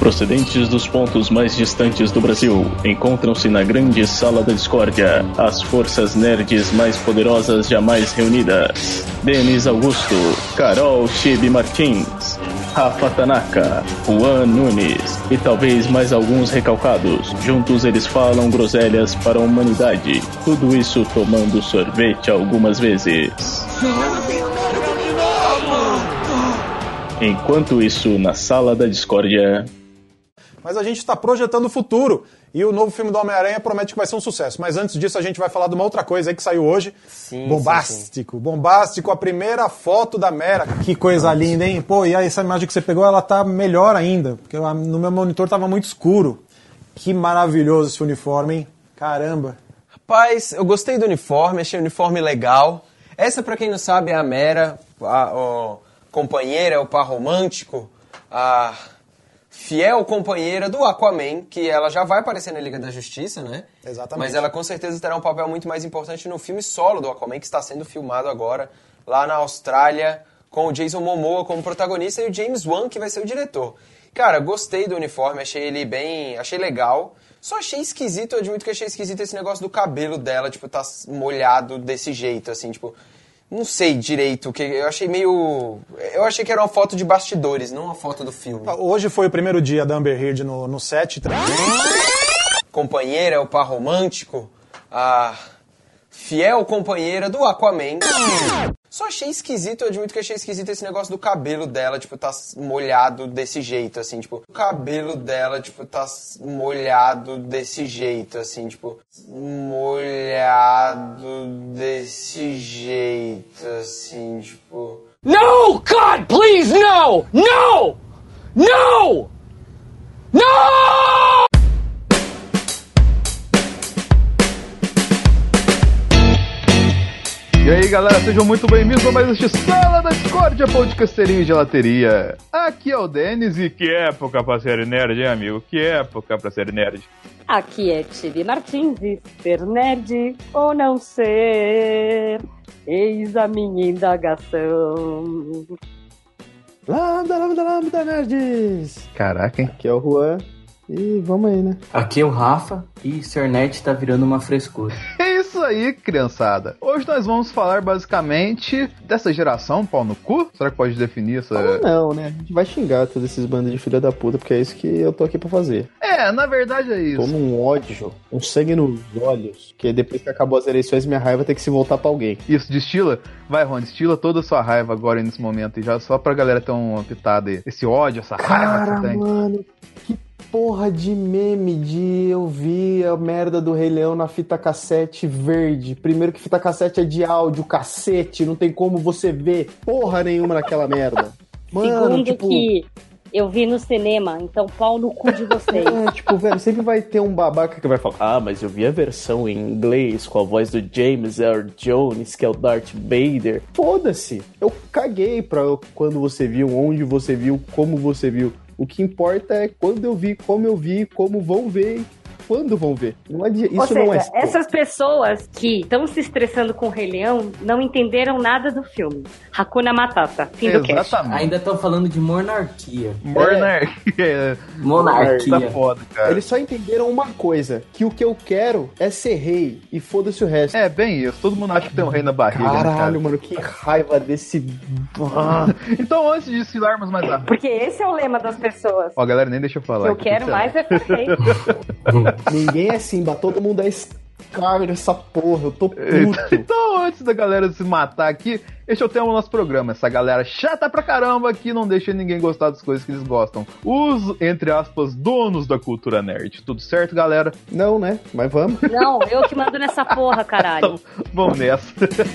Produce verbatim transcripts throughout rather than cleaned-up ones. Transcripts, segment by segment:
procedentes dos pontos mais distantes do Brasil, encontram-se na grande sala da discórdia as forças nerds mais poderosas jamais reunidas. Denis Augusto, Carol Chibi Martins, Rafa Tanaka, Juan Nunes e talvez mais alguns recalcados. Juntos eles falam groselhas para a humanidade. Tudo isso tomando sorvete algumas vezes. Enquanto isso, na sala da discórdia... Mas a gente está projetando o futuro e o novo filme do Homem-Aranha promete que vai ser um sucesso. Mas antes disso a gente vai falar de uma outra coisa aí que saiu hoje. Sim, bombástico, sim, sim. bombástico, a primeira foto da Mera. Que coisa Nossa. linda, hein? Pô, e aí essa imagem que você pegou, ela tá melhor ainda, porque no meu monitor tava muito escuro. Que maravilhoso esse uniforme, hein? Caramba. Rapaz, eu gostei do uniforme, achei o uniforme legal. Essa, pra quem não sabe, é a Mera, a, a companheira, o par romântico, a... fiel companheira do Aquaman, que ela já vai aparecer na Liga da Justiça, né? Exatamente. Mas ela com certeza terá um papel muito mais importante no filme solo do Aquaman, que está sendo filmado agora lá na Austrália, com o Jason Momoa como protagonista e o James Wan, que vai ser o diretor. Cara, gostei do uniforme, achei ele bem... achei legal. Só achei esquisito, eu admito que achei esquisito esse negócio do cabelo dela, tipo, tá molhado desse jeito, assim, tipo... Não sei direito, que eu achei meio... Eu achei que era uma foto de bastidores, não uma foto do filme. Hoje foi o primeiro dia da Amber Heard no, no set. Companheira, o par romântico, a fiel companheira do Aquaman. Só achei esquisito, eu admito que achei esquisito esse negócio do cabelo dela, tipo, tá molhado desse jeito, assim, tipo... O cabelo dela, tipo, tá molhado desse jeito, assim, tipo... Molhado desse jeito, assim, tipo... No! God, please, no! No! No! No! E aí galera, sejam muito bem-vindos a mais este Sala da Discórdia, podcasterinho de gelateria. Aqui é o Denis e que época pra ser nerd, hein, amigo? Que época pra ser nerd. Aqui é Tibi Martins e ser nerd ou não ser, eis a minha indagação. Lambda, lambda, lambda, nerds! Caraca, hein? Aqui é o Juan e vamos aí, né? Aqui é o Rafa e ser nerd tá virando uma frescura. É isso aí, criançada. Hoje nós vamos falar basicamente dessa geração pau no cu. Será que pode definir essa... Ah, não, né? A gente vai xingar todos esses bandos de filha da puta, porque é isso que eu tô aqui pra fazer. É, na verdade é isso. Tô num ódio, um sangue nos olhos, que depois que acabou as eleições, minha raiva tem que se voltar pra alguém. Isso, destila. Vai, Ron, destila toda a sua raiva agora nesse momento, e já só pra galera ter uma pitada aí. Esse ódio, essa raiva Cara, que você tem. mano, que porra de meme de eu vi a merda do Rei Leão na fita cassete verde. Primeiro que fita cassete é de áudio, cacete, não tem como você ver porra nenhuma naquela merda. Mano, Segundo tipo... que eu vi no cinema, então pau no cu de vocês. É, tipo, velho, sempre vai ter um babaca que vai falar: ah, mas eu vi a versão em inglês com a voz do James Earl Jones, que é o Darth Vader. Foda-se, eu caguei pra quando você viu, onde você viu, como você viu. O que importa é quando eu vi, como eu vi, como vão ver, quando vão ver. Não adianta, isso Ou seja, não é... essas pessoas que estão se estressando com o Rei Leão não entenderam nada do filme. Hakuna Matata, fim do cast. Ainda estão falando de monarquia. Monarquia. Monarquia. Tá foda, cara. Eles só entenderam uma coisa, que o que eu quero é ser rei, e foda-se o resto. É, bem isso. Todo mundo acha que tem um rei na barriga, Caralho, né, cara? mano, que raiva desse... Ah. Então, antes de desfilarmos mais rápido... Porque esse é o lema das pessoas. Ó, galera, nem deixa eu falar. O que eu quero mais é ser rei. Ninguém é Simba, todo mundo é Scar nessa porra, eu tô puto. Então, antes da galera se matar aqui, este é o tema do nosso programa. Essa galera chata pra caramba que não deixa ninguém gostar das coisas que eles gostam. Os, entre aspas, donos da cultura nerd. Tudo certo, galera? Não, né? Mas vamos. Não, eu que mando nessa porra, caralho. Então, vamos nessa.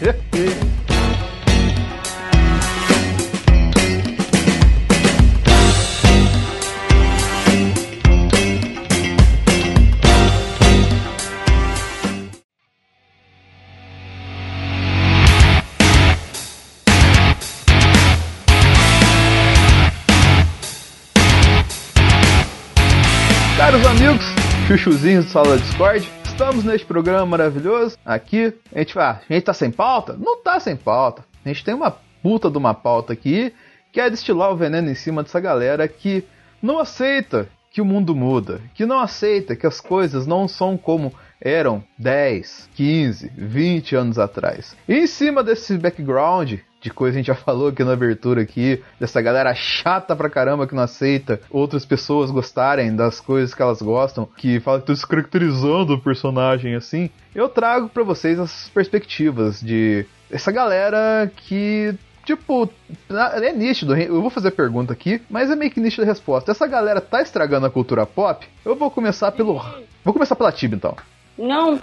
Caros amigos, chuchuzinhos do Sala da Discord, estamos neste programa maravilhoso. Aqui, a gente fala, ah, a gente tá sem pauta? Não tá sem pauta. A gente tem uma puta de uma pauta aqui, que é destilar o veneno em cima dessa galera que não aceita que o mundo muda, que não aceita que as coisas não são como eram dez, quinze, vinte anos atrás. E em cima desse background de coisa que a gente já falou aqui na abertura aqui, dessa galera chata pra caramba que não aceita outras pessoas gostarem das coisas que elas gostam, que fala que tá descaracterizando o personagem assim, eu trago pra vocês as perspectivas de essa galera que, tipo, é nítido, eu vou fazer a pergunta aqui, mas é meio que nítido a resposta. Essa galera tá estragando a cultura pop? Eu vou começar pelo... Vou começar pela Tibi, então. Não.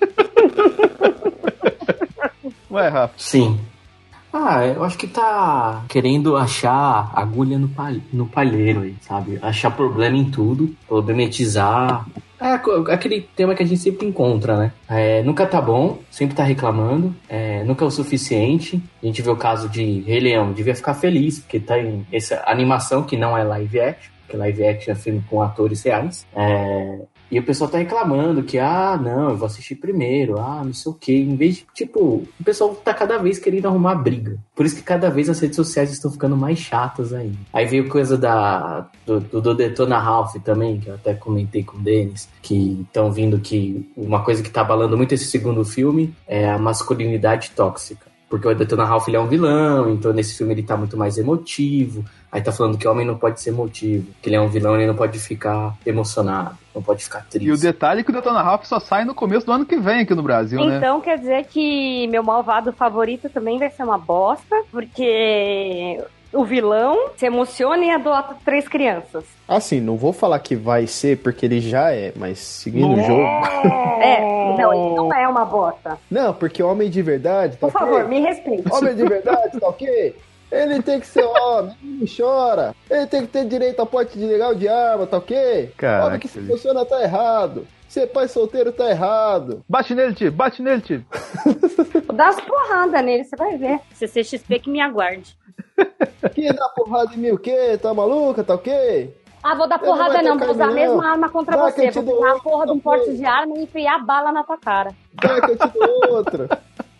Ué, Rafa? Sim. Ah, eu acho que tá querendo achar agulha no, pal- no palheiro aí, sabe? Achar problema em tudo, problematizar. É aquele tema que a gente sempre encontra, né? É, nunca tá bom, sempre tá reclamando, é, nunca é o suficiente. A gente vê o caso de Rei Leão, devia ficar feliz, porque tá em essa animação que não é live action, porque live action é filme com atores reais. É... E o pessoal tá reclamando que, ah, não, eu vou assistir primeiro, ah, não sei o quê. Em vez de, tipo, o pessoal tá cada vez querendo arrumar briga. Por isso que cada vez as redes sociais estão ficando mais chatas ainda. Aí veio coisa da, do, do, do Detona Ralph também, que eu até comentei com o Denis, que estão vindo que uma coisa que tá abalando muito esse segundo filme é a masculinidade tóxica. Porque o Detona Ralph ele é um vilão, então nesse filme ele tá muito mais emotivo. Aí tá falando que homem não pode ser emotivo, que ele é um vilão, ele não pode ficar emocionado, não pode ficar triste. E o detalhe é que o Detona Ralph só sai no começo do ano que vem aqui no Brasil, né? Então quer dizer que meu malvado favorito também vai ser uma bosta, porque o vilão se emociona e adota três crianças. Assim, não vou falar que vai ser, porque ele já é, mas seguindo o jogo... É, não, ele não é uma bosta. Não, porque homem de verdade... Tá Por favor, okay? me respeite. Homem de verdade, tá ok? Ele tem que ser homem, ele não chora. Ele tem que ter direito a porte de legal de arma, tá ok? Caraca, homem que se funciona tá errado. Ser pai solteiro tá errado. Bate nele, tio, bate nele, tio. Vou dar umas porradas nele, você vai ver. C C X P que me aguarde. Que dá porrada em mim o quê? Tá maluca, tá ok? Ah, vou dar Eu porrada não não, vai vou usar a não. mesma arma contra Vai que você. eu te Vou dou pegar a outra, porra de um tá porte ok? de arma e enfiar bala na tua cara. Vai que eu te dou outra.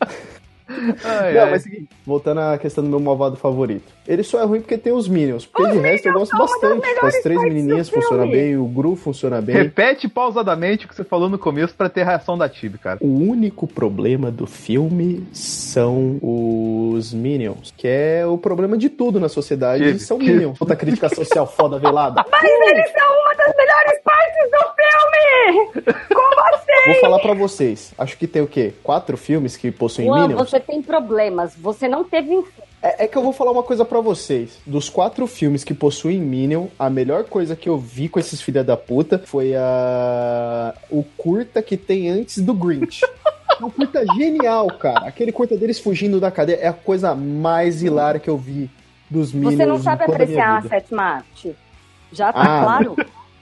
Ai, Não, ai. mas seguinte, voltando à questão do meu malvado favorito. Ele só é ruim porque tem os Minions. Porque Os de resto eu Minions gosto são uma das bastante. melhores As três partes do menininhas filme. funcionam bem, o Gru funciona bem. Repete pausadamente o que você falou no começo pra ter a reação da Tibi, cara. O único problema do filme são os Minions, que é o problema de tudo na sociedade. Que- Eles são que- Minions. Puta crítica social foda velada. Mas eles são uma das melhores partes do filme! Como assim? Vou falar pra vocês. Acho que tem o quê? Quatro filmes que possuem Juan, Minions? você tem problemas. Você não teve infância. É, é que eu vou falar uma coisa pra vocês. Dos quatro filmes que possuem Minion, a melhor coisa que eu vi com esses filha da puta foi a... o curta que tem antes do Grinch. É um curta genial, cara. Aquele curta deles fugindo da cadeia é a coisa mais hilária que eu vi dos Minions. Você não sabe em toda a minha apreciar a vida. sétima arte. Já tá Ah, claro?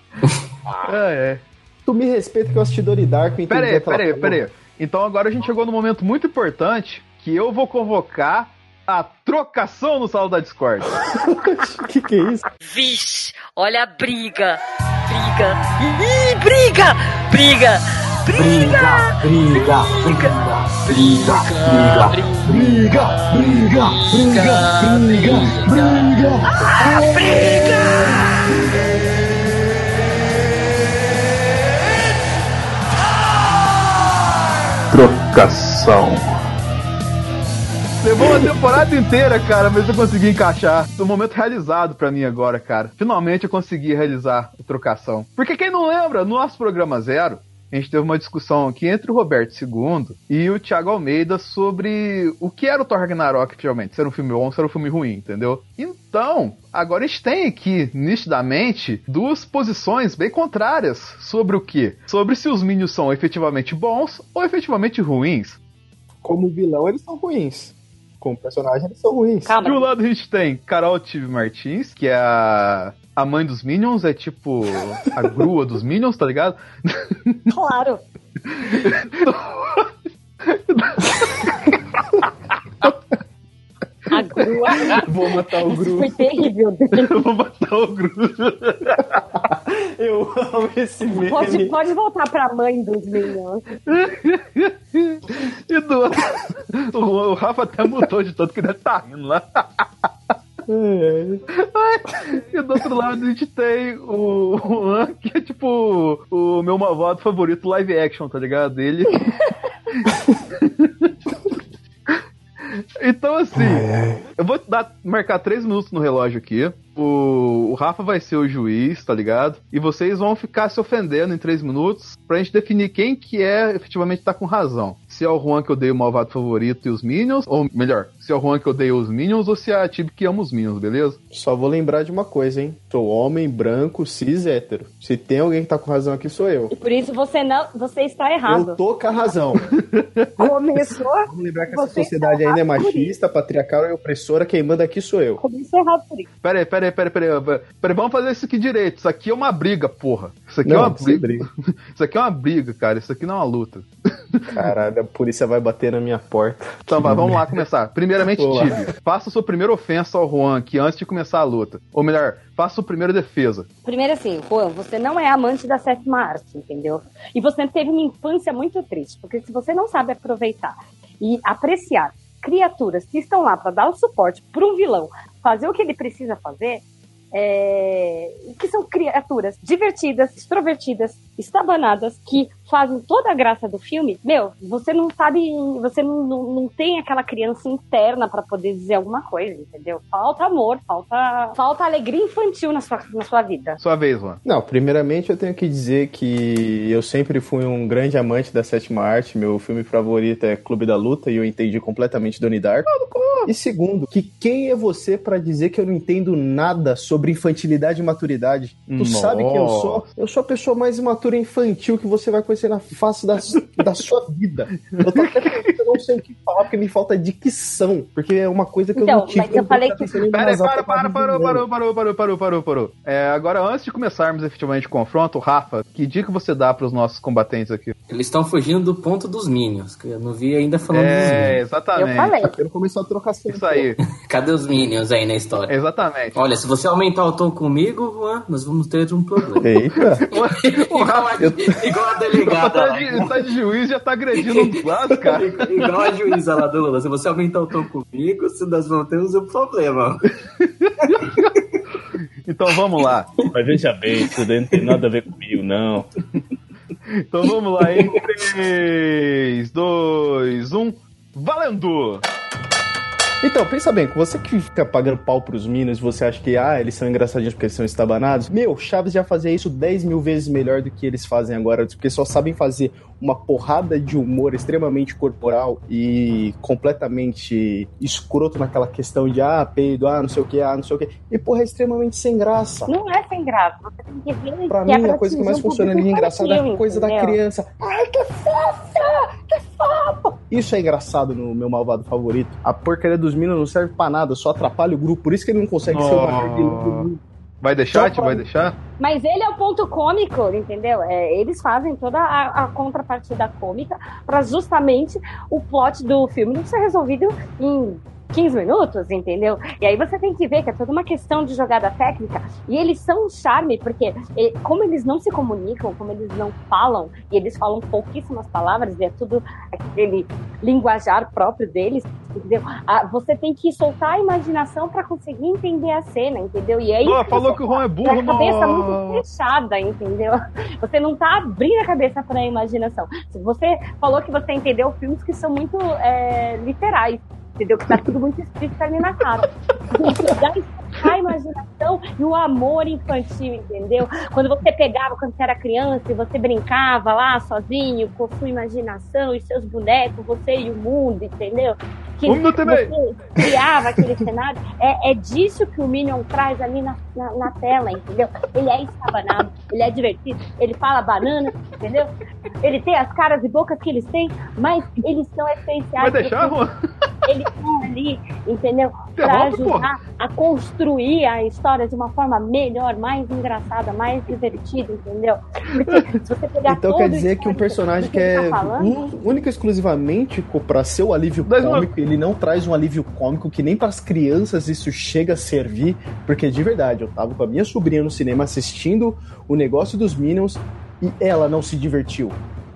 É, é. Tu me respeita que eu assisti Donnie Darko. Pera aí, pera aí, pera aí. Então agora a gente chegou num momento muito importante que eu vou convocar a trocação no Sala da Discord. Que que é isso? Vixe, olha a briga. Briga. Ih, briga! Briga! Briga! Briga, briga, briga, briga, briga, briga, briga, briga, briga. Ah, briga! Trocação. Levou uma temporada inteira, cara, mas eu consegui encaixar. Um momento realizado pra mim agora, cara. Finalmente eu consegui realizar a trocação. Porque quem não lembra, no nosso programa zero, a gente teve uma discussão aqui entre o Roberto segundo e o Thiago Almeida sobre o que era o Thor Ragnarok, realmente. Se era um filme bom, se era um filme ruim, entendeu? Então, agora a gente tem aqui, nitidamente, duas posições bem contrárias sobre o quê? Sobre se os Minions são efetivamente bons ou efetivamente ruins. Como vilão, eles são ruins. Como personagem, eles são ruins. Calma. De um lado a gente tem Carol Tive Martins, que é a, a mãe dos Minions, é tipo a grua dos Minions, tá ligado? Claro. A grua. Vou matar o Isso Gru. foi terrível. Eu vou matar o Gru. Eu amo esse meme. Pode, pode voltar pra mãe dos Minions. E do outro, o, o Rafa até mudou de tanto que deve estar rindo lá. E do outro lado a gente tem o Juan, que é tipo o meu malvado favorito live action, tá ligado? Ele... Então assim, ai, ai. eu vou dar, marcar três minutos no relógio aqui. O, o Rafa vai ser o juiz, tá ligado? E vocês vão ficar se ofendendo em três minutos pra gente definir quem que é efetivamente tá com razão. Se é o Juan que odeia o malvado favorito e os Minions, ou melhor, se é o Juan que odeia os Minions ou se é a Tibi que ama os Minions, beleza? Só vou lembrar de uma coisa, hein? Sou homem, branco, cis, hétero. Se tem alguém que tá com razão aqui, sou eu. E por isso você não, você está errado. Eu tô com a razão. Começou. Vamos lembrar que essa sociedade ainda é machista, patriarcal e opressora. Quem manda aqui sou eu. Começou errado por isso. Pera aí, pera aí, pera aí, pera aí. Pera aí, vamos fazer isso aqui direito. Isso aqui é uma briga, porra. Isso aqui não, é uma briga. briga. Isso aqui é uma briga, cara. Isso aqui não é uma luta. Caralho, a polícia vai bater na minha porta. Então vai, vamos lá começar. Primeiramente, Tibi, faça a sua primeira ofensa ao Juan aqui antes de começar a luta. Ou melhor, faça a sua primeira defesa. Primeiro assim, Juan, você não é amante da sétima arte, entendeu? E você teve uma infância muito triste, porque se você não sabe aproveitar e apreciar criaturas que estão lá para dar o suporte para um vilão fazer o que ele precisa fazer, é... que são criaturas divertidas, extrovertidas, estabanadas, que fazem toda a graça do filme, meu, você não sabe, você não, não, não tem aquela criança interna pra poder dizer alguma coisa, entendeu? Falta amor, falta, falta alegria infantil na sua, na sua vida. Sua vez, mano. Não, primeiramente eu tenho que dizer que eu sempre fui um grande amante da sétima arte, meu filme favorito é Clube da Luta e eu entendi completamente Donnie Darko. E segundo, que quem é você pra dizer que eu não entendo nada sobre infantilidade e maturidade? Tu Nossa. sabe quem eu sou? Eu sou a pessoa mais imatura e infantil que você vai conhecer na face da, da sua vida. Eu tô até pensando, eu não sei o que falar, porque me falta dicção. Porque é uma coisa que então, eu não tive. Mas eu falei que... Pera aí, para, para, parou, parou, parou, parou, parou, parou, parou. É, agora, antes de começarmos efetivamente o confronto, Rafa, que dica você dá pros nossos combatentes aqui? Eles estão fugindo do ponto dos Minions, que eu não vi ainda falando é, dos Minions. É, exatamente. Eu falei. Eu começou a trocação. Isso aí. Cadê os Minions aí na história? Exatamente. Olha, se você aumentar o tom comigo, Juan, nós vamos ter um problema. Eita. igual, a, igual a delegada tá lá. De, tá de juiz, já tá agredindo um dos lados, cara. Igual a juíza lá do Lula. Se você aumentar o tom comigo, nós vamos ter um problema. Então vamos lá. Mas veja bem, isso daí não tem nada a ver comigo, não. Então vamos lá, em três, dois, um, valendo! Então, pensa bem, você que fica pagando pau pros Minions, você acha que, ah, eles são engraçadinhos porque eles são estabanados? Meu, Chaves já fazia isso dez mil vezes melhor do que eles fazem agora, porque só sabem fazer uma porrada de humor extremamente corporal e completamente escroto naquela questão de, ah, peido, ah, não sei o que, ah, não sei o que. E, porra, é extremamente sem graça. Não é sem graça, você tem que ver. Pra mim, é a coisa que mais funciona ali engraçada é a coisa da criança. Ai, que fofa! Que fofa! Isso é engraçado no meu malvado favorito. A porcaria dos Minions não serve pra nada, só atrapalha o grupo. Por isso que ele não consegue oh. ser o maior vilão do mundo. Vai deixar, Ti? Vai deixar? Mas ele é o ponto cômico, entendeu? É, eles fazem toda a, a contrapartida cômica pra justamente o plot do filme não ser resolvido em quinze minutos, entendeu? E aí você tem que ver que é toda uma questão de jogada técnica, e eles são um charme, porque ele, como eles não se comunicam, como eles não falam, e eles falam pouquíssimas palavras, e é tudo aquele linguajar próprio deles, entendeu? Ah, você tem que soltar a imaginação pra conseguir entender a cena, entendeu? E aí... Oh, falou que o Ron é burro, a cabeça não. muito fechada, entendeu? Você não tá abrindo a cabeça pra imaginação. Você falou que você entendeu filmes que são muito é, literais, entendeu? Que tá tudo muito explícito ali na cara. A imaginação e o amor infantil, entendeu? Quando você pegava, quando você era criança e você brincava lá sozinho com sua imaginação e seus bonecos, você e o mundo, entendeu? Que um você criava aquele cenário. É, é disso que o Minion traz ali na, na, na tela, entendeu? Ele é estabanado, ele é divertido, ele fala banana, entendeu? Ele tem as caras e bocas que eles têm, mas eles são essenciais. Vai deixar, Juan? Eles estão ali, entendeu? Pra ajudar a construir a história de uma forma melhor, mais engraçada, mais divertida, entendeu? Porque se você pegar então todo quer dizer que um personagem que é tá único e exclusivamente pra ser o alívio cômico, ele não traz um alívio cômico que nem pras crianças isso chega a servir, porque de verdade, eu tava com a minha sobrinha no cinema assistindo o negócio dos Minions e ela não se divertiu.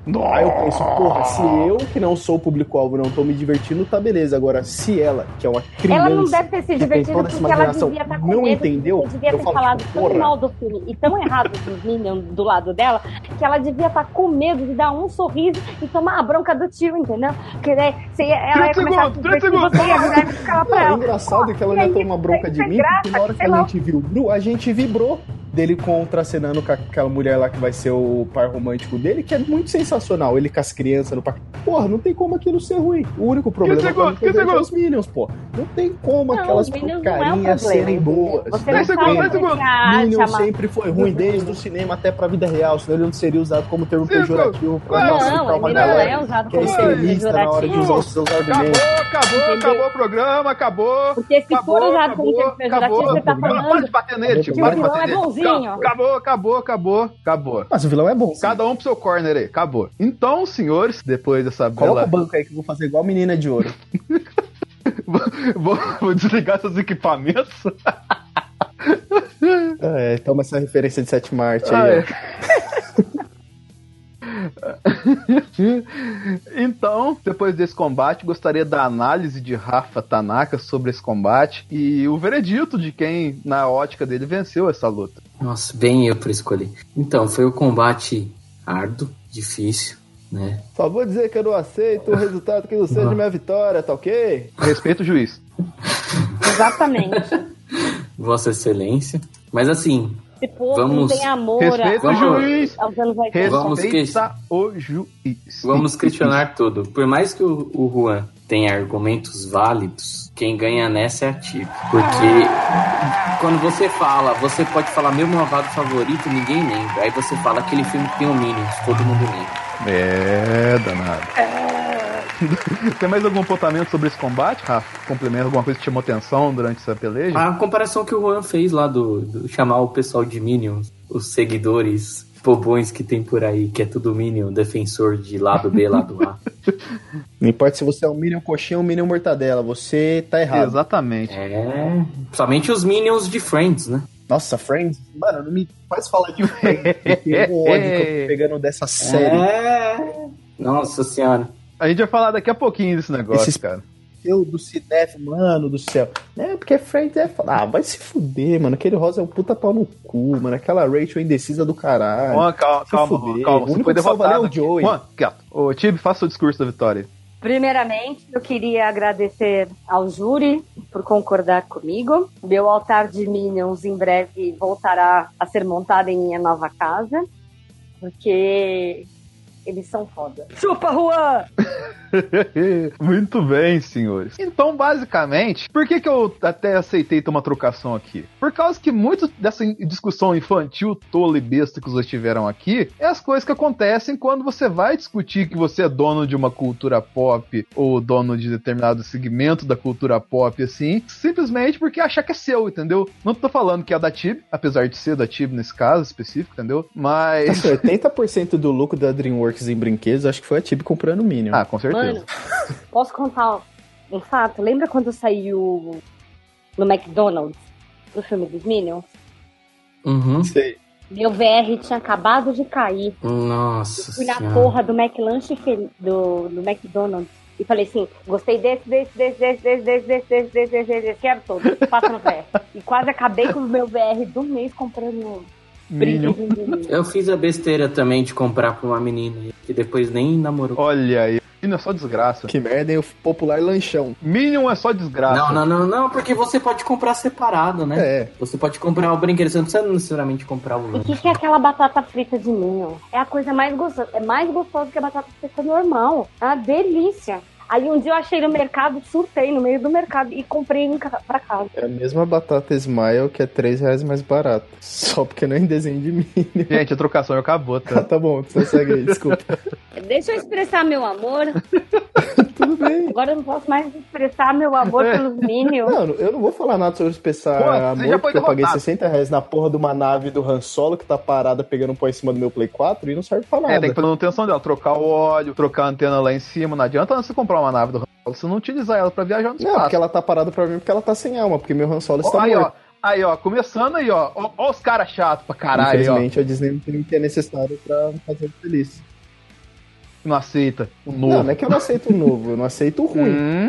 Nossa. Aí eu penso, porra, se eu, que não sou o público-alvo, não tô me divertindo, tá beleza. Agora, se ela, que é uma criança... Ela não deve ter se divertido porque ela devia estar com não medo, entendeu, devia ter eu falo, falado tipo, tão porra. mal do filme e tão errado dos Minions do lado dela, que ela devia estar com medo de dar um sorriso e tomar a bronca do tio, entendeu? Porque daí você ia, ela ia começar a se divertir e você ia virar e ficar pra ela. O engraçado é que ela ia tomar bronca de mim, porque na hora que a gente viu o Bru, a gente vibrou dele contracenando com aquela mulher lá que vai ser o par romântico dele, que é muito sensacional. Ele com as crianças no parque. Porra, não tem como aquilo ser ruim. O único problema é os Minions, pô. Não tem como não, aquelas porcarinhas é um serem boas. Você não sabe Minion sempre foi ruim, desde o cinema até pra vida real, senão ele não seria usado como termo pejorativo pra não, classificar não, uma ele galera não é usado que é como termo extremista na hora de usar os seus argumentos. Acabou, acabou, acabou o programa, acabou. Porque se acabou, for usado como termo acabou, pejorativo, você tá falando... Para de bater nele, tio, o para de vilão bater é nele. bonzinho. Acabou, acabou, acabou, acabou. Mas o vilão é bom. Cada um pro seu corner aí, acabou. Então, senhores, depois dessa bela... Coloca o banco aí que eu vou fazer igual a menina de ouro. vou, vou desligar seus equipamentos. É, toma essa referência de sétima arte ah, aí, é. Então, depois desse combate, gostaria da análise de Rafa Tanaka sobre esse combate e o veredito de quem, na ótica dele, venceu essa luta. Nossa, bem eu pra escolher. Então, foi um combate árduo, difícil, né? Só vou dizer que eu não aceito o resultado que não seja minha vitória, tá ok? Respeito o juiz. Exatamente. Vossa Excelência. Mas assim... Esse povo vamos... não tem amor Respeita a... o juiz. aos anos oitenta. Vamos Respeita que... o juiz. Vamos questionar tudo. Por mais que o, o Juan tenha argumentos válidos, quem ganha nessa é a Tibi. Porque quando você fala, você pode falar meu malvado favorito, ninguém lembra. Aí você fala aquele filme que tem o Minions, todo mundo lembra. É, danado. É... Tem mais algum apontamento sobre esse combate, Rafa? Complemento, alguma coisa que chamou atenção durante essa peleja? A comparação que o Juan fez lá do, do chamar o pessoal de Minions, os seguidores bobões que tem por aí, que é tudo Minion, defensor de lado B, lado A. Não importa se você é um Minion coxinha ou um Minion mortadela, você tá errado. Exatamente. É, somente os Minions de Friends, né? Nossa, Friends? Mano, não me faz falar de Friends, porque o ódio que eu tô pegando dessa série. É... Nossa senhora. A gente vai falar daqui a pouquinho desse negócio, Esses... cara. Eu do cinéfilo, mano do céu. É, porque Friends é... Ah, vai se fuder, mano. Aquele rosa é um puta pau no cu, mano. Aquela Rachel indecisa do caralho. Juan, calma, calma, fuder. calma. Você foi derrotado. É o Joey. Juan, quieto. Ô, Tibi, faça o discurso da vitória. Primeiramente, eu queria agradecer ao júri por concordar comigo. Meu altar de Minions em breve voltará a ser montado em minha nova casa, porque eles são foda. Chupa, Juan! Muito bem, senhores. Então, basicamente, por que que eu até aceitei ter uma trocação aqui? Por causa que muito dessa discussão infantil, tola e besta que vocês tiveram aqui, é as coisas que acontecem quando você vai discutir que você é dono de uma cultura pop ou dono de determinado segmento da cultura pop, assim, simplesmente porque achar que é seu, entendeu? Não tô falando que é da Tibi, apesar de ser da Tibi nesse caso específico, entendeu? Mas... Nossa, oitenta por cento do lucro da DreamWorks em brinquedos, acho que foi a Tibi comprando Minion. Ah, com certeza. Mano, posso contar um fato? Lembra quando saiu no McDonald's o filme dos Minions? Uhum. Sei. Meu V R tinha acabado de cair. Nossa Eu fui na senhora. porra do McLanche do, do McDonald's e falei assim, gostei desse, desse, desse, desse, desse, desse, desse, desse, desse, desse, desse, quero todos, passa no V R. E quase acabei com o meu V R do mês comprando Minion. Eu fiz a besteira também de comprar pra uma menina, que depois nem namorou. Olha aí. Minion é só desgraça. Que merda, é o popular lanchão. Minion é só desgraça. Não, não, não, não, porque você pode comprar separado, né? É. Você pode comprar o brinquedo, você não precisa necessariamente comprar o E o lanche. que, que é aquela batata frita de Minion? É a coisa mais gostosa. É mais gostosa que a batata frita normal. É uma delícia. Aí um dia eu achei no mercado, surtei no meio do mercado e comprei em ca- pra casa. É a mesma batata Smile que é três reais mais barata. Só porque não é em desenho de Minion. Gente, a trocação acabou, Ah, tá? tá bom, você segue aí, desculpa. Deixa eu expressar meu amor. Tudo bem. Agora eu não posso mais expressar meu amor pelos Minions. Não, eu não vou falar nada sobre expressar Pô, você já amor, foi porque eu paguei derrotado. sessenta reais na porra de uma nave do Han Solo que tá parada pegando um pó em cima do meu Play quatro e não serve pra nada. É, tem que fazer manutenção dela, trocar o óleo, trocar a antena lá em cima. Não adianta você comprar uma nave do Han Solo, você não utilizar ela pra viajar no espaço. Não, porque ela tá parada pra mim porque ela tá sem alma, porque meu Han Solo está Ó, aí, ó, morto. aí, ó, começando aí, ó. Ó, ó os caras chatos pra caralho, aí, ó. Infelizmente, a Disney não tem o que é necessário pra me fazer feliz. não aceita o novo. Não, não é que eu não aceito o novo, eu não aceito o ruim.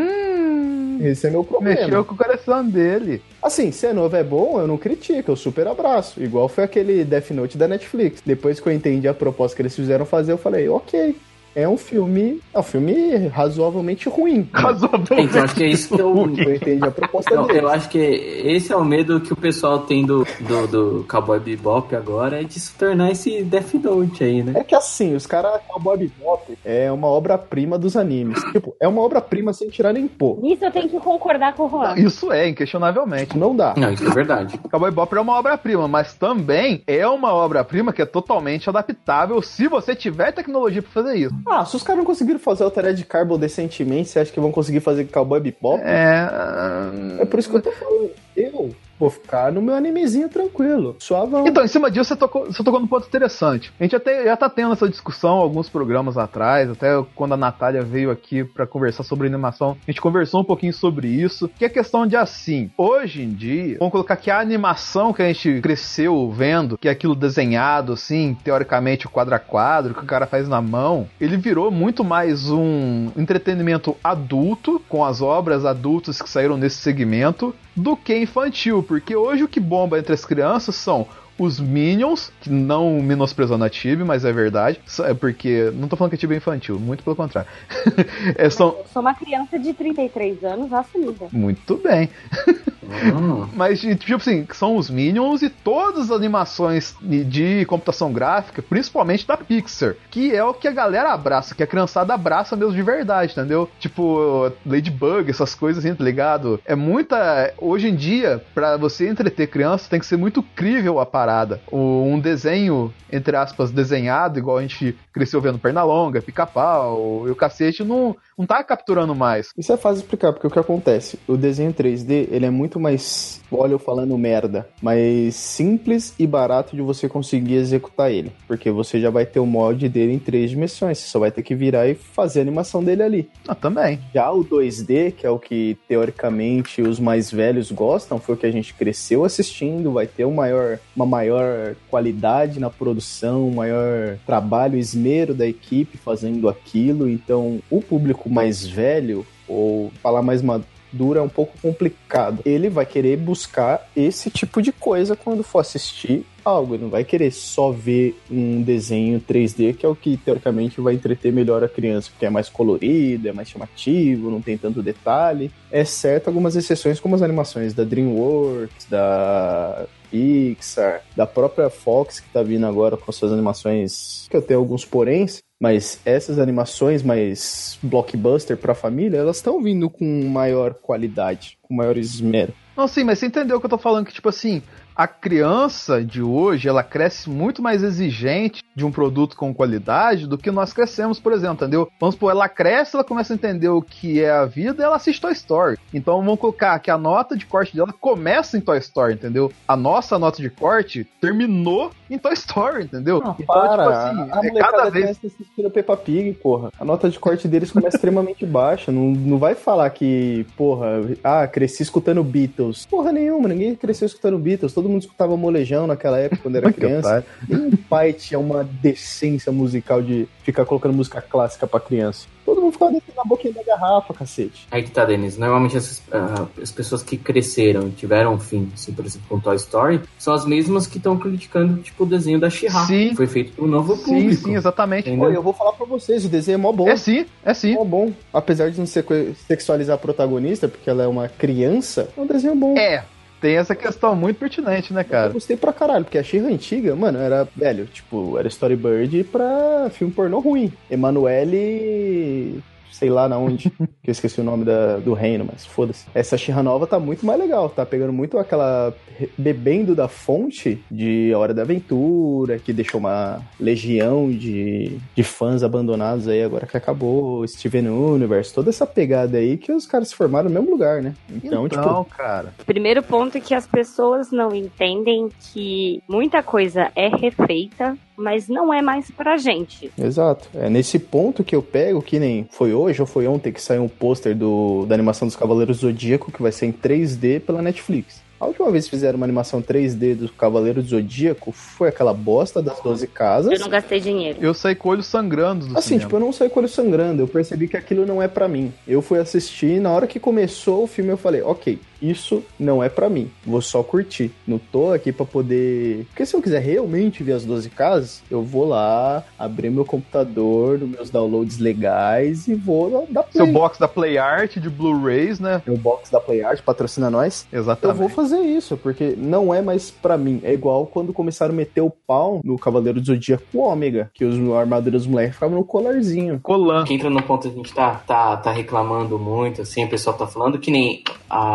Hum, Esse é meu problema. mexeu com o coração dele. Assim, se é novo é bom, eu não critico, eu super abraço. Igual foi aquele Death Note da Netflix. Depois que eu entendi a proposta que eles fizeram fazer, eu falei, ok. É um filme. É um filme razoavelmente ruim. Razoavelmente. Então, acho que é isso que eu. Eu entendi a proposta Eu, dele. eu acho que esse é o medo que o pessoal tem do, do, do Cowboy Bebop agora, é de se tornar esse Death Note aí, né? É que assim, os caras. Cowboy Bebop é uma obra-prima dos animes. Tipo, é uma obra-prima sem tirar nem pôr. Nisso eu tenho que concordar com o Juan. Isso é, inquestionavelmente. Não dá. Não, isso é verdade. Cowboy Bebop é uma obra-prima, mas também é uma obra-prima que é totalmente adaptável se você tiver tecnologia pra fazer isso. Ah, se os caras não conseguiram fazer Altered Carbon decentemente, você acha que vão conseguir fazer Cowboy Bebop? É. É por isso que eu tô falando. Eu vou ficar no meu animezinho tranquilo, suavão. Então, em cima disso, você tocou, você tocou num ponto interessante. A gente até, já tá tendo essa discussão alguns programas atrás, até quando a Natália veio aqui pra conversar sobre animação, a gente conversou um pouquinho sobre isso, que é questão de assim, hoje em dia, vamos colocar que a animação que a gente cresceu vendo, que é aquilo desenhado, assim, teoricamente quadro a quadro, que o cara faz na mão, ele virou muito mais um entretenimento adulto, com as obras adultas que saíram nesse segmento, do que infantil, porque hoje o que bomba entre as crianças são os Minions, que não menosprezando a Tibi, mas é verdade, é porque, não tô falando que a Tibi é infantil, muito pelo contrário. é, são... Eu sou uma criança de trinta e três anos assumida. Muito bem. Hum. Mas, tipo assim, são os Minions e todas as animações de computação gráfica, principalmente da Pixar, que é o que a galera abraça, que a criançada abraça mesmo de verdade, entendeu? Tipo, Ladybug, essas coisas assim, tá ligado? É muita... Hoje em dia, pra você entreter criança, tem que ser muito crível a parada. Um desenho, entre aspas, desenhado, igual a gente cresceu vendo Pernalonga, Pica-Pau e o cacete, não, não tá capturando mais. Isso é fácil de explicar, porque o que acontece? O desenho três D, ele é muito mais, olha eu falando merda, mais simples e barato de você conseguir executar ele. Porque você já vai ter o mod dele em três dimensões, você só vai ter que virar e fazer a animação dele ali. Ah, também. Já o dois D, que é o que teoricamente os mais velhos gostam, foi o que a gente cresceu assistindo, vai ter um maior, uma maior qualidade na produção, um maior trabalho, esmero da equipe fazendo aquilo. Então, o público mais velho, ou falar mais maduro, é um pouco complicado. Ele vai querer buscar esse tipo de coisa quando for assistir algo. Ele não vai querer só ver um desenho três D, que é o que teoricamente vai entreter melhor a criança, porque é mais colorido, é mais chamativo, não tem tanto detalhe. Exceto algumas exceções, como as animações da DreamWorks, da Pixar, da própria Fox, que tá vindo agora com suas animações, que eu tenho alguns poréns, mas essas animações mais blockbuster pra família, elas estão vindo com maior qualidade, com maior esmero. Não, sim, mas você entendeu o que eu tô falando, que tipo assim, a criança de hoje, ela cresce muito mais exigente de um produto com qualidade do que nós crescemos, por exemplo, entendeu? Vamos supor, ela cresce, ela começa a entender o que é a vida e ela assiste Toy Story. Então vamos colocar que a nota de corte dela começa em Toy Story, entendeu? A nossa nota de corte terminou em Toy Story, entendeu? Não, então, para. tipo assim, a é molecada cada vez... começa assistindo Peppa Pig, porra. A nota de corte deles começa extremamente baixa. Não, não vai falar que, porra, ah, cresci escutando Beatles. Porra nenhuma, ninguém cresceu escutando Beatles. Todo mundo escutava Molejão naquela época, quando era criança. Nenhum pai tinha uma decência musical de ficar colocando música clássica pra criança. Todo mundo ficava descendo na boquinha da garrafa, cacete. Aí que tá, Denis. Normalmente essas, uh, as pessoas que cresceram e tiveram um fim, assim, por exemplo, com Toy Story, são as mesmas que estão criticando, tipo, o desenho da She-Ra. Sim. Foi feito pro novo Sim, público. sim, exatamente. Pô, eu vou falar pra vocês, o desenho é mó bom. É sim, é sim. Mó bom. Apesar de não sequ- sexualizar a protagonista, porque ela é uma criança, é um desenho bom. É. Tem essa questão muito pertinente, né, cara? Eu gostei pra caralho, porque a She-Ra antiga, mano, era, velho, tipo, era Storybird pra filme pornô ruim. Emanuele... sei lá na onde, que eu esqueci o nome da, do reino, mas foda-se. Essa She-Ra nova tá muito mais legal, tá pegando muito aquela... bebendo da fonte de A Hora da Aventura, que deixou uma legião de, de fãs abandonados aí, agora que acabou, Steven Universe, toda essa pegada aí que os caras se formaram no mesmo lugar, né? Então, Então, tipo... cara... Primeiro ponto é que as pessoas não entendem que muita coisa é refeita, mas não é mais pra gente. Exato. É nesse ponto que eu pego, que nem foi hoje ou foi ontem que saiu um pôster do, da animação dos Cavaleiros do Zodíaco, que vai ser em três D pela Netflix. A última vez que fizeram uma animação três D do Cavaleiro do Zodíaco foi aquela bosta das doze casas. Eu não gastei dinheiro. Eu saí com o olho sangrando do Assim, cinema. tipo, eu não saí com o olho sangrando. Eu percebi que aquilo não é pra mim. Eu fui assistir e na hora que começou o filme eu falei, ok, isso não é pra mim. Vou só curtir. Não tô aqui pra poder... Porque se eu quiser realmente ver as doze casas, eu vou lá, abrir meu computador, meus downloads legais e vou dar play. Seu box da Play Art de Blu-rays, né? Meu box da Play Art patrocina nós. Exatamente. Eu vou fazer isso, porque não é mais pra mim. É igual quando começaram a meter o pau no Cavaleiro do Zodíaco Ômega, que os armaduras dos moleques ficavam no colarzinho. Colan. Que entra no ponto que a gente tá, tá, tá reclamando muito, assim, o pessoal tá falando que nem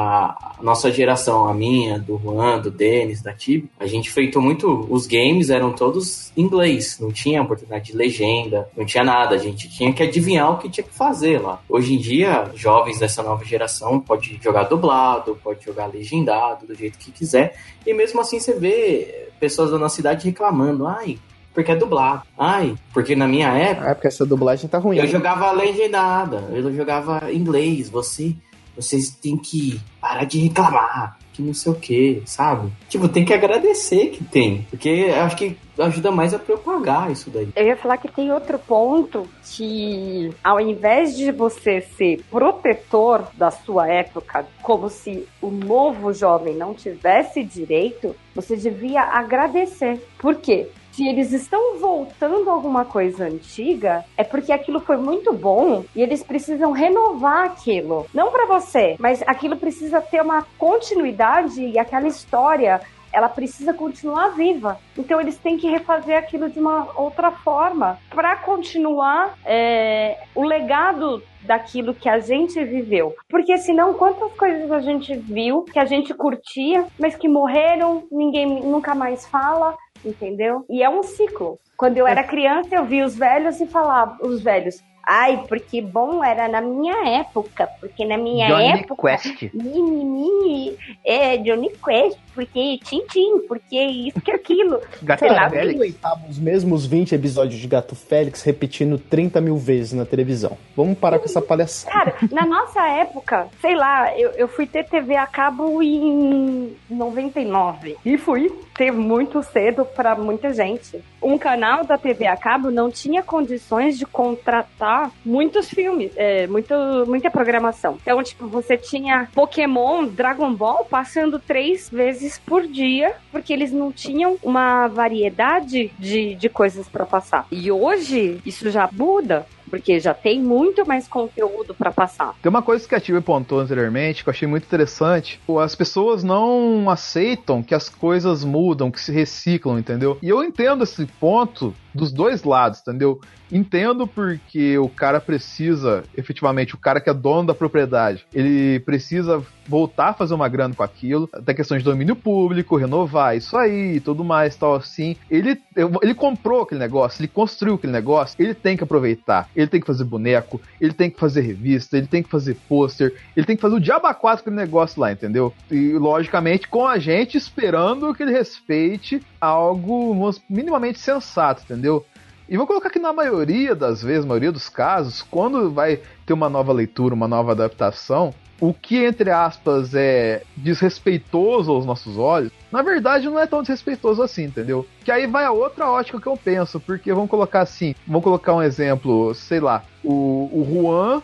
a nossa geração, a minha, do Juan, do Denis, da Tibi, a gente feitou muito, os games eram todos em inglês, não tinha oportunidade de legenda, não tinha nada, a gente tinha que adivinhar o que tinha que fazer lá. Hoje em dia, jovens dessa nova geração pode jogar dublado, pode jogar legendado, do jeito que quiser, e mesmo assim você vê pessoas da nossa cidade reclamando, ai, porque é dublado. Ai, porque na minha época... Ah, porque essa dublagem tá ruim. Eu né? jogava legendada, eu jogava inglês, você... Vocês têm que parar de reclamar, que não sei o que, sabe? Tipo, tem que agradecer que tem, porque eu acho que ajuda mais a propagar isso daí. Eu ia falar que tem outro ponto que, ao invés de você ser protetor da sua época, como se o novo jovem não tivesse direito, você devia agradecer. Por quê? Se eles estão voltando a alguma coisa antiga, é porque aquilo foi muito bom e eles precisam renovar aquilo. Não para você, mas aquilo precisa ter uma continuidade e aquela história, ela precisa continuar viva. Então eles têm que refazer aquilo de uma outra forma para continuar é, o legado daquilo que a gente viveu. Porque senão, quantas coisas a gente viu, que a gente curtia, mas que morreram, ninguém nunca mais fala, entendeu? E é um ciclo. Quando eu era criança, eu vi os velhos e falava, os velhos, ai, porque bom era na minha época, porque na minha Johnny época... Quest. Mimimi, é, Johnny Quest, porque Tintim, porque isso que aquilo. Sei lá, Eu aguentava os mesmos vinte episódios de Gato Félix repetindo trinta mil vezes na televisão. Vamos parar com essa palhaçada. Cara, na nossa época, sei lá, eu, eu fui ter T V a cabo em noventa e nove. E fui ter muito cedo pra muita gente. Um canal da T V a cabo não tinha condições de contratar muitos filmes, é, muito, muita programação. Então, tipo, você tinha Pokémon, Dragon Ball passando três vezes por dia, porque eles não tinham uma variedade de, de coisas pra passar. E hoje, isso já muda. Porque já tem muito mais conteúdo pra passar. Tem uma coisa que a Tia pontuou anteriormente que eu achei muito interessante. As pessoas não aceitam que as coisas mudam, que se reciclam, entendeu? E eu entendo esse ponto dos dois lados, entendeu? Entendo porque o cara precisa, efetivamente, o cara que é dono da propriedade, ele precisa voltar a fazer uma grana com aquilo, até questão de domínio público, renovar isso aí e tudo mais, tal assim. Ele, ele comprou aquele negócio, ele construiu aquele negócio, ele tem que aproveitar. Ele tem que fazer boneco, ele tem que fazer revista, ele tem que fazer pôster, ele tem que fazer o diabo a quatro com aquele negócio lá, entendeu? E, logicamente, com a gente esperando que ele respeite algo minimamente sensato, entendeu? E vou colocar que na maioria das vezes, na maioria dos casos, quando vai ter uma nova leitura, uma nova adaptação, o que, entre aspas, é desrespeitoso aos nossos olhos, na verdade não é tão desrespeitoso assim, entendeu? Que aí vai a outra ótica que eu penso, porque vamos colocar assim, vamos colocar um exemplo, sei lá, o, o Juan,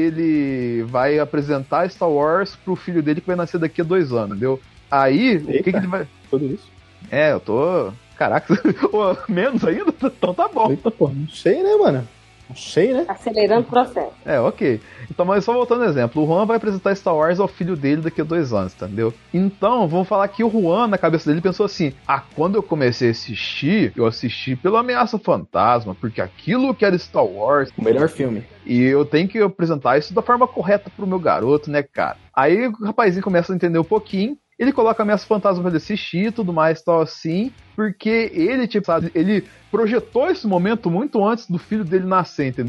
ele vai apresentar Star Wars pro filho dele que vai nascer daqui a dois anos, entendeu? Aí, Eita, o que, que ele vai... Tudo isso? É, eu tô... Caraca, menos ainda? Então tá bom. Eita, pô, não sei, né, mano? Não sei, né? Acelerando o processo. É, ok. Então, mas só voltando ao exemplo, o Juan vai apresentar Star Wars ao filho dele daqui a dois anos, entendeu? Então, vamos falar que o Juan, na cabeça dele, pensou assim, ah, quando eu comecei a assistir, eu assisti pela Ameaça Fantasma, porque aquilo que era Star Wars... O melhor filme. E eu tenho que apresentar isso da forma correta pro meu garoto, né, cara? Aí o rapazinho começa a entender um pouquinho, ele coloca a Ameaça Fantasma pra ele assistir e tudo mais, tal assim, porque ele, tipo, sabe, ele projetou esse momento muito antes do filho dele nascer, entendeu?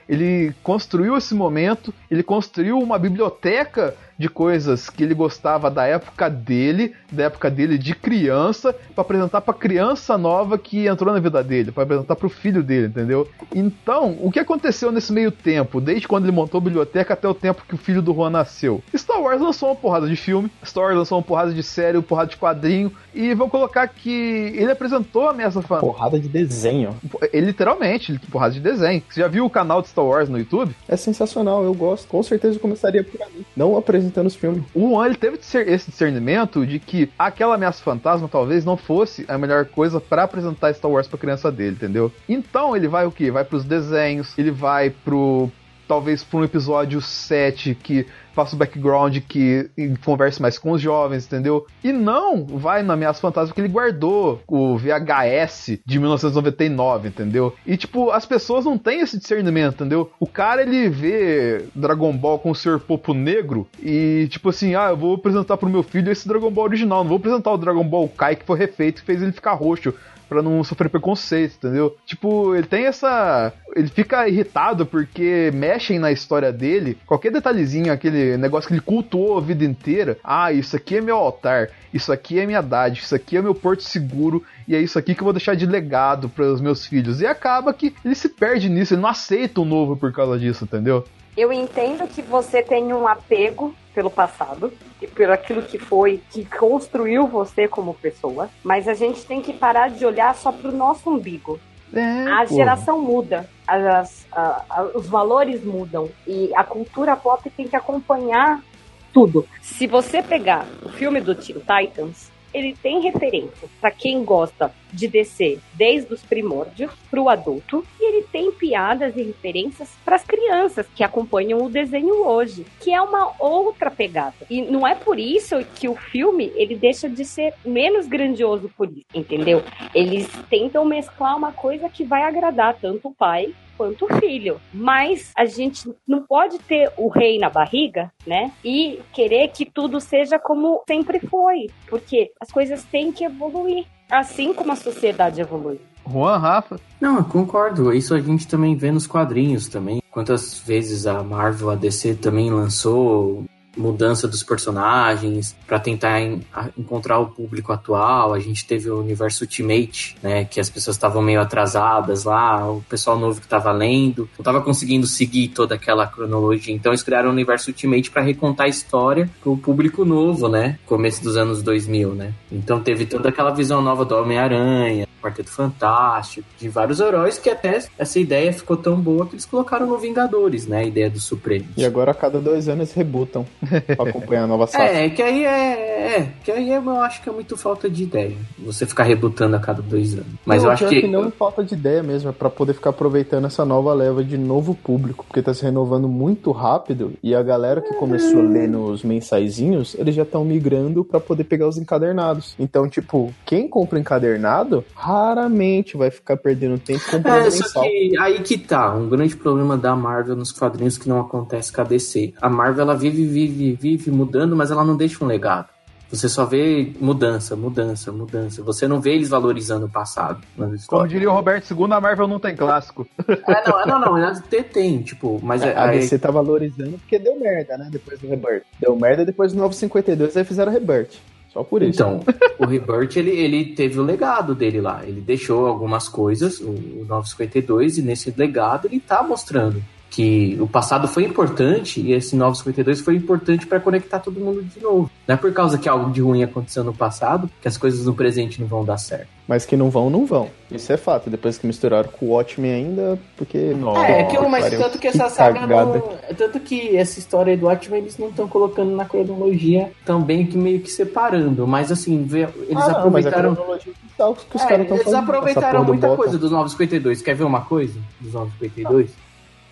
Ele construiu esse momento, ele construiu uma biblioteca de coisas que ele gostava da época dele, da época dele de criança, pra apresentar pra criança nova que entrou na vida dele, pra apresentar pro filho dele, entendeu? Então, o que aconteceu nesse meio tempo, desde quando ele montou a biblioteca até o tempo que o filho do Juan nasceu? Star Wars lançou uma porrada de filme, Star Wars lançou uma porrada de série, uma porrada de quadrinho, e vou colocar que ele apresentou a Ameaça Fantasma. Porrada de desenho. Ele literalmente, porrada de desenho. Você já viu o canal de Star Wars no YouTube? É sensacional, eu gosto. Com certeza eu começaria por ali. Não apresentando os filmes. O Juan, ele teve esse discernimento de que aquela Ameaça Fantasma talvez não fosse a melhor coisa pra apresentar Star Wars pra criança dele, entendeu? Então ele vai o quê? Vai pros desenhos, ele vai pro... talvez pra um episódio sete que faça o background, que converse mais com os jovens, entendeu? E não vai na Ameaça Fantasma que ele guardou o V H S de mil novecentos e noventa e nove, entendeu? E, tipo, as pessoas não têm esse discernimento, entendeu? O cara, ele vê Dragon Ball com o senhor Popo Negro e, tipo assim, ah, eu vou apresentar pro meu filho esse Dragon Ball original, não vou apresentar o Dragon Ball Kai que foi refeito, que fez ele ficar roxo, pra não sofrer preconceito, entendeu? Tipo, ele tem essa... Ele fica irritado porque mexem na história dele, qualquer detalhezinho, aquele negócio que ele cultuou a vida inteira. Ah, isso aqui é meu altar, isso aqui é minha dádiva, isso aqui é meu porto seguro, e é isso aqui que eu vou deixar de legado para os meus filhos. E acaba que ele se perde nisso, ele não aceita o novo por causa disso, entendeu? Eu entendo que você tem um apego pelo passado, pelo aquilo que foi, que construiu você como pessoa, mas a gente tem que parar de olhar só pro nosso umbigo. É, a pô. geração muda, as, a, a, os valores mudam e a cultura pop tem que acompanhar tudo. Se você pegar o filme do Teen Titans, ele tem referência para quem gosta de D C desde os primórdios para o adulto, e ele tem piadas e referências para as crianças que acompanham o desenho hoje, que é uma outra pegada. E não é por isso que o filme ele deixa de ser menos grandioso por isso, entendeu? Eles tentam mesclar uma coisa que vai agradar tanto o pai quanto o filho, mas a gente não pode ter o rei na barriga, né, e querer que tudo seja como sempre foi, porque as coisas têm que evoluir, assim como a sociedade evolui. Juan, Rafa? Não, eu concordo, isso a gente também vê nos quadrinhos também, quantas vezes a Marvel, a D C também lançou mudança dos personagens para tentar en- encontrar o público atual. A gente teve o universo Ultimate, né, que as pessoas estavam meio atrasadas lá, o pessoal novo que estava lendo não estava conseguindo seguir toda aquela cronologia, então eles criaram o universo Ultimate para recontar a história para o público novo, né, começo dos anos dois mil, né, então teve toda aquela visão nova do Homem-Aranha, Quarteto Fantástico, de vários heróis, que até essa ideia ficou tão boa que eles colocaram no Vingadores, né, a ideia dos Supremos. E agora a cada dois anos rebutam pra acompanhar a nova safra. É, que aí é, é, que aí eu acho que é muito falta de ideia, você ficar rebutando a cada dois anos. Mas não, eu acho que... que não é falta de ideia mesmo, é pra poder ficar aproveitando essa nova leva de novo público, porque tá se renovando muito rápido, e a galera que começou a ler nos mensaizinhos, eles já estão migrando pra poder pegar os encadernados. Então, tipo, quem compra encadernado, raramente vai ficar perdendo tempo comprando É, mensal. só que aí que tá, um grande problema da Marvel nos quadrinhos que não acontece com a D C. A Marvel, ela vive, vive, vive mudando, mas ela não deixa um legado. Você só vê mudança, mudança, mudança. Você não vê eles valorizando o passado. Como diria o Roberto segundo, a Marvel não tem clássico. É, não, não, não, a D C tem, tipo, mas... A, é, a aí... D C tá valorizando porque deu merda, né, depois do Rebirth. Deu merda depois do novecentos e cinquenta e dois, aí fizeram Rebirth. Só por isso. Então, o Rebirth, ele, ele teve o legado dele lá. Ele deixou algumas coisas, o, o novecentos e cinquenta e dois, e nesse legado ele tá mostrando que o passado foi importante e esse novecentos e cinquenta e dois foi importante para conectar todo mundo de novo. Não é por causa que algo de ruim aconteceu no passado que as coisas no presente não vão dar certo. Mas que não vão, não vão. Isso é fato. Depois que misturaram com o Watchmen ainda, porque... Nossa, é, que, mas tanto que essa saga não... Tanto que essa história aí do Watchmen eles não estão colocando na cronologia também, que meio que separando. Mas assim, eles ah, não, aproveitaram... Mas a cronologia que os é, caras eles fazendo, aproveitaram muita do coisa dos novecentos e cinquenta e dois. Quer ver uma coisa dos novecentos e cinquenta e dois? Ah.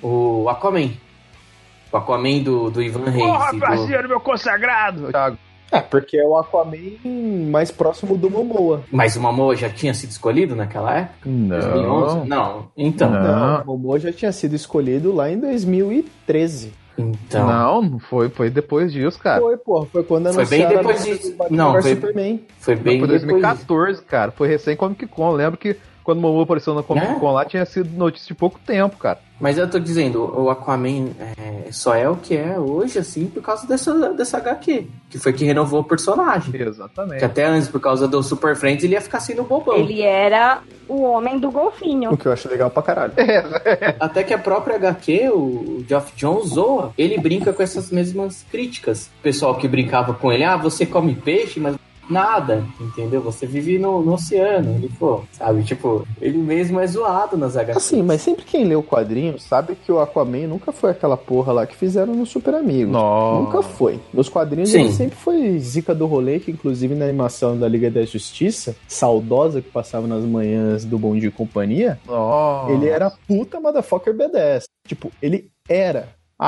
O Aquaman. O Aquaman do, do Ivan Reis. Porra, parceiro, do... meu consagrado! É, porque é o Aquaman mais próximo do Momoa. Mas o Momoa já tinha sido escolhido naquela época? Não. dois mil e onze? Não. Então. Não. Não, o Momoa já tinha sido escolhido lá em dois mil e treze. Então. Não, foi, foi depois disso, cara. Foi, porra. Foi quando anunciaram... Foi bem depois disso. Não, foi, Superman. Foi bem foi dois mil e quatorze, cara. Foi recém Comic Con. Eu lembro que Quando o Momoa apareceu na Comic Con lá, tinha sido notícia de pouco tempo, cara. Mas eu tô dizendo, o Aquaman é, só é o que é hoje, assim, por causa dessa, dessa agá quê. Que foi que renovou o personagem. Exatamente. Que até antes, por causa do Super Friends, ele ia ficar sendo bobão. Ele era o homem do golfinho. O que eu acho legal pra caralho. Até que a própria agá quê, o Geoff Johns zoa, ele brinca com essas mesmas críticas. O pessoal que brincava com ele, ah, você come peixe, mas nada, entendeu? Você vive no, no oceano. Ele, pô, sabe? Tipo, ele mesmo é zoado nas agá quês. Assim, mas sempre quem lê o quadrinho sabe que o Aquaman nunca foi aquela porra lá que fizeram no Super Amigos. Não. Nunca foi. Nos quadrinhos Sim. ele sempre foi zica do rolê, que inclusive na animação da Liga da Justiça, saudosa que passava nas manhãs do Bom Dia e Companhia, Nossa. ele era puta motherfucker B dez. Tipo, ele era.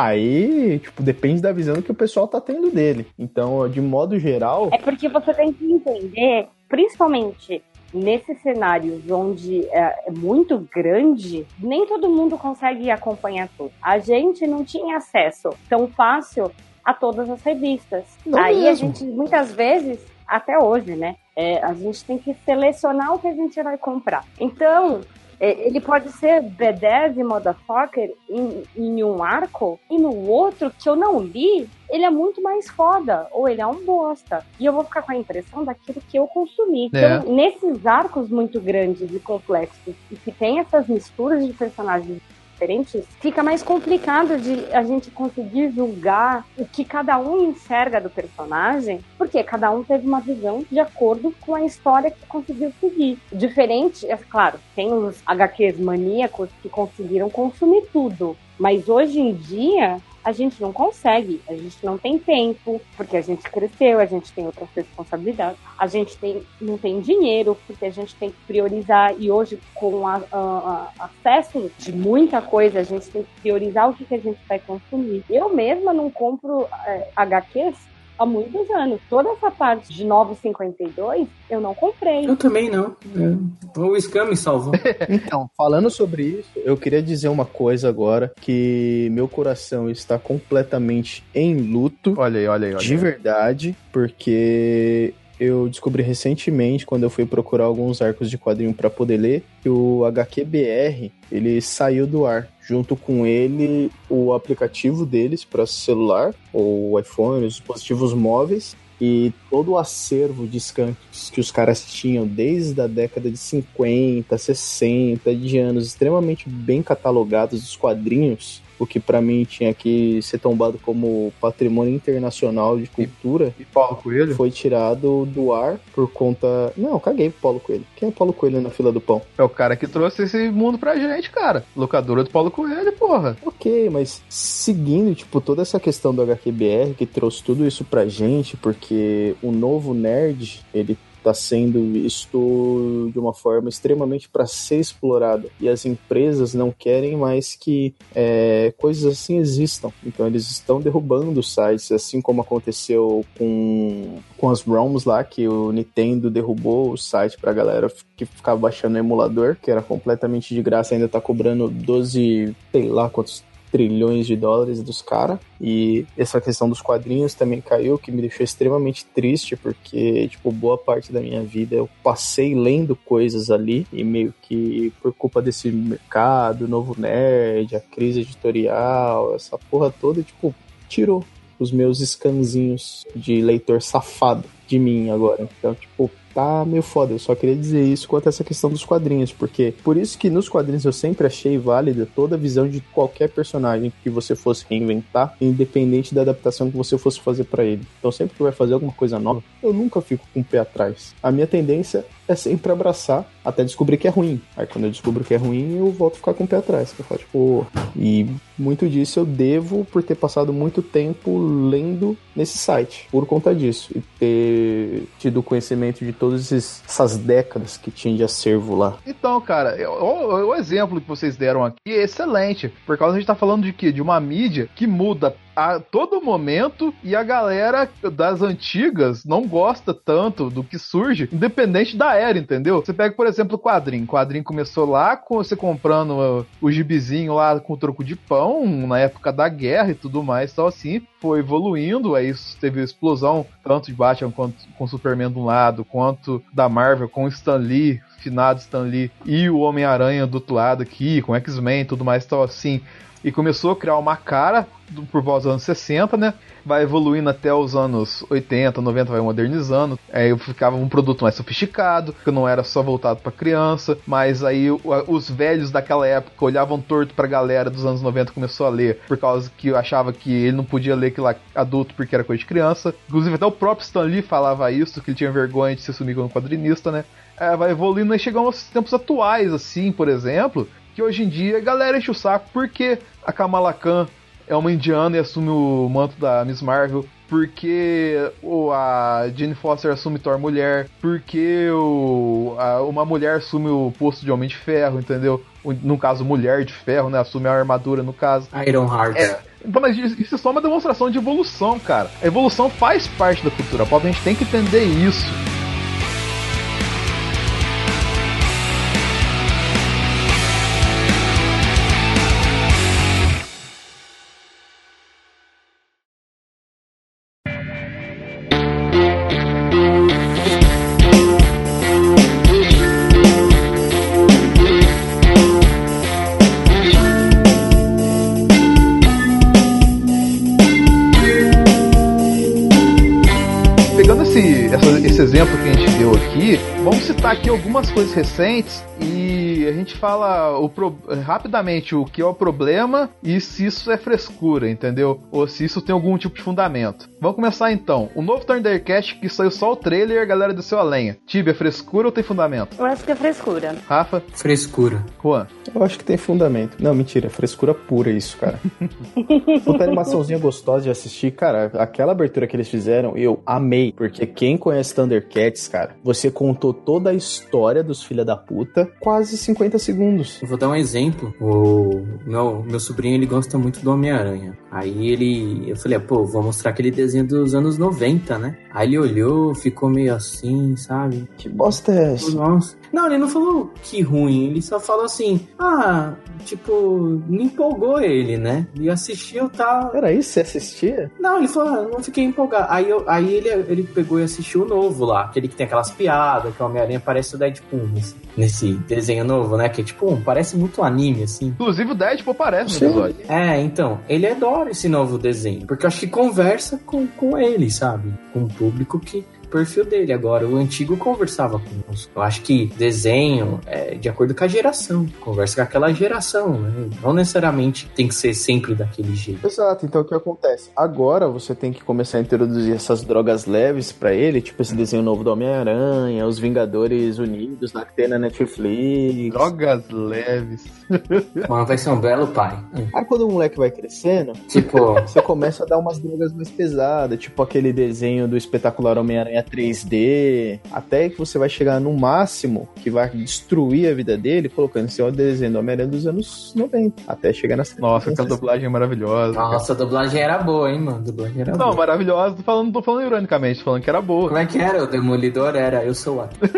Aí, tipo, depende da visão que o pessoal tá tendo dele. Então, de modo geral... É porque você tem que entender, principalmente nesses cenários onde é muito grande, nem todo mundo consegue acompanhar tudo. A gente não tinha acesso tão fácil a todas as revistas. Não Aí mesmo. a gente, muitas vezes, até hoje, né? É, a gente tem que selecionar o que a gente vai comprar. Então... ele pode ser B dez e motherfucker em, em um arco, e no outro, que eu não li, ele é muito mais foda, ou ele é um bosta. E eu vou ficar com a impressão daquilo que eu consumi. É. Então, nesses arcos muito grandes e complexos, e que tem essas misturas de personagens diferentes, fica mais complicado de a gente conseguir julgar o que cada um enxerga do personagem, porque cada um teve uma visão de acordo com a história que conseguiu seguir. Diferente, é claro, tem os agá quês maníacos que conseguiram consumir tudo, mas hoje em dia a gente não consegue, a gente não tem tempo, porque a gente cresceu, a gente tem outras responsabilidades, a gente tem, não tem dinheiro, porque a gente tem que priorizar, e hoje com a, a, a acesso de muita coisa, a gente tem que priorizar o que, que a gente vai consumir. Eu mesma não compro é, agá quês há muitos anos. Toda essa parte de Novos cinquenta e dois, eu não comprei. Eu também não. É. O Scam me salvou. Então, falando sobre isso, eu queria dizer uma coisa agora, que meu coração está completamente em luto. Olha aí, olha aí, olha aí. De verdade, porque... eu descobri recentemente, quando eu fui procurar alguns arcos de quadrinho para poder ler, que o agá quê B R, ele saiu do ar. Junto com ele, o aplicativo deles para celular, ou iPhone, os dispositivos móveis, e todo o acervo de scans que os caras tinham desde a década de cinquenta, sessenta, de anos extremamente bem catalogados dos quadrinhos, o que pra mim tinha que ser tombado como patrimônio internacional de cultura. E Paulo Coelho? Foi tirado do ar por conta... Não, caguei pro Paulo Coelho. Quem é Paulo Coelho na fila do pão? É o cara que trouxe esse mundo pra gente, cara. Locadora do Paulo Coelho, porra. Ok, mas seguindo, tipo, toda essa questão do agá quê B R que trouxe tudo isso pra gente, porque o novo nerd, ele está sendo visto de uma forma extremamente para ser explorada, e as empresas não querem mais que é, coisas assim existam, então eles estão derrubando sites, assim como aconteceu com, com as ROMs lá, que o Nintendo derrubou o site pra galera que ficava baixando emulador, que era completamente de graça, ainda tá cobrando doze, sei lá quantos trilhões de dólares dos caras. E essa questão dos quadrinhos também caiu, que me deixou extremamente triste, porque, tipo, boa parte da minha vida eu passei lendo coisas ali, e meio que por culpa desse mercado, novo nerd, a crise editorial, essa porra toda, tipo, tirou os meus scanzinhos de leitor safado de mim agora. Então, tipo, tá meio foda. Eu só queria dizer isso quanto a essa questão dos quadrinhos, porque por isso que nos quadrinhos eu sempre achei válida toda a visão de qualquer personagem que você fosse reinventar, independente da adaptação que você fosse fazer pra ele. Então sempre que vai fazer alguma coisa nova, eu nunca fico com o pé atrás. A minha tendência é sempre abraçar até descobrir que é ruim. Aí quando eu descubro que é ruim, eu volto a ficar com o pé atrás. Eu falo, tipo, e muito disso eu devo por ter passado muito tempo lendo nesse site, por conta disso, e ter tido conhecimento de todas essas décadas que tinha de acervo lá. Então, cara, o, o exemplo que vocês deram aqui é excelente, por causa a gente tá falando de quê? De uma mídia que muda a todo momento e a galera das antigas não gosta tanto do que surge, independente da era, entendeu? Você pega, por exemplo, o quadrinho. O quadrinho começou lá com você comprando uh, o gibizinho lá com troco de pão, na época da guerra e tudo mais, então assim, foi evoluindo, aí teve a explosão, tanto de Batman quanto com Superman de um lado, quanto da Marvel com Stan Lee, finado Stan Lee, e o Homem-Aranha do outro lado aqui, com X-Men e tudo mais, então assim, e começou a criar uma cara por volta dos anos sessenta, né? Vai evoluindo até os anos oitenta, noventa, vai modernizando. Aí ficava um produto mais sofisticado, que não era só voltado pra criança, mas aí os velhos daquela época olhavam torto pra galera dos anos noventa, começou a ler, por causa que achava que ele não podia ler aquilo adulto porque era coisa de criança. Inclusive até o próprio Stan Lee falava isso, que ele tinha vergonha de se assumir como quadrinista, né? É, vai evoluindo e chegamos aos tempos atuais, assim, por exemplo, que hoje em dia a galera enche o saco porque a Kamala Khan é uma indiana e assume o manto da Miss Marvel, porque o, a Jane Foster assume Thor mulher, porque o, a, uma mulher assume o posto de Homem de Ferro, entendeu? No caso, Mulher de Ferro, né? Assume a armadura, no caso. Iron Heart. É, então, mas isso é só uma demonstração de evolução, cara. A evolução faz parte da cultura pop, a gente tem que entender isso. Esse exemplo que a gente deu aqui, vamos citar aqui algumas coisas recentes e a gente fala o pro... rapidamente o que é o problema e se isso é frescura, entendeu? Ou se isso tem algum tipo de fundamento. Vamos começar então. O novo Thundercast que saiu só o trailer e a galera desceu a lenha. Tibi, é frescura ou tem fundamento? Eu acho que é frescura. Rafa? Frescura. Juan? Eu acho que tem fundamento. Não, mentira, frescura pura isso, cara. Puta animaçãozinha gostosa de assistir, cara. Aquela abertura que eles fizeram, eu amei. Porque quem conhece Thundercats, cara, você contou toda a história dos filha da puta, quase cinquenta segundos. Eu vou dar um exemplo. O meu, meu sobrinho, ele gosta muito do Homem-Aranha. Aí ele... Eu falei, pô, vou mostrar aquele desenho dos anos noventa, né? Aí ele olhou, ficou meio assim, sabe? Que bosta é essa? Nossa. Não, ele não falou que ruim, ele só falou assim, ah, tipo, me empolgou ele, né? E assistiu e tal. Era isso? Você assistia? Não, ele falou, ah, não fiquei empolgado. Aí, eu, aí ele, ele pegou e assistiu o novo lá, aquele que tem aquelas piadas, que o Homem-Aranha parece o Deadpool nesse, nesse desenho novo, né? Que tipo, um, parece muito anime, assim. Inclusive o Deadpool parece no episódio. É, então, ele adora esse novo desenho, porque eu acho que conversa com, com ele, sabe? Com o público que... perfil dele. Agora, o antigo conversava conosco. Eu acho que desenho é de acordo com a geração, conversa com aquela geração, né? Não necessariamente tem que ser sempre daquele jeito. Exato, então o que acontece? Agora você tem que começar a introduzir essas drogas leves pra ele, tipo esse desenho novo do Homem-Aranha, os Vingadores Unidos, lá que tem na Netflix. Drogas leves. Mas vai ser um belo pai. Aí quando o moleque vai crescendo, tipo, você começa a dar umas drogas mais pesadas, tipo aquele desenho do espetacular Homem-Aranha três D, até que você vai chegar no máximo que vai destruir a vida dele, colocando esse desenho do Homem-Aranha dos anos noventa, até chegar nessa... Nossa, aquela dublagem é maravilhosa. Nossa, cara. A dublagem era boa, hein, mano? A dublagem era não, boa. maravilhosa, tô falando, não tô falando ironicamente, tô falando que era boa. Como é que era? O Demolidor era Eu Sou o Ator.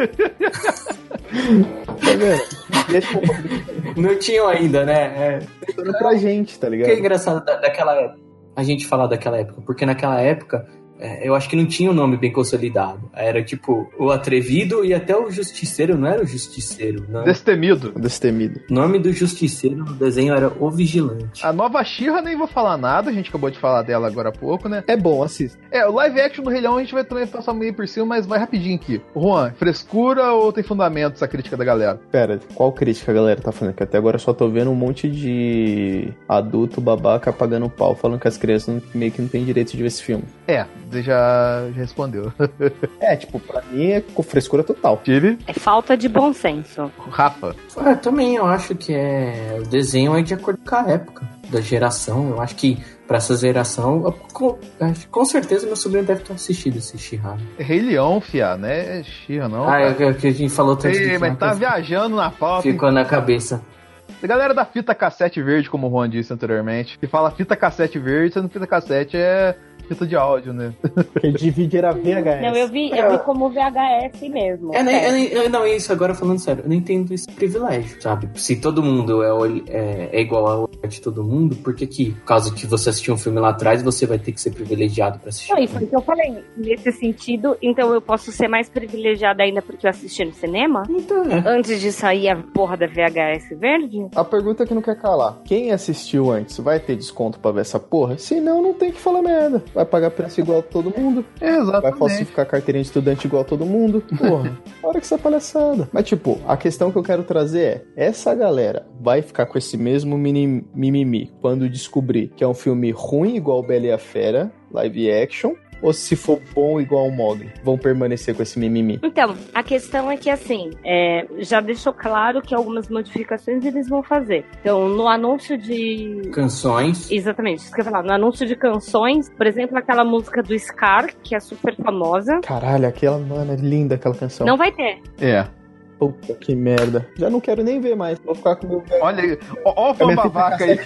Tá vendo? Não tinham ainda, né? É. Falando pra gente, tá ligado? Que é engraçado da, daquela época, a gente falar daquela época, porque naquela época é, eu acho que não tinha um nome bem consolidado. Era tipo o Atrevido e até o Justiceiro, não era o Justiceiro, não. Destemido. Destemido. O nome do Justiceiro no desenho era O Vigilante. A nova She-Ra nem vou falar nada, a gente acabou de falar dela agora há pouco, né? É bom, assista. É, o live action do Rei Leão a gente vai também passar meio por cima, mas vai rapidinho aqui. Juan, frescura ou tem fundamento essa crítica da galera? Pera, qual crítica a galera tá falando? Que até agora eu só tô vendo um monte de adulto babaca pagando pau, falando que as crianças não, meio que não têm direito de ver esse filme. É, você já, já respondeu. É, tipo, pra mim é com frescura total. Tive? É falta de bom senso. Rafa? Ah, também eu acho que é... o desenho é de acordo com a época da geração. Eu acho que pra essa geração, com, com certeza meu sobrinho deve ter assistido esse She-Ra. Rei Leão, fia, né? She-Ra não. Ah, é o que a gente falou tanto. Ei, mas tá viajando na pauta. Ficou na cabeça. A galera da fita cassete verde, como o Juan disse anteriormente, que fala fita cassete verde, sendo fita cassete é fita de áudio, né? Quem divide era V H S. Não, eu vi, eu vi como V H S mesmo. É, né, eu, eu, não, isso agora falando sério, eu não entendo esse privilégio, sabe? Se todo mundo é, é, é igual ao olhar de todo mundo, por que que, por causa que você assistiu um filme lá atrás, você vai ter que ser privilegiado pra assistir? Não, isso que eu falei. Nesse sentido, então eu posso ser mais privilegiada ainda porque eu assisti no cinema? Então, é. Antes de sair a porra da V H S verde? A pergunta que não quer calar. Quem assistiu antes vai ter desconto pra ver essa porra? Se não, não tem que falar merda. Vai pagar preço igual a todo mundo. Exatamente. Vai falsificar carteirinha de estudante igual a todo mundo. Porra, para com essa palhaçada. Mas, tipo, a questão que eu quero trazer é: essa galera vai ficar com esse mesmo mini, mimimi quando descobrir que é um filme ruim igual Bela e a Fera, live action, ou se for bom igual o Mogli, vão permanecer com esse mimimi? Então, a questão é que, assim, é, já deixou claro que algumas modificações eles vão fazer. Então, no anúncio de... Canções. Exatamente, isso que eu ia falar. No anúncio de canções, por exemplo, aquela música do Scar, que é super famosa. Caralho, aquela, mano, é linda aquela canção. Não vai ter. É. Puta que merda. Já não quero nem ver mais. Vou ficar com o meu... Olha aí. Ó o fã babaca aí.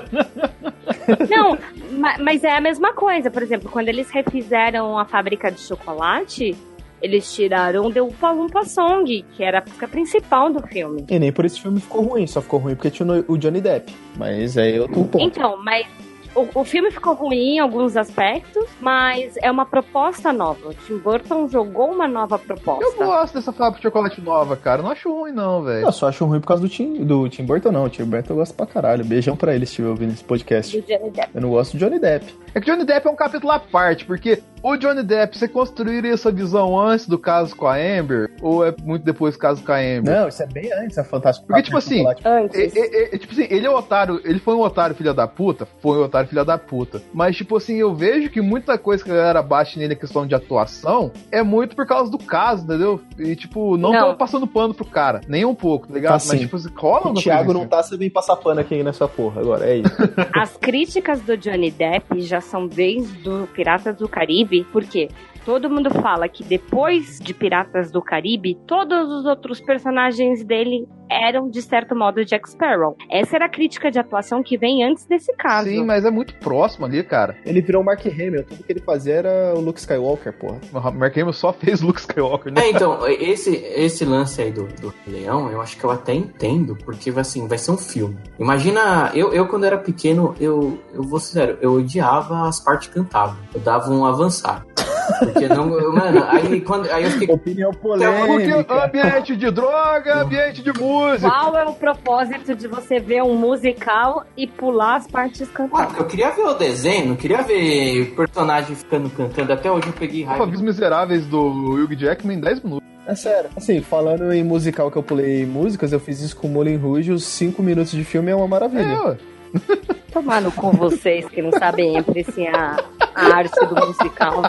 Não, ma- mas é a mesma coisa. Por exemplo, quando eles refizeram a fábrica de chocolate, eles tiraram o The Oompa Loompa Song, que era a música principal do filme. E nem por isso o filme ficou ruim. Só ficou ruim porque tinha o Johnny Depp. Mas é outro ponto. Então, mas... O, o filme ficou ruim em alguns aspectos, mas é uma proposta nova. O Tim Burton jogou uma nova proposta. Eu gosto dessa fábrica de chocolate nova, cara. Não acho ruim, não, velho. Eu só acho ruim por causa do Tim, do Tim Burton, não. O Tim Burton eu gosto pra caralho. Beijão pra ele se estiver ouvindo esse podcast. Do Johnny Depp. Eu não gosto do Johnny Depp. É que Johnny Depp é um capítulo à parte, porque o Johnny Depp, você construiria essa visão antes do caso com a Amber, ou é muito depois do caso com a Amber? Não, isso é bem antes, é fantástico. Porque, tipo assim, Antes. é, é, é, tipo assim, ele é um otário, ele foi um otário filha da puta, foi um otário filha da puta. Mas, tipo assim, eu vejo que muita coisa que a galera bate nele, a questão de atuação, é muito por causa do caso, entendeu? E, tipo, não, Não. tô passando pano pro cara, nem um pouco, tá ligado? Tá sim. Mas, tipo, assim, rola O uma Thiago coisa não assim. tá sabendo passar pano aqui nessa porra, agora, é isso. As críticas do Johnny Depp já são desde o Piratas do Caribe, porque todo mundo fala que depois de Piratas do Caribe, todos os outros personagens dele eram, de certo modo, Jack Sparrow. Essa era a crítica de atuação que vem antes desse caso. Sim, mas é muito próximo ali, cara. Ele virou o Mark Hamill, tudo que ele fazia era o Luke Skywalker, porra. O Mark Hamill só fez Luke Skywalker, né? É, então, esse, esse lance aí do, do Leão, eu acho que eu até entendo, porque assim, vai ser um filme. Imagina, eu, eu quando era pequeno, eu, eu vou ser sério, eu odiava as partes cantadas. Eu dava um avançar. Porque não, eu, mano, aí, quando, aí eu fiquei... Opinião polêmica. Porque ambiente de droga, ambiente de música. Qual é o propósito de você ver um musical e pular as partes cantadas? Ué, eu queria ver o desenho, não queria ver o personagem ficando cantando. Até hoje eu peguei Eu raiva. vi Os Miseráveis do Hugh Jackman em dez minutos. É sério. Assim, falando em musical que eu pulei músicas, eu fiz isso com o Moulin Rouge, os cinco minutos de filme é uma maravilha. É, ué. Tomando com vocês que não sabem apreciar a arte do musical.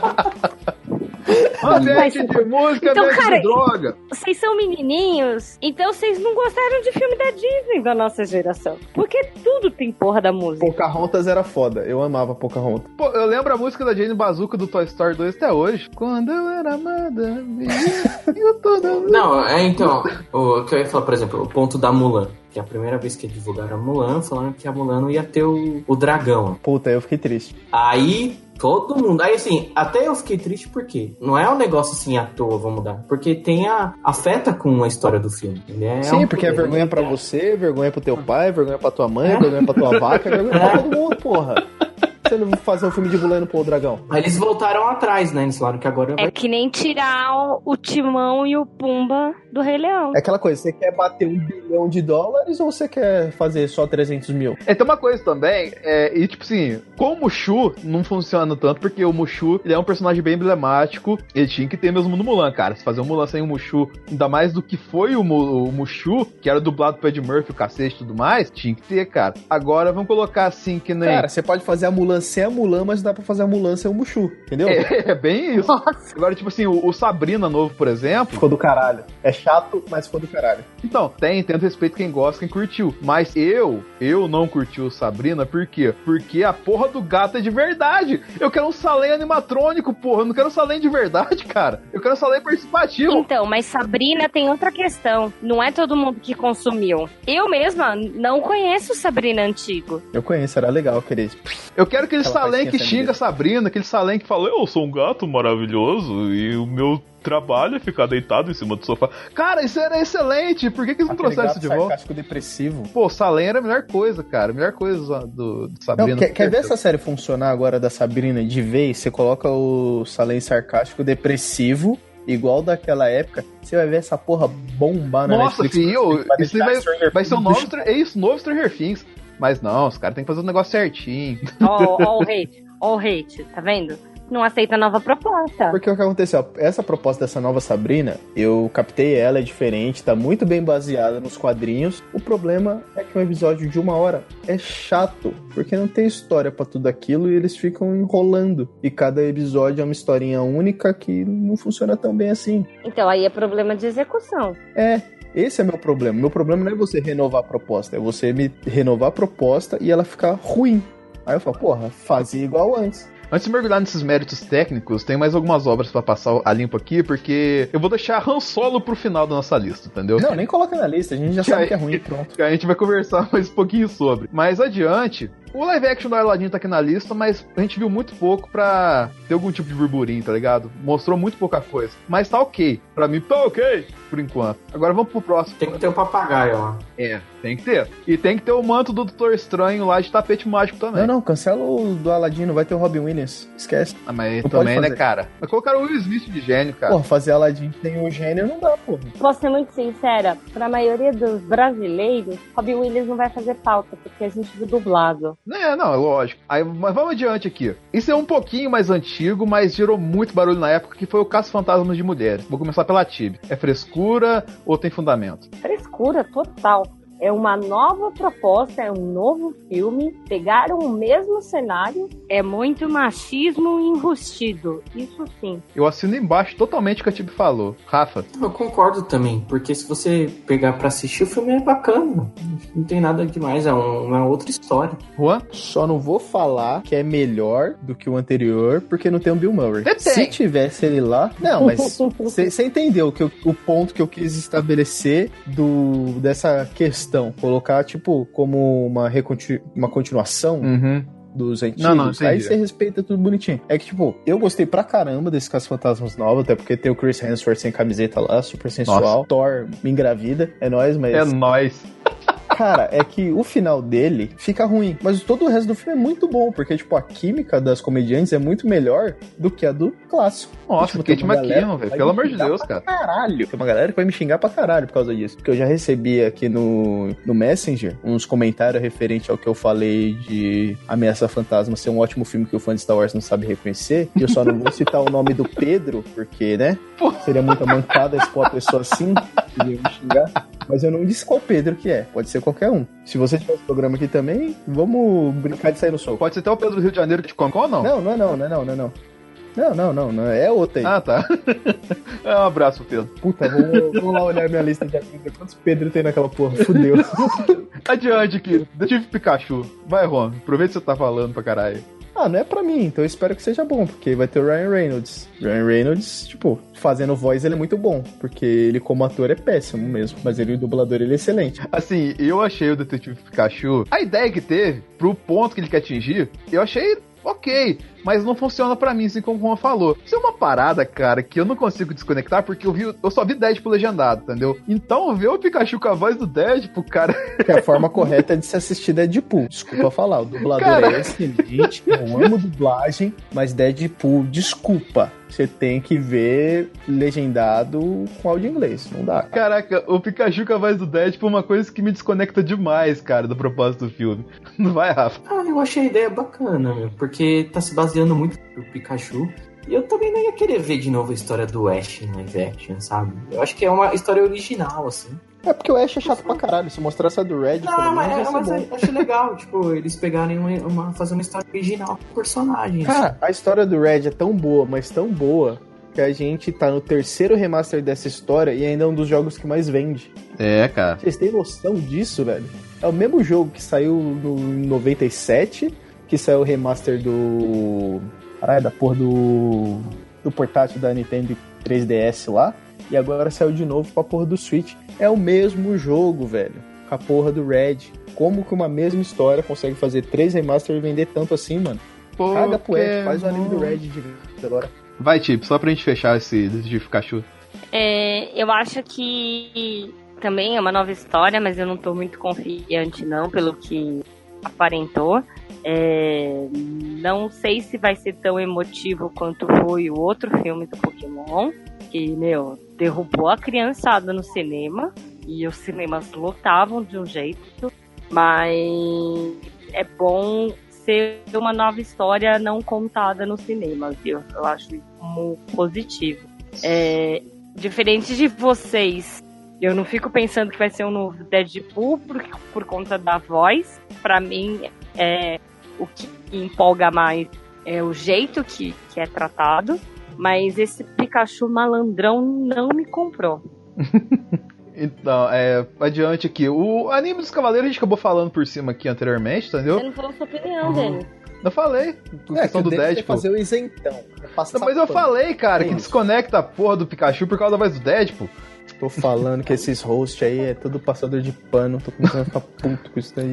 Ambiente de música, Então, ambiente cara, de droga. Vocês são menininhos, então vocês não gostaram de filme da Disney da nossa geração. Porque tudo tem porra da música. Pocahontas era foda, eu amava Pocahontas. Pô, eu lembro a música da Jane Bazooka do Toy Story dois até hoje. Quando eu era amada, eu tô dando... Não, é então, o que eu ia falar, por exemplo, o ponto da Mulan. Que é a primeira vez que divulgaram a Mulan, falando que a Mulan não ia ter o, o dragão. Puta, eu fiquei triste. Aí, todo mundo... Aí, assim, até eu fiquei triste porque não é um negócio assim à toa, vamos mudar. Porque tem a... afeta com a história do filme. É Sim, um porque é poder, vergonha né? pra você, vergonha pro teu pai, vergonha pra tua mãe, vergonha pra tua vaca, vergonha pra todo mundo, porra. Você não vai fazer um filme de Mulan pro dragão? Aí eles voltaram atrás, né? Eles falaram que agora É vai... que nem tirar o, o Timão e o Pumba do Rei Leão. É aquela coisa, você quer bater um bilhão de dólares ou você quer fazer só trezentos mil? É, tem uma coisa também, é, e tipo assim, com o Mushu não funciona tanto, porque o Mushu, ele é um personagem bem emblemático, ele tinha que ter mesmo no Mulan, cara. Se fazer um Mulan sem o Mushu, ainda mais do que foi o, Mu- o Mushu, que era dublado pelo Ed Murphy, o cacete e tudo mais, tinha que ter, cara. Agora, vamos colocar assim, que nem... Cara, você pode fazer a Mulan Mulan sem a Mulan, mas dá pra fazer a Mulan sem o Mushu, entendeu? É, é bem isso. Nossa. Agora, tipo assim, o, o Sabrina novo, por exemplo... Ficou do caralho. É chato, mas ficou do caralho. Então, tem, tendo respeito quem gosta, quem curtiu. Mas eu, eu não curti o Sabrina, por quê? Porque a porra do gato é de verdade. Eu quero um Salem animatrônico, porra. Eu não quero um Salem de verdade, cara. Eu quero um Salem participativo. Então, mas Sabrina tem outra questão. Não é todo mundo que consumiu. Eu mesma não conheço Sabrina antigo. Eu conheço, era legal, querido. Eu quero aquele Salem que xinga a Sabrina, aquele Salem que fala, eu sou um gato maravilhoso e o meu trabalho é ficar deitado em cima do sofá. Cara, isso era excelente. Por que, que eles não aquele trouxeram isso de volta? Sarcástico depressivo. Pô, o Salem era a melhor coisa, cara. A melhor coisa do, do Sabrina. Não, quer, quer ver essa série funcionar agora da Sabrina de vez? Você coloca o Salem sarcástico depressivo, igual daquela época, você vai ver essa porra bombar na Nossa, Netflix. Nossa, filho, isso vai, vai ser o novo, é isso, novo Stranger Things. Mas não, os caras têm que fazer o negócio certinho. Ó, ó o hate, ó o hate, tá vendo? Não aceita a nova proposta. Porque o que aconteceu? Essa proposta dessa nova Sabrina, eu captei ela, é diferente, tá muito bem baseada nos quadrinhos. O problema é que um episódio de uma hora é chato, porque não tem história pra tudo aquilo e eles ficam enrolando. E cada episódio é uma historinha única que não funciona tão bem assim. Então aí é problema de execução. É. Esse é meu problema. Meu problema não é você renovar a proposta, é você me renovar a proposta e ela ficar ruim. Aí eu falo, porra, fazia igual antes. Antes de mergulhar nesses méritos técnicos, tem mais algumas obras pra passar a limpo aqui, porque eu vou deixar Han Solo pro final da nossa lista, entendeu? Não, nem coloca na lista, a gente já que sabe aí, que é ruim, pronto. Que a gente vai conversar mais um pouquinho sobre. Mais adiante, o live action do Aladdin tá aqui na lista, mas a gente viu muito pouco pra ter algum tipo de burburinho, tá ligado? Mostrou muito pouca coisa. Mas tá ok. Pra mim, tá ok, por enquanto. Agora vamos pro próximo. Tem que ter o papagaio lá. É, tem que ter. E tem que ter o manto do Doutor Estranho lá de tapete mágico também. Não, não, cancela o do Aladdin, não vai ter o Robin Williams. Esquece. Ah, mas não também, né, cara? Mas colocaram o Will Smith de gênio, cara. Porra, fazer Aladdin sem o gênio não dá, porra. Posso ser muito sincera, pra maioria dos brasileiros, Robin Williams não vai fazer falta, porque a gente viu dublado. É, não, é lógico. Aí, mas vamos adiante aqui. Isso é um pouquinho mais antigo, mas gerou muito barulho na época, que foi o Caça Fantasmas de Mulheres. Vou começar pela Tibi. É frescura ou tem fundamento? Frescura total. É uma nova proposta, é um novo filme. Pegaram o mesmo cenário. É muito machismo enrustido. Isso sim. Eu assino embaixo totalmente o que a Tibi falou. Rafa? Eu concordo também, porque se você pegar pra assistir, o filme é bacana. Não tem nada demais, é um, uma outra história. Juan? Só não vou falar que é melhor do que o anterior, porque não tem o Bill Murray. Tem. Se tivesse ele lá... Não, mas você entendeu que eu, o ponto que eu quis estabelecer do, dessa questão. Colocar, tipo, como uma, reconti- uma continuação uhum. dos antigos. Não, não, aí você respeita tudo bonitinho. É que, tipo, eu gostei pra caramba desse Caça-Fantasmas novo, até porque tem o Chris Hemsworth sem camiseta lá, super sensual. Nossa. Thor me engravida. É nóis, mas... É nóis. Cara, é que o final dele fica ruim, mas todo o resto do filme é muito bom, porque, tipo, a química das comediantes é muito melhor do que a do clássico. Nossa, tipo, Kate McKinnon, velho, pelo amor de Deus, cara. Caralho. Tem uma galera que vai me xingar pra caralho por causa disso. Porque eu já recebi aqui no, no Messenger uns comentários referente ao que eu falei de Ameaça Fantasma ser um ótimo filme que o fã de Star Wars não sabe reconhecer. E eu só não vou citar o nome do Pedro, porque, né, seria muita mancada expor a pessoa assim, que ia me xingar. Mas eu não disse qual Pedro que é. Pode ser qualquer um. Se você tiver esse programa aqui também, vamos brincar de sair no soco. Pode ser até o Pedro do Rio de Janeiro que te concou ou não? Não, não é não, não é não, não é não. Não, não, não, não. É outra aí. Ah, tá. É um abraço, Pedro. Puta, vou, vou lá olhar minha lista de amigos. Quantos Pedro tem naquela porra? Fudeu. Adiante aqui. Detetive Pikachu. Vai, Ron. Aproveita que você tá falando pra caralho. Ah, não é pra mim, então eu espero que seja bom, porque vai ter o Ryan Reynolds. Ryan Reynolds, tipo, fazendo voz ele é muito bom, porque ele como ator é péssimo mesmo, mas ele, o dublador, ele é excelente. Assim, eu achei o Detetive Pikachu, a ideia que teve, pro ponto que ele quer atingir, eu achei ok, mas não funciona pra mim, assim como o Juan falou. Isso é uma parada, cara, que eu não consigo desconectar, porque eu vi, eu só vi Deadpool legendado, entendeu? Então, ver o Pikachu com a voz do Deadpool, cara... Que a forma correta é de se assistir Deadpool. Desculpa falar, o dublador cara... é excelente, eu amo dublagem, mas Deadpool, desculpa. Você tem que ver legendado com áudio inglês, não dá. Cara. Caraca, o Pikachu com a voz do Deadpool é uma coisa que me desconecta demais, cara, do propósito do filme. Não vai, Rafa? Ah, eu achei a ideia bacana, meu, porque tá se baseando muito no Pikachu. E eu também não ia querer ver de novo a história do Ash em live action, sabe? Eu acho que é uma história original, assim. É porque o Ash é chato pra caralho. Se mostrasse a do Red, Não, pelo mas, menos, é, ia ser mas bom. eu acho legal, tipo, eles pegarem uma, uma, fazer uma história original com personagens. Cara, a história do Red é tão boa, mas tão boa, que a gente tá no terceiro remaster dessa história e ainda é um dos jogos que mais vende. É, cara. Vocês têm noção disso, velho? É o mesmo jogo que saiu no em noventa e sete, que saiu o remaster do... Caralho, da porra do... do portátil da Nintendo três D S lá, e agora saiu de novo pra porra do Switch. É o mesmo jogo, velho, com a porra do Red. Como que uma mesma história consegue fazer três remaster e vender tanto assim, mano? Caga pro Ed, faz o anime do Red de vez agora. Vai, Tipo, só pra gente fechar esse Detetive Pikachu. É, eu acho que também é uma nova história, mas eu não tô muito confiante não, pelo que aparentou. É, não sei se vai ser tão emotivo quanto foi o outro filme do Pokémon, que, meu, derrubou a criançada no cinema, e os cinemas lotavam de um jeito, mas é bom ser uma nova história não contada no cinema, viu? Eu acho isso muito positivo. É, diferente de vocês, eu não fico pensando que vai ser um novo Deadpool por, por conta da voz. Pra mim, é, o que empolga mais é o jeito que, que é tratado, mas esse Pikachu malandrão não me comprou. Então, é, adiante aqui. O anime dos Cavaleiros a gente acabou falando por cima aqui anteriormente, entendeu? Você não falou sua opinião, Denis. Eu falei, por É, questão que do o Denis Deadpool. fazer o isentão. é passar Mas eu pano. falei, cara, que Isso. desconecta a porra do Pikachu por causa da voz do Deadpool. Tô falando que esses hosts aí é tudo passador de pano. Tô começando a ficar puto com isso daí.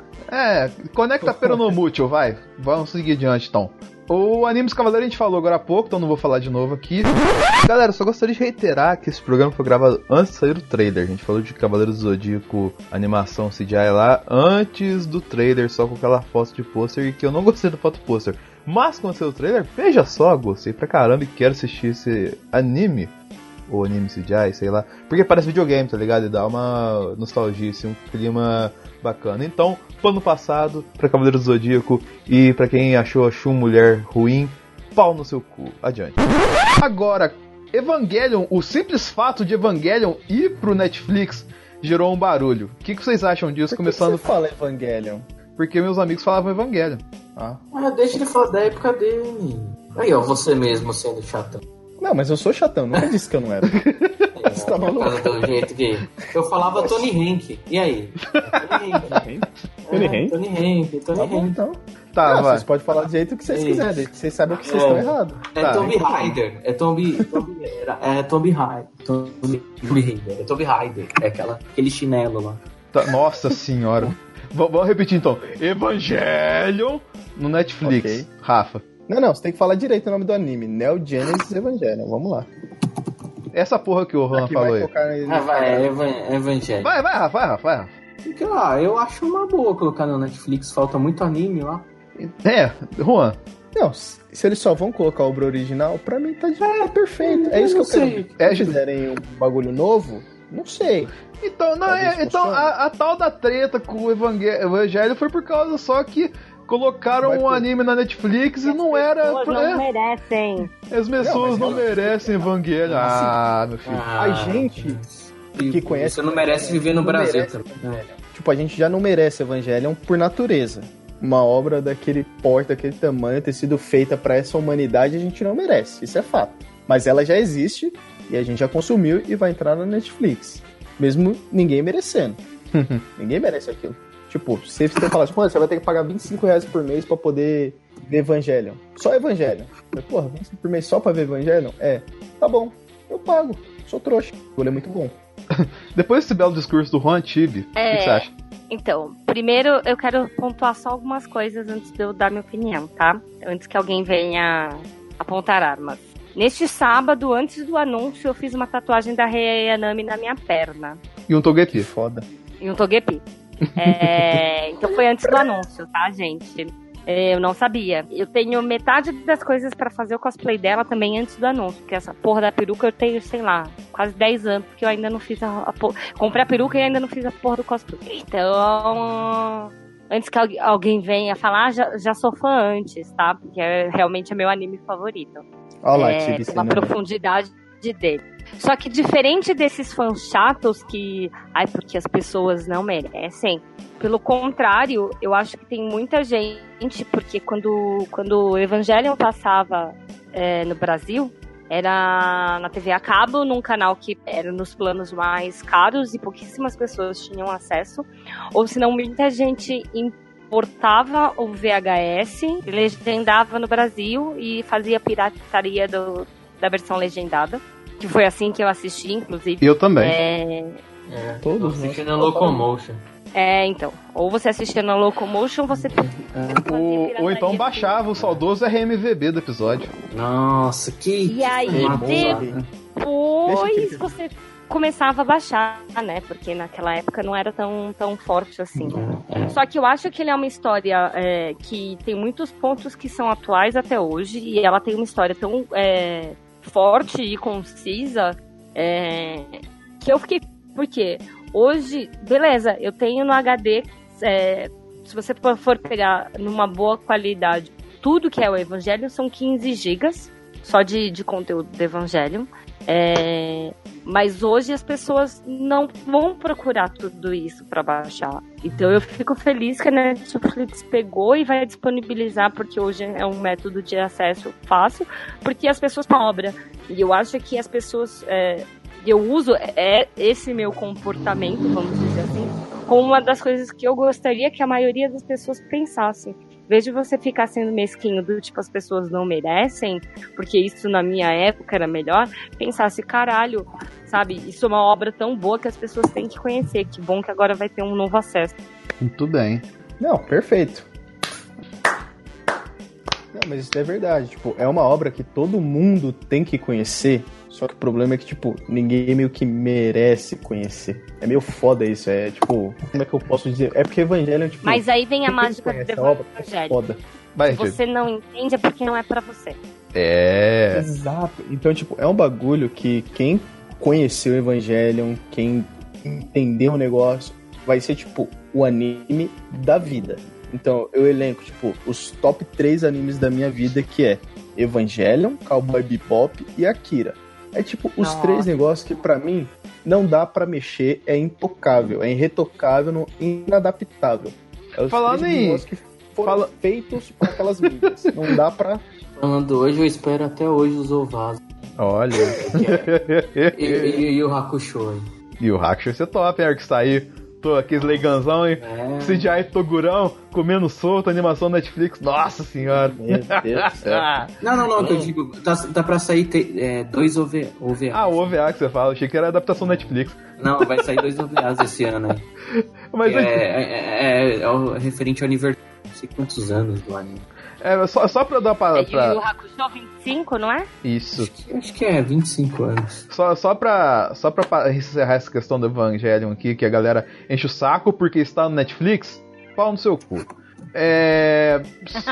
É, conecta peronomútil, vai. Vamos seguir adiante, então. O anime dos Cavaleiros a gente falou agora há pouco, então não vou falar de novo aqui. Galera, só gostaria de reiterar que esse programa foi gravado antes de sair o trailer. A gente falou de Cavaleiros do Zodíaco, animação C G I lá, antes do trailer, só com aquela foto de pôster, e que eu não gostei da foto pôster. Mas quando saiu o trailer, veja só, gostei pra caramba e quero assistir esse anime. Ou anime C G I, sei lá. Porque parece videogame, tá ligado? E dá uma nostalgia, assim, um clima bacana. Então, plano passado pra Cavaleiros do Zodíaco. E pra quem achou a Shun mulher ruim, pau no seu cu. Adiante. Agora, Evangelion, o simples fato de Evangelion ir pro Netflix gerou um barulho. O que, que vocês acham disso? Por que Começando. você fala Evangelion? Porque meus amigos falavam Evangelion. Ah. Ah, deixa ele falar da época dele. Aí, ó, você mesmo sendo chatão. Não, mas eu sou chatão, nunca disse que eu não era. Você tá maluco? Por causa do jeito que... Eu falava Tony Hank. E aí? Tony Hank. Tony É, Hank? Tony Hank, Tony Tá bom, Hank. então. Tá, Não, vai. vocês podem falar do jeito que vocês Isso. quiserem, desde que vocês saibam que vocês É. estão errados. É Tá, Tomb então. Raider. É Tomb... Tomb é Tomb Raider. Tomb Raider. É Tomb Raider. É aquela, aquele chinelo lá. Tá, nossa senhora. V- vamos repetir então. Evangelion no Netflix. Ok. Rafa. Não, não, você tem que falar direito o nome do anime. Neo Genesis Evangelion, vamos lá. Essa porra que o Rohan Aqui falou vai aí. colocar ele. Ah, vai, é Evan- Evangelho. Vai, vai, Rafa, vai, Rafa, vai, Rafa. Porque lá, eu acho uma boa colocar no Netflix. Falta muito anime lá. É, Juan. Não, se se eles só vão colocar o obra original, pra mim tá, de... tá perfeito. É isso que eu sei. quero. Se fizerem um bagulho novo, não sei. Então, não, Talvez é, então funcione. a, a tal da treta com o Evangel- Evangelho foi por causa só que colocaram Vai um por- anime na Netflix e não era. Pessoas não É, merecem. as pessoas Não, não, mas ela- merecem Evangelho. Ah, meu filho. Ah, A gente que conhece- Você não merece viver no não Brasil merece também. É. Tipo, a gente já não merece Evangelion por natureza. Uma obra daquele porte, daquele tamanho, ter sido feita pra essa humanidade, a gente não merece. Isso é fato. Mas ela já existe e a gente já consumiu e vai entrar na Netflix. Mesmo ninguém merecendo. Ninguém merece aquilo. Tipo, se você falar assim, "Pô, você vai ter que pagar vinte e cinco reais por mês pra poder ver Evangelion. Só Evangelion. Mas, porra, vinte e cinco por mês só pra ver Evangelion? É. Tá bom. Eu pago. Sou trouxa. O é muito bom. Depois desse belo discurso do Juan Tibi, o É. que, que você acha? Então, primeiro eu quero pontuar só algumas coisas antes de eu dar minha opinião, tá? Antes que alguém venha apontar armas. Neste sábado, antes do anúncio, eu fiz uma tatuagem da Rei Ayanami na minha perna. E um Togepi. Foda. E um Togepi. É, então foi antes do anúncio, tá, gente? É, eu não sabia. Eu tenho metade das coisas pra fazer o cosplay dela também antes do anúncio. Porque essa porra da peruca eu tenho, sei lá, quase dez anos. Porque eu ainda não fiz a, a porra. Comprei a peruca e ainda não fiz a porra do cosplay. Então, antes que algu- alguém venha falar, já, já sou fã antes, tá? Porque é, realmente é meu anime favorito. Olha lá, é, Tibi, tem você uma não- profundidade dele. Só que diferente desses fãs chatos que, ai, porque as pessoas não merecem, pelo contrário, eu acho que tem muita gente, porque quando, quando o Evangelion passava é, no Brasil, era na T V a cabo, num canal que era nos planos mais caros e pouquíssimas pessoas tinham acesso, ou senão muita gente importava o V H S, legendava no Brasil e fazia pirataria do, da versão legendada. Que foi assim que eu assisti, inclusive. Eu também. É, É, Todos, tô assistindo né? a Locomotion. é então. Ou você assistia na Locomotion, você... Ou, ou então baixava o saudoso R M V B do episódio. Nossa, que... E aí, depois você começava a baixar, né? Porque naquela época não era tão, tão forte assim. É, é. Só que eu acho que ele é uma história é, que tem muitos pontos que são atuais até hoje. E ela tem uma história tão... É, forte e concisa, é, que eu fiquei, porque hoje, beleza, eu tenho no H D, é, se você for pegar numa boa qualidade, tudo que é o Evangelho são quinze gigas, só de, de conteúdo do Evangelho, é, mas hoje as pessoas não vão procurar tudo isso para baixar. Então eu fico feliz que a Netflix pegou e vai disponibilizar, porque hoje é um método de acesso fácil, porque as pessoas têm obra. E eu acho que as pessoas... É, eu uso é, esse meu comportamento, vamos dizer assim, como uma das coisas que eu gostaria que a maioria das pessoas pensassem. Em vez de você ficar sendo mesquinho do tipo, as pessoas não merecem, porque isso na minha época era melhor, pensasse, caralho, sabe, isso é uma obra tão boa que as pessoas têm que conhecer, que bom que agora vai ter um novo acesso. Muito bem. Não, perfeito. Não, mas isso é verdade, tipo, é uma obra que todo mundo tem que conhecer, só que o problema é que, tipo, ninguém meio que merece conhecer. É meio foda isso, é tipo, como é que eu posso dizer? É porque Evangelho é tipo... Mas aí vem a quem mágica do conhece a obra, é Evangelho. foda. Vai, Se você não entende é porque não é pra você. É. Exato. Então, tipo, é um bagulho que quem conheceu o Evangelion, quem entendeu o negócio, vai ser, tipo, o anime da vida. Então, eu elenco, tipo, os top três animes da minha vida, que é Evangelion, Cowboy Bebop e Akira. É, tipo, os Nossa. três negócios que, pra mim, não dá pra mexer, é intocável, é irretocável, não- inadaptável. É os Falando três em- negócios que foram fala- feitos pra aquelas mídias. Não dá pra... Falando hoje, eu espero até hoje os Ovasos. Olha. E, e, e o Hakusho aí. E o Hakusho vai ser top, hein, que sair. Tô aqui, leganzão, hein? É. C G I Togurão, comendo solto, animação Netflix. Nossa senhora. Meu Deus do céu. Não, não, não, que eu digo, tá, tá pra sair te- é, dois O V A. Ah, o O V A que você fala. Achei que era adaptação Netflix. Não, vai sair dois O V As esse ano aí. Mas É, é, é, é o referente ao aniversário, não sei quantos anos do anime. é, só, só pra dar pra... E o pra... Hakusho vinte e cinco, não é? Isso. Acho que, acho que é vinte e cinco anos. Só, só, pra, só pra pa- encerrar essa questão do Evangelion aqui, que a galera enche o saco porque está no Netflix, pau no seu cu. É...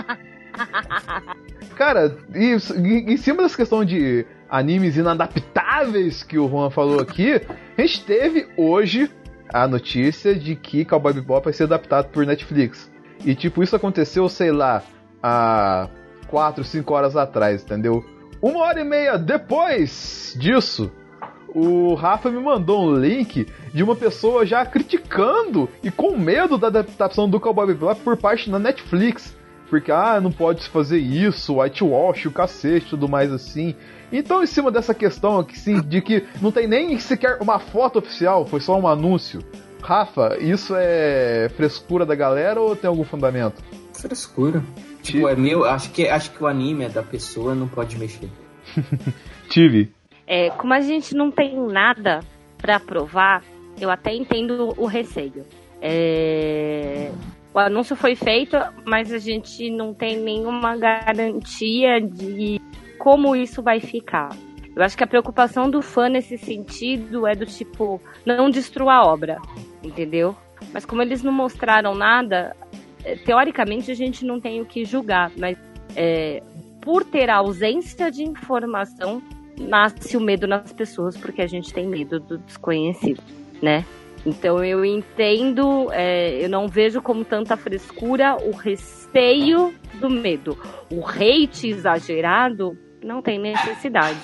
Cara, e, e- em cima dessa questão de animes inadaptáveis que o Juan falou aqui, a gente teve hoje a notícia de que Cowboy Bebop vai ser adaptado por Netflix. E tipo, isso aconteceu, sei lá, há quatro, cinco horas atrás, entendeu? Uma hora e meia depois disso, o Rafa me mandou um link de uma pessoa já criticando e com medo da adaptação do Cowboy Bebop por parte da Netflix. Porque, ah, não pode se fazer isso, whitewash, o cacete, tudo mais assim. Então, em cima dessa questão aqui, sim, de que não tem nem sequer uma foto oficial, foi só um anúncio. Rafa, isso é frescura da galera ou tem algum fundamento? Frescura. Tipo, é meu, acho que, acho que o anime é da pessoa, não pode mexer. Tive. É, como a gente não tem nada pra provar, eu até entendo o receio. É, o anúncio foi feito, mas a gente não tem nenhuma garantia de como isso vai ficar. Eu acho que a preocupação do fã nesse sentido é do tipo, não destrua a obra, entendeu? Mas como eles não mostraram nada, teoricamente a gente não tem o que julgar, mas é, por ter a ausência de informação, nasce o medo nas pessoas, porque a gente tem medo do desconhecido, né? Então eu entendo, é, eu não vejo como tanta frescura o receio do medo. O hate exagerado não tem necessidade.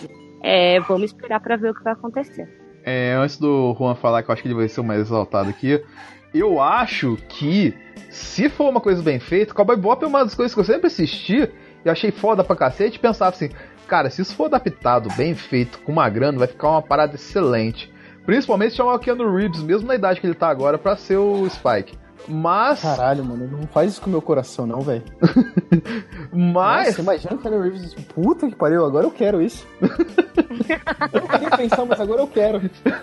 É, vamos esperar pra ver o que vai acontecer. É, antes do Juan falar, que eu acho que ele vai ser o mais exaltado aqui, eu acho que, se for uma coisa bem feita, Cowboy Bebop é uma das coisas que eu sempre assisti e achei foda pra cacete, e pensava assim, cara, se isso for adaptado, bem feito, com uma grana, vai ficar uma parada excelente. Principalmente se chamar o Keanu Reeves, mesmo na idade que ele tá agora, pra ser o Spike. Mas... Caralho, mano, não faz isso com o meu coração não, velho. Mas... Nossa, imagina o Keanu Reeves, puta que pariu, agora eu quero isso. Eu não queria pensar, mas agora eu quero.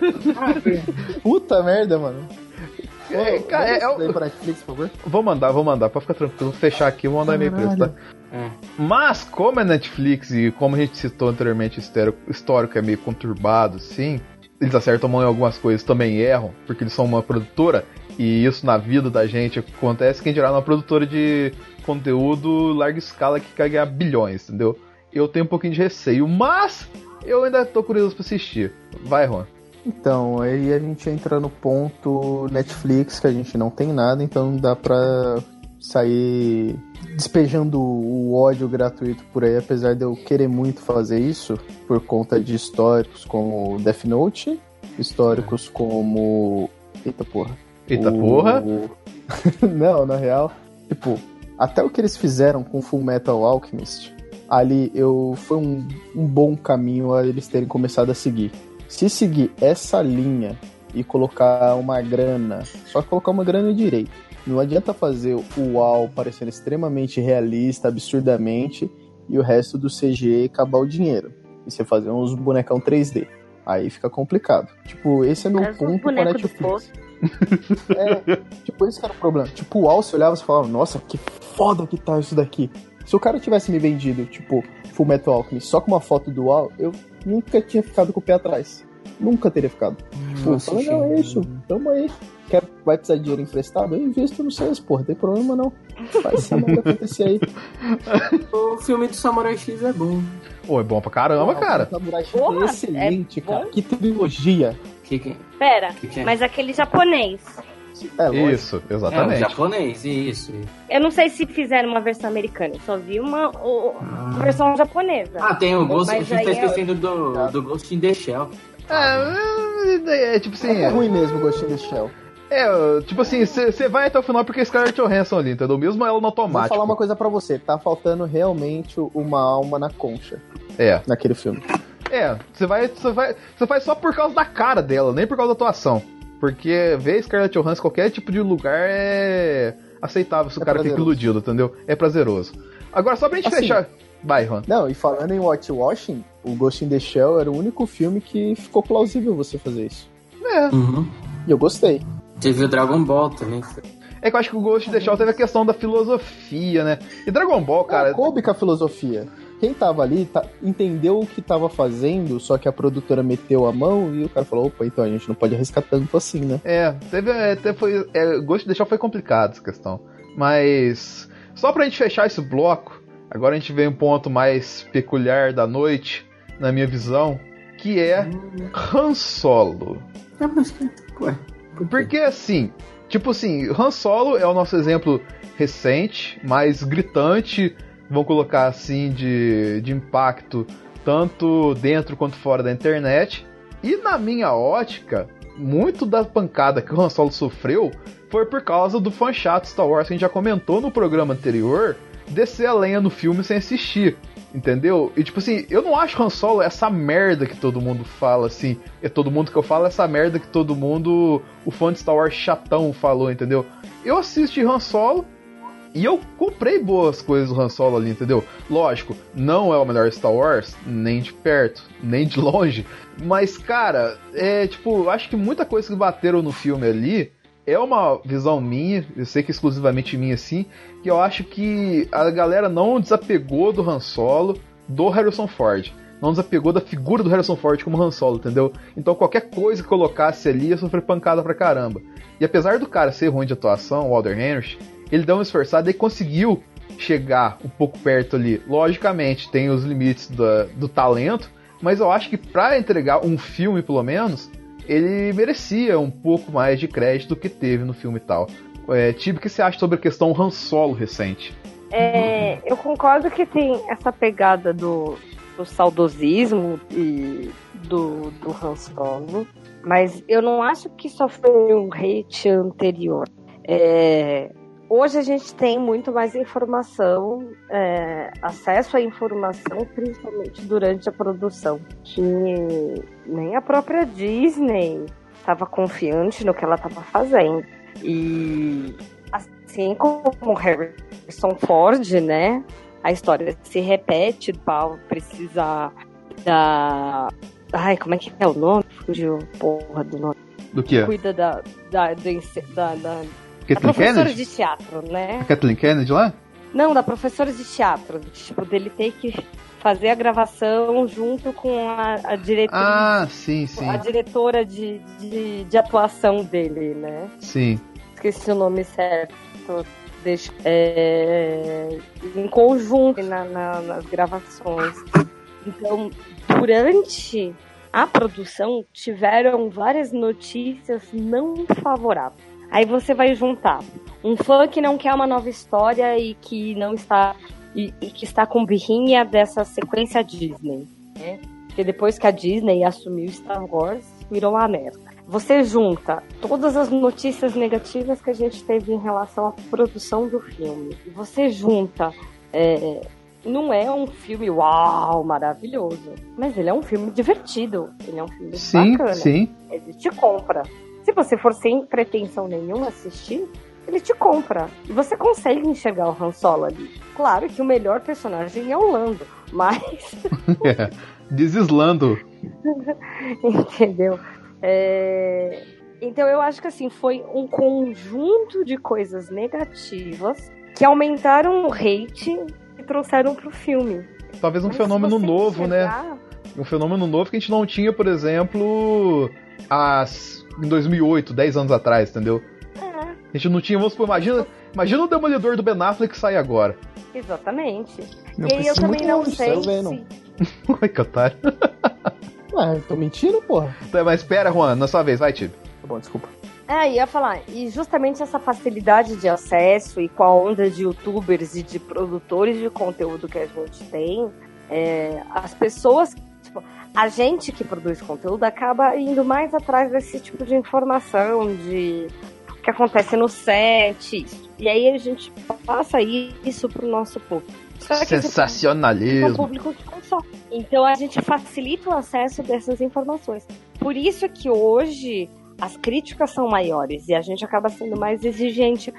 Puta merda, mano. É, cara, é, é, pra Netflix, por favor. Vou mandar, vou mandar, pode ficar tranquilo, vou fechar aqui, vou mandar e-mail pra eles, tá? É. Mas, como é Netflix e como a gente citou anteriormente, o histórico é meio conturbado, sim, eles acertam a mão em algumas coisas, também erram, porque eles são uma produtora, e isso na vida da gente acontece, quem dirá, uma produtora de conteúdo larga escala que quer ganhar bilhões, entendeu? Eu tenho um pouquinho de receio, mas eu ainda tô curioso pra assistir. Vai, Juan. Então, aí a gente entra no ponto Netflix, que a gente não tem nada, então dá pra sair despejando o ódio gratuito por aí, apesar de eu querer muito fazer isso, por conta de históricos como Death Note, históricos como... Eita porra. Eita o... porra? Não, na real, tipo, até o que eles fizeram com Full Metal Alchemist, ali eu foi um, um bom caminho a eles terem começado a seguir. Se seguir essa linha e colocar uma grana, só colocar uma grana direito. Não adianta fazer o U A U parecendo extremamente realista, absurdamente, e o resto do C G acabar o dinheiro. E você fazer uns bonecão três D. Aí fica complicado. Tipo, esse é meu Parece um ponto com a boneco do Netflix. É, tipo, esse que era o problema. Tipo, o U A U, você olhava e falava, nossa, que foda que tá isso daqui. Se o cara tivesse me vendido, tipo, Full Metal Alchemist só com uma foto do U A U, eu nunca tinha ficado com o pé atrás. Nunca teria ficado. Tipo, falando, não, é isso, tamo aí. Quer, vai precisar de dinheiro emprestado? Eu invisto no seis, porra, tem problema não. Faz essa merda acontecer aí. O filme do Samurai X é bom. Pô, é bom pra caramba, Porra, cara. O Samurai X Porra, é excelente, é cara. bom. Que trilogia. Que que... Pera, Que que é? mas aquele japonês. É, lógico. Isso, É, o exatamente. japonês, isso. Eu não sei se fizeram uma versão americana, eu só vi uma o, a versão japonesa. Ah, tem o Ghost, a Mas gente tá aí é- esquecendo do, do Ghost in the Shell. É, é, tipo assim... É ruim mesmo o Ghost in the Shell. É, tipo assim, você vai até o final porque Scarlett Johansson ali, entendeu? Mesmo ela no Vou automático. falar uma coisa pra você, tá faltando realmente uma alma na concha É, naquele filme. é, você vai, você vai, você faz só por causa da cara dela, nem por causa da atuação. Porque ver Scarlett Johansson em qualquer tipo de lugar é aceitável se o É cara fica prazeroso. iludido, entendeu? É prazeroso. Agora, só pra gente Assim, fechar... Vai, Juan. Não, e falando em watch-washing, o Ghost in the Shell era o único filme que ficou plausível você fazer isso. É, Uhum. E eu gostei. Teve o Dragon Ball também. é que eu acho que o Ghost in the Shell teve a questão da filosofia, né? E Dragon Ball, cara... Cara, coube com a filosofia. Quem tava ali tá- entendeu o que tava fazendo, só que a produtora meteu a mão e o cara falou, opa, então a gente não pode arriscar tanto assim, né? É, teve, é, teve foi, é, Ghost in the Shell foi complicado essa questão. Mas, só pra gente fechar esse bloco, agora a gente vem um ponto mais peculiar da noite, na minha visão, que é Han Solo. Ah, mas que... Ué, por quê? Porque assim, tipo assim, Han Solo é o nosso exemplo recente, mais gritante, vamos colocar assim, de, de impacto, tanto dentro quanto fora da internet. E na minha ótica, muito da pancada que o Han Solo sofreu foi por causa do fã chato Star Wars que a gente já comentou no programa anterior, descer a lenha no filme sem assistir. Entendeu? E tipo assim, eu não acho Han Solo essa merda que todo mundo fala, assim. É todo mundo que eu falo essa merda que todo mundo, o fã de Star Wars chatão falou, entendeu? Eu assisti Han Solo e eu comprei boas coisas do Han Solo ali, entendeu? Lógico, não é o melhor Star Wars, nem de perto, nem de longe. Mas, cara, é tipo, acho que muita coisa que bateram no filme ali é uma visão minha, eu sei que é exclusivamente minha, assim, que eu acho que a galera não desapegou do Han Solo, do Harrison Ford. Não desapegou da figura do Harrison Ford como Han Solo, entendeu? Então qualquer coisa que colocasse ali ia sofrer pancada pra caramba. E apesar do cara ser ruim de atuação, o Alden Henry, ele deu uma esforçada e conseguiu chegar um pouco perto ali. Logicamente, tem os limites do, do talento, mas eu acho que pra entregar um filme, pelo menos, ele merecia um pouco mais de crédito do que teve no filme e tal. É, Tibi, o que você acha sobre a questão Han Solo recente? É, eu concordo que tem essa pegada do, do saudosismo e do, do Han Solo, mas eu não acho que só foi um hate anterior. É, hoje a gente tem muito mais informação, é, acesso à informação, principalmente durante a produção, que nem a própria Disney estava confiante no que ela estava fazendo. E assim como Harrison Ford, né, a história se repete, Paulo precisa da... Ai, como é que é o nome? Fugiu, porra do nome. Do que? Cuida da... da, do, da, da Kathleen a professora Kennedy? de teatro, né? A Kathleen Kennedy lá? Não, da professora de teatro. Tipo, dele ter que fazer a gravação junto com a, a diretriz. Ah, sim, sim. A diretora de, de, de atuação dele, né? Sim. Esqueci o nome certo. Deixa, é, em conjunto na, na, nas gravações. Então, durante a produção, tiveram várias notícias não favoráveis. Aí você vai juntar um fã que não quer uma nova história e que não está e, e que está com birrinha dessa sequência Disney, né? Porque depois que a Disney assumiu Star Wars, virou uma merda. Você junta todas as notícias negativas que a gente teve em relação à produção do filme. E você junta... É, não é um filme uau, maravilhoso, mas ele é um filme divertido. Ele é um filme sim, bacana. Sim. Ele te compra. Se você for sem pretensão nenhuma assistir, ele te compra. E você consegue enxergar o Han Solo ali. Claro que o melhor personagem é o Lando, mas... é, Deslando. Entendeu? É... Então eu acho que assim, foi um conjunto de coisas negativas que aumentaram o hate e trouxeram pro filme. Talvez um mas fenômeno novo, enxergar... né? Um fenômeno novo que a gente não tinha, por exemplo, as... em dois mil e oito, dez anos atrás, entendeu? É. A gente não tinha, vamos supor, imagina, imagina o Demolidor do Ben Affleck sair agora. Exatamente. Não e aí eu também não longe, sei Venom. se... Ai, que otário. Ué, tô mentindo, porra. Mas espera, Juan, na sua vez, vai, Tibi. Tá bom, desculpa. É, ia falar, e justamente essa facilidade de acesso e com a onda de youtubers e de produtores de conteúdo que a gente tem, é, as pessoas, tipo, a gente que produz conteúdo acaba indo mais atrás desse tipo de informação, de o que acontece no set, e aí a gente passa isso pro nosso público. Sensacionalismo. É um público que consome. Então a gente facilita o acesso dessas informações. Por isso que hoje as críticas são maiores e a gente acaba sendo mais exigente,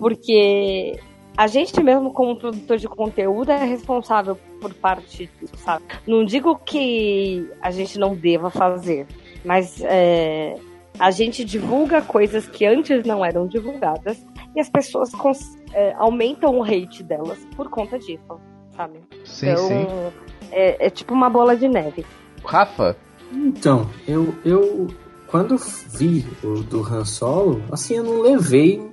porque a gente mesmo como produtor de conteúdo é responsável por parte disso, sabe? Não digo que a gente não deva fazer, mas é, a gente divulga coisas que antes não eram divulgadas e as pessoas cons- é, aumentam o hate delas por conta disso, sabe? Sim, então, sim. É, é tipo uma bola de neve. Rafa? Então, eu, eu quando vi o do Han Solo, assim, eu não levei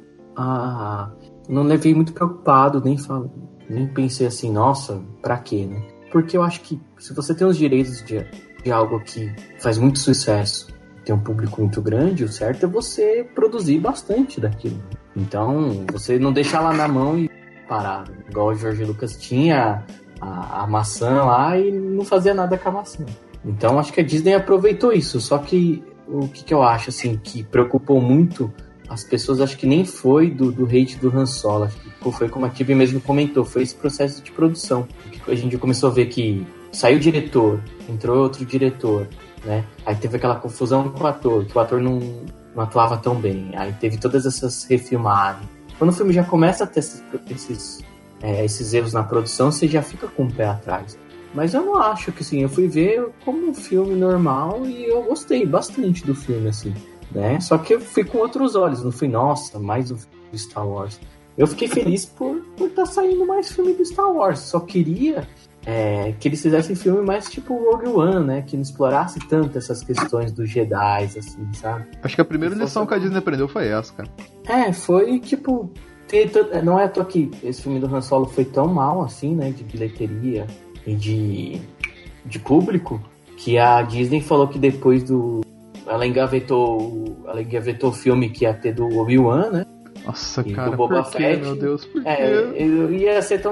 a... não levei muito preocupado, nem falo, nem pensei assim, nossa, pra quê, né? Porque eu acho que se você tem os direitos de, de algo que faz muito sucesso, tem um público muito grande, o certo é você produzir bastante daquilo. Então, você não deixar lá na mão e parar. Igual o George Lucas tinha a, a maçã lá e não fazia nada com a maçã. Então, acho que a Disney aproveitou isso. Só que o que, que eu acho, assim, que preocupou muito as pessoas, acho que nem foi do, do hate do Han Solo. Acho que pô, foi como a Tibi mesmo comentou, foi esse processo de produção. A gente começou a ver que saiu o diretor, entrou outro diretor, né? Aí teve aquela confusão com o ator, que o ator não, não atuava tão bem. Aí teve todas essas refilmagens. Quando o filme já começa a ter esses, esses, é, esses erros na produção, você já fica com o pé atrás. Mas eu não acho que, assim, eu fui ver como um filme normal e eu gostei bastante do filme, assim, né? Só que eu fui com outros olhos, não fui, nossa, mais um filme do Star Wars. Eu fiquei feliz por por estar saindo mais filme do Star Wars. Só queria é, que eles fizessem filme mais tipo Rogue One, né? Que não explorasse tanto essas questões dos Jedi, assim, sabe? Acho que a primeira lição que a Disney aprendeu foi essa, cara. É, foi tipo... Ter, não é à toa que esse filme do Han Solo foi tão mal, assim, né? De bilheteria e de, de público, que a Disney falou que depois do... Ela engavetou, ela engavetou o filme que ia ter do Obi-Wan, né? Nossa, e cara, do Boba por que, Fett. meu Deus, por é, quê? eu ia ser tão da...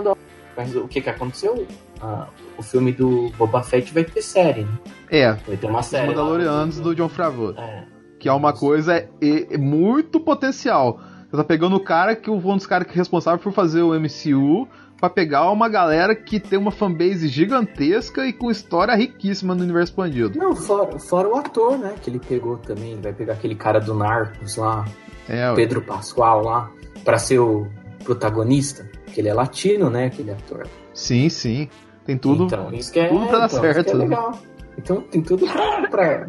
Mas o que que aconteceu? Ah, o filme do Boba Fett vai ter série, né? É, Vai ter uma Os série. lá Mandalorianos do- do Jon Favreau. É. Que é uma coisa é, é muito potencial. Você tá pegando o cara que um dos caras que é responsável por fazer o M C U pra pegar uma galera que tem uma fanbase gigantesca e com história riquíssima no universo expandido. Não, fora, fora o ator, né? Que ele pegou também. Ele vai pegar aquele cara do Narcos lá, É, ué. Pedro Pascoal lá, pra ser o protagonista. Que ele é latino, né? Aquele ator. Sim, sim. Tem tudo, Então, isso que é, tudo pra dar então, isso certo. que é legal. Então tem tudo pra... pra-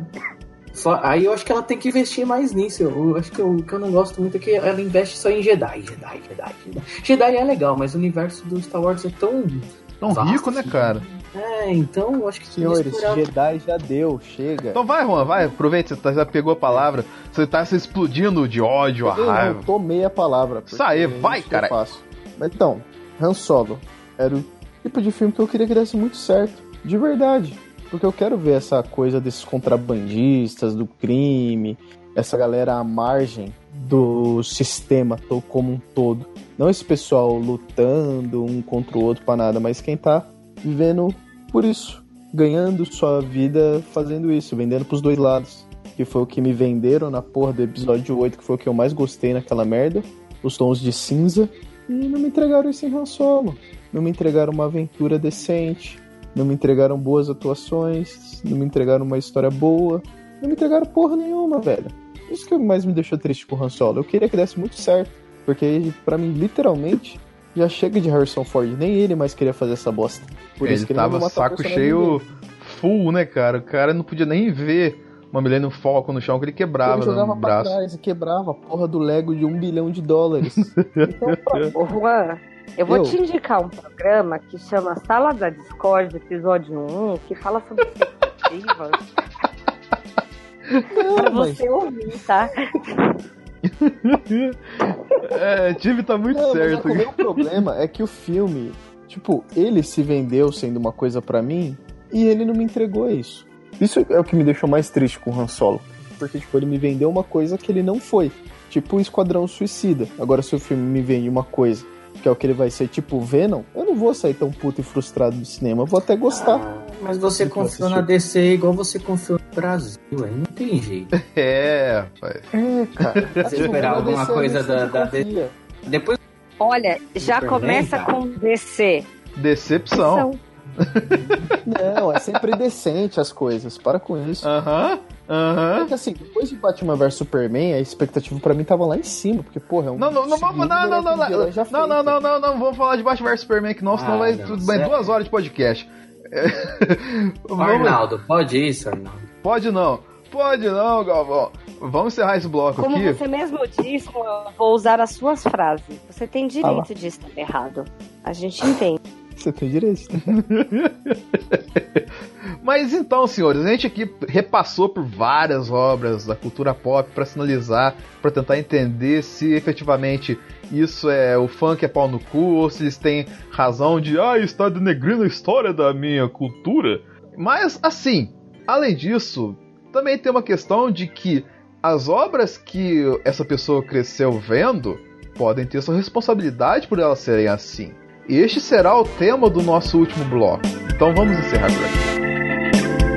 Só- aí eu acho que ela tem que investir mais nisso. Eu, eu acho que eu- o que eu não gosto muito é que ela investe só em Jedi, Jedi, Jedi, Jedi. Jedi é legal, mas o universo do Star Wars é tão... Tão vasto, rico, né, cara? É, então eu acho que... Senhores, explorar- Jedi já deu, chega. Então vai, Juan, vai, aproveita, você tá- já pegou a palavra. Você tá se explodindo de ódio, a Eu não raiva. tomei a palavra. Isso aí, porque é vai, isso que eu caralho. faço. Mas então, Han Solo era o tipo de filme que eu queria que desse muito certo. De verdade. Porque eu quero ver essa coisa desses contrabandistas, do crime, essa galera à margem do sistema to- como um todo. Não esse pessoal lutando um contra o outro pra nada, mas quem tá vivendo por isso. Ganhando sua vida fazendo isso, vendendo pros dois lados. Que foi o que me venderam na porra do episódio oito, que foi o que eu mais gostei naquela merda. Os tons de cinza. E não me entregaram isso em Han Solo. Não me entregaram uma aventura decente. Não me entregaram boas atuações. Não me entregaram uma história boa. Não me entregaram porra nenhuma, velho. Isso que mais me deixou triste com o Han Solo. Eu queria que desse muito certo. Porque pra mim, literalmente, já chega de Harrison Ford. Nem ele mais queria fazer essa bosta. Por Ele isso que ele não tava matou o saco personagem cheio dele. full, né, cara? O cara não podia nem ver uma Millennium Falcon no chão que ele quebrava Ele jogava no pra braço. trás e quebrava a porra do Lego de um bilhão de dólares. Então, pra- Ô, Juan, eu vou Eu? te indicar um programa que chama Sala da Discord, episódio um, que fala sobre expectativas. pra mas- você ouvir, tá? É, Tive tá muito Não, certo. mas o meu problema é que o filme, tipo, ele se vendeu sendo uma coisa pra mim e ele não me entregou isso. Isso é o que me deixou mais triste com o Han Solo. Porque, tipo, ele me vendeu uma coisa que ele não foi. Tipo o Esquadrão Suicida. Agora, se o filme me vende uma coisa que é o que ele vai ser, tipo o Venom, eu não vou sair tão puto e frustrado do cinema. Eu vou até gostar. Ah, mas você Do que confiou assistiu. na D C igual você confiou no Brasil, aí não tem jeito. É, pai. É, cara. Você esperar alguma coisa da, da D C. Depois Olha, já Superman, começa cara. com D C. Decepção. Não, é sempre decente as coisas. Para com isso. Aham, É aham. que assim, depois de Batman versus Superman, a expectativa pra mim tava lá em cima, porque, porra, é um. Não, não, não, vamos, não, não, não, não, não, não, não, não, não, vamos falar de Batman versus Superman, que não, senão Ah, vai não, tudo bem, sério? duas horas de podcast. É, vamos- Arnaldo, pode isso, Arnaldo. Pode não, pode não, Galvão. Vamos encerrar esse bloco Como aqui. você mesmo disse, eu vou usar as suas frases. Você tem Ah lá. direito de estar errado. A gente entende. Você tem direito. Mas então, senhores, a gente aqui repassou por várias obras da cultura pop para sinalizar, para tentar entender se efetivamente isso é o funk é pau no cu ou se eles têm razão de ah, está denegrindo a história da minha cultura. Mas assim, além disso, também tem uma questão de que as obras que essa pessoa cresceu vendo podem ter sua responsabilidade por elas serem assim. Este será o tema do nosso último bloco. Então vamos encerrar por aqui.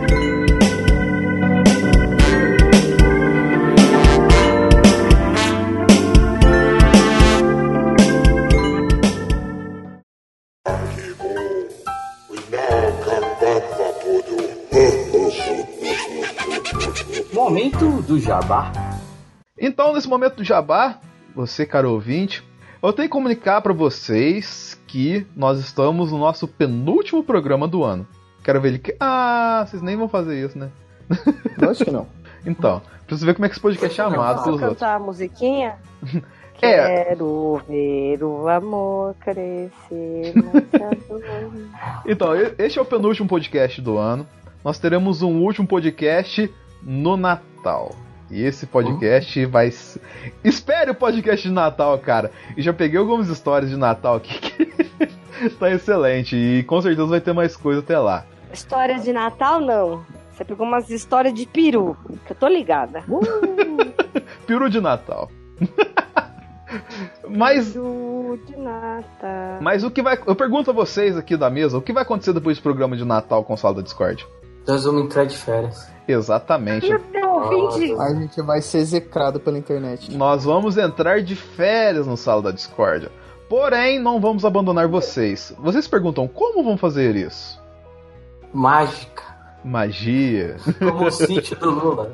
Momento do Jabá. Então, nesse momento do jabá, você, caro ouvinte, eu tenho que comunicar para vocês que nós estamos no nosso penúltimo programa do ano. Quero ver ele que... Ah, vocês nem vão fazer isso, né? Eu acho que não. Então, pra você ver como é que esse podcast é amado Posso pelos outros. cantar a musiquinha? É. Quero ver o amor crescer. no Então, e- este é o penúltimo podcast do ano. Nós teremos um último podcast no Natal. E esse podcast vai... s- Espere o podcast de Natal, cara. E já peguei algumas histórias de Natal aqui que tá excelente. E com certeza vai ter mais coisa até lá. História de Natal, não. Você pegou umas histórias de peru, que eu tô ligada. Peru de Natal. Mas Peru de Natal. Mas o que vai... Eu pergunto a vocês aqui da mesa, o que vai acontecer depois do programa de Natal com o Sala da Discord? Nós vamos entrar de férias. Exatamente. Meu Deus, vinte. A gente vai ser execrado pela internet. Nós vamos entrar de férias no Sala da Discord. Porém, não vamos abandonar vocês. Vocês perguntam, como vão fazer isso? Mágica. Magia. Como o sítio do Lula.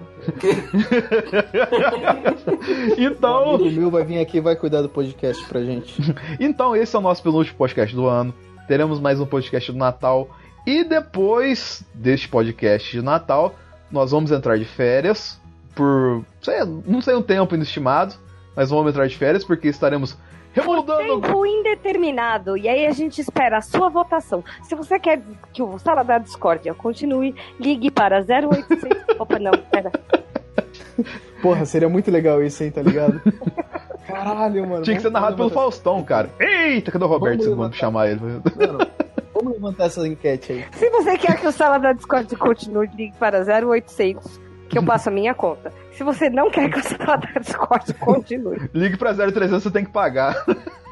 Então... O amigo meu vai vir aqui e vai cuidar do podcast pra gente. Então, esse é o nosso penúltimo podcast do ano. Teremos mais um podcast do Natal. E depois deste podcast de Natal, nós vamos entrar de férias. Por... Sei, não sei um tempo inestimado, mas vamos entrar de férias porque estaremos... remoldando... Tempo indeterminado. E aí a gente espera a sua votação. Se você quer que o Sala da Discórdia continue, ligue para zero oitocentos... Opa, não, pera. Porra, seria muito legal isso, hein, tá ligado? Caralho, mano. Tinha que ser narrado pelo Faustão, cara. Eita, cadê o Roberto? Vamos, vamos chamar ele. Mano, vamos levantar essa enquete aí. Se você quer que o Sala da Discórdia continue, ligue para zero oitocentos, que eu passo a minha conta. Se você não quer que o Sala da Discord continue, ligue pra zero trezentos, você tem que pagar.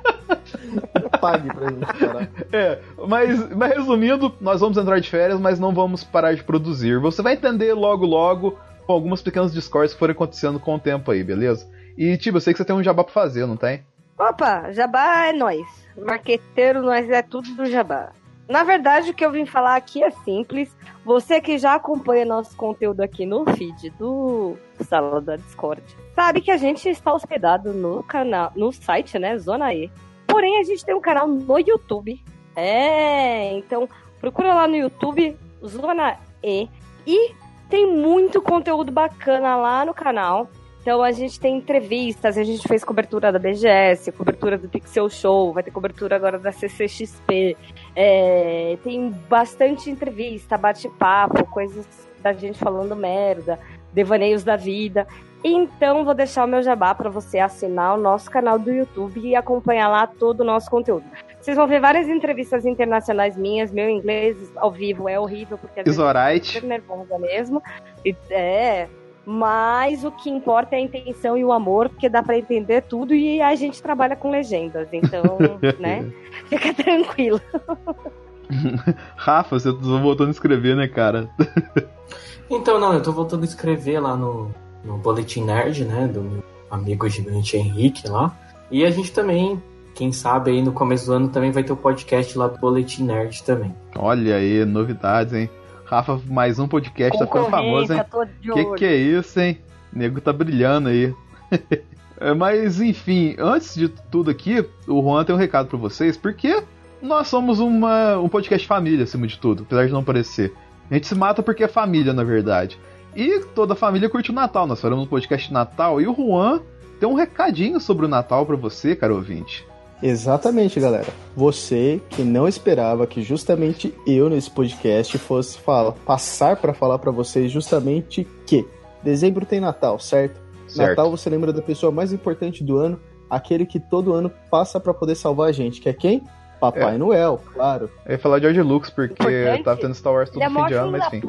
Pague pra gente parar. É, mas, mas resumindo, nós vamos entrar de férias, mas não vamos parar de produzir. Você vai entender logo logo com algumas pequenas discórdias que foram acontecendo com o tempo aí, beleza? E, tipo, eu sei que você tem um jabá pra fazer, não tem? Opa, jabá é nós. Marqueteiro, nós é tudo do jabá. Na verdade, o que eu vim falar aqui é simples. Você que já acompanha nosso conteúdo aqui no feed do Sala da Discord, sabe que a gente está hospedado no canal, no site, né, Zona E. Porém, a gente tem um canal no YouTube. É, então procura lá no YouTube, Zona E. E tem muito conteúdo bacana lá no canal. Então a gente tem entrevistas, a gente fez cobertura da B G S, cobertura do Pixel Show, vai ter cobertura agora da C C X P. É, tem bastante entrevista, bate-papo, coisas da gente falando merda, devaneios da vida. Então vou deixar o meu jabá para você assinar o nosso canal do YouTube e acompanhar lá todo o nosso conteúdo. Vocês vão ver várias entrevistas internacionais minhas, meu inglês ao vivo é horrível, porque às vezes eu tô super nervosa mesmo. E, é... Mas o que importa é a intenção e o amor, porque dá pra entender tudo e a gente trabalha com legendas, então, né? Fica tranquilo. Rafa, você tá voltando a escrever, né, cara? Então, não, eu tô voltando a escrever lá no, no Boletim Nerd, né, do meu amigo gigante Henrique lá. E a gente também, quem sabe aí no começo do ano também vai ter o podcast lá do Boletim Nerd também. Olha aí, novidades, hein? Rafa, mais um podcast, tá ficando famoso, hein? Que que é isso, hein? O nego tá brilhando aí. Mas, enfim, antes de tudo aqui, o Juan tem um recado pra vocês, porque nós somos uma, um podcast família, acima de tudo, apesar de não parecer. A gente se mata porque é família, na verdade. E toda a família curte o Natal. Nós faremos um podcast de Natal e o Juan tem um recadinho sobre o Natal pra você, caro ouvinte. Exatamente, galera. Você que não esperava que justamente eu nesse podcast fosse falar, passar para falar para vocês justamente que dezembro tem Natal, certo? certo? Natal você lembra da pessoa mais importante do ano, aquele que todo ano passa para poder salvar a gente, que é quem? Papai é. Noel, claro. Eu ia falar de George Lucas porque importante. Tava tendo Star Wars todo é fim de ano, mas enfim.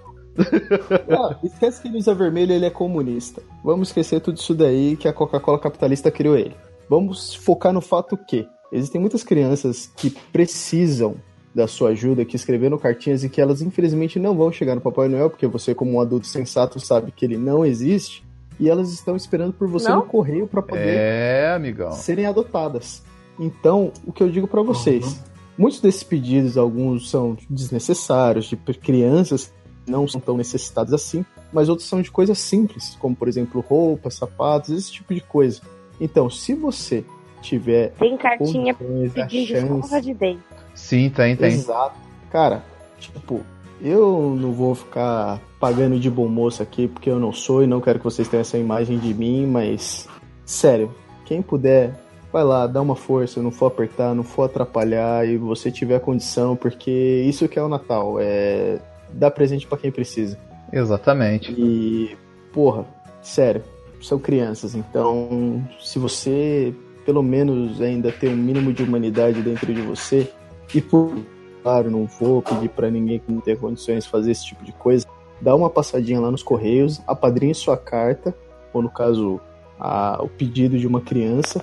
Não, esquece que ele usa vermelho, ele é comunista. Vamos esquecer tudo isso daí que a Coca-Cola capitalista criou ele. Vamos focar no fato que existem muitas crianças que precisam da sua ajuda, que escreveram cartinhas e que elas infelizmente não vão chegar no Papai Noel, porque você como um adulto sensato sabe que ele não existe, e elas estão esperando por você não? no correio para poder é, amigão. serem adotadas. Então, o que eu digo para vocês, uhum. muitos desses pedidos, alguns são desnecessários, de crianças não são tão necessitadas assim, mas outros são de coisas simples, como por exemplo roupas, sapatos, esse tipo de coisa. Então, se você tiver... Tem cartinha pedindo escova de dente. Sim, tem, tem. Exato. Cara, tipo, eu não vou ficar pagando de bom moço aqui, porque eu não sou e não quero que vocês tenham essa imagem de mim, mas, sério, quem puder, vai lá, dá uma força, não for apertar, não for atrapalhar e você tiver condição, porque isso que é o Natal, é dar presente pra quem precisa. Exatamente. E, porra, sério, são crianças, então se você pelo menos ainda tem um mínimo de humanidade dentro de você, e por claro, não vou pedir pra ninguém que não tenha condições de fazer esse tipo de coisa, dá uma passadinha lá nos Correios, apadrinhe sua carta, ou no caso a, o pedido de uma criança,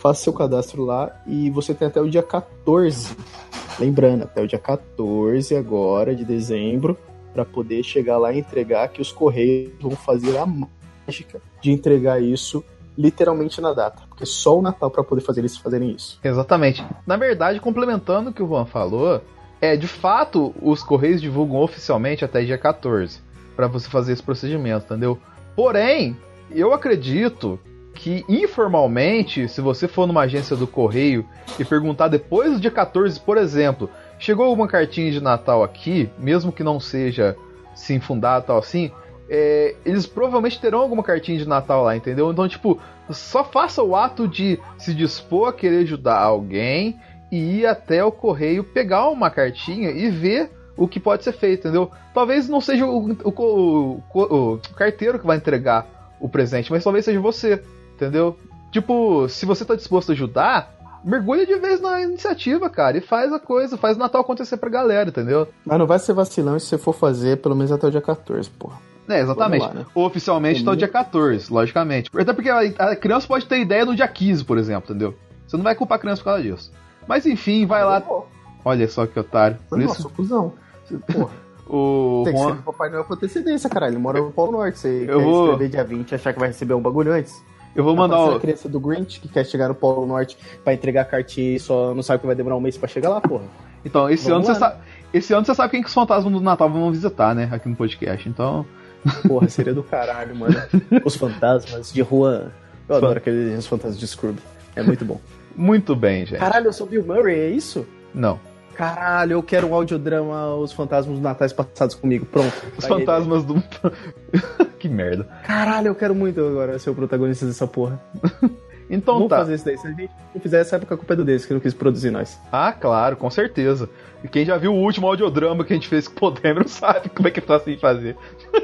faça seu cadastro lá e você tem até o dia quatorze. Lembrando, até o dia quatorze agora de dezembro, para poder chegar lá e entregar, que os Correios vão fazer a mágica de entregar isso literalmente na data. Porque só o Natal para poder fazer eles fazerem isso. Exatamente. Na verdade, complementando o que o Juan falou, é, de fato, os Correios divulgam oficialmente até dia quatorze para você fazer esse procedimento, entendeu? Porém, eu acredito que informalmente, se você for numa agência do Correio e perguntar depois do dia quatorze, por exemplo, chegou alguma cartinha de Natal aqui, mesmo que não seja sim fundada tal assim, é, eles provavelmente terão alguma cartinha de Natal lá, entendeu? Então, tipo, só faça o ato de se dispor a querer ajudar alguém e ir até o Correio pegar uma cartinha e ver o que pode ser feito, entendeu? Talvez não seja o, o, o, o, o carteiro que vai entregar o presente, mas talvez seja você, entendeu? Tipo, se você tá disposto a ajudar, mergulha de vez na iniciativa, cara, e faz a coisa, faz o Natal acontecer pra galera, entendeu? Mas não vai ser vacilão se você for fazer pelo menos até o dia quatorze, porra. É, exatamente. Lá, né? Oficialmente tá o dia quatorze, logicamente. Até porque a criança pode ter ideia no dia quinze, por exemplo, entendeu? Você não vai culpar a criança por causa disso. Mas enfim, vai lá. Olha só que otário. Por Nossa, isso... cuzão. Porra. O Tem que Juan... ser o Papai Noel com antecedência, caralho. Ele mora no Polo Norte. Você Eu quer vou... escrever dia vinte e achar que vai receber um bagulho antes? Eu vou mandar o... o... a criança do Grinch que quer chegar no Polo Norte pra entregar a cartinha e só não sabe que vai demorar um mês pra chegar lá, porra. Então, esse ano, lá, você né? sabe... esse ano você sabe quem que os fantasmas do Natal vão visitar, né? Aqui no podcast, então... Porra, seria do caralho, mano. Os fantasmas de Juan. Eu adoro aqueles fantasmas de Scrooge. É muito bom. Muito bem, gente. Caralho, eu sou Bill Murray, é isso? Não. Caralho, eu quero um audiodrama Os Fantasmas dos Natais Passados comigo. Pronto. Os fantasmas do... Que merda. Caralho, eu quero muito agora ser o protagonista dessa porra. Então Vamos tá. fazer isso daí. Se a gente não fizer essa época, a culpa é do deles, que não quis produzir nós. Ah, claro, com certeza. E quem já viu o último audiodrama que a gente fez com o Podemir sabe como é que tá assim fazer.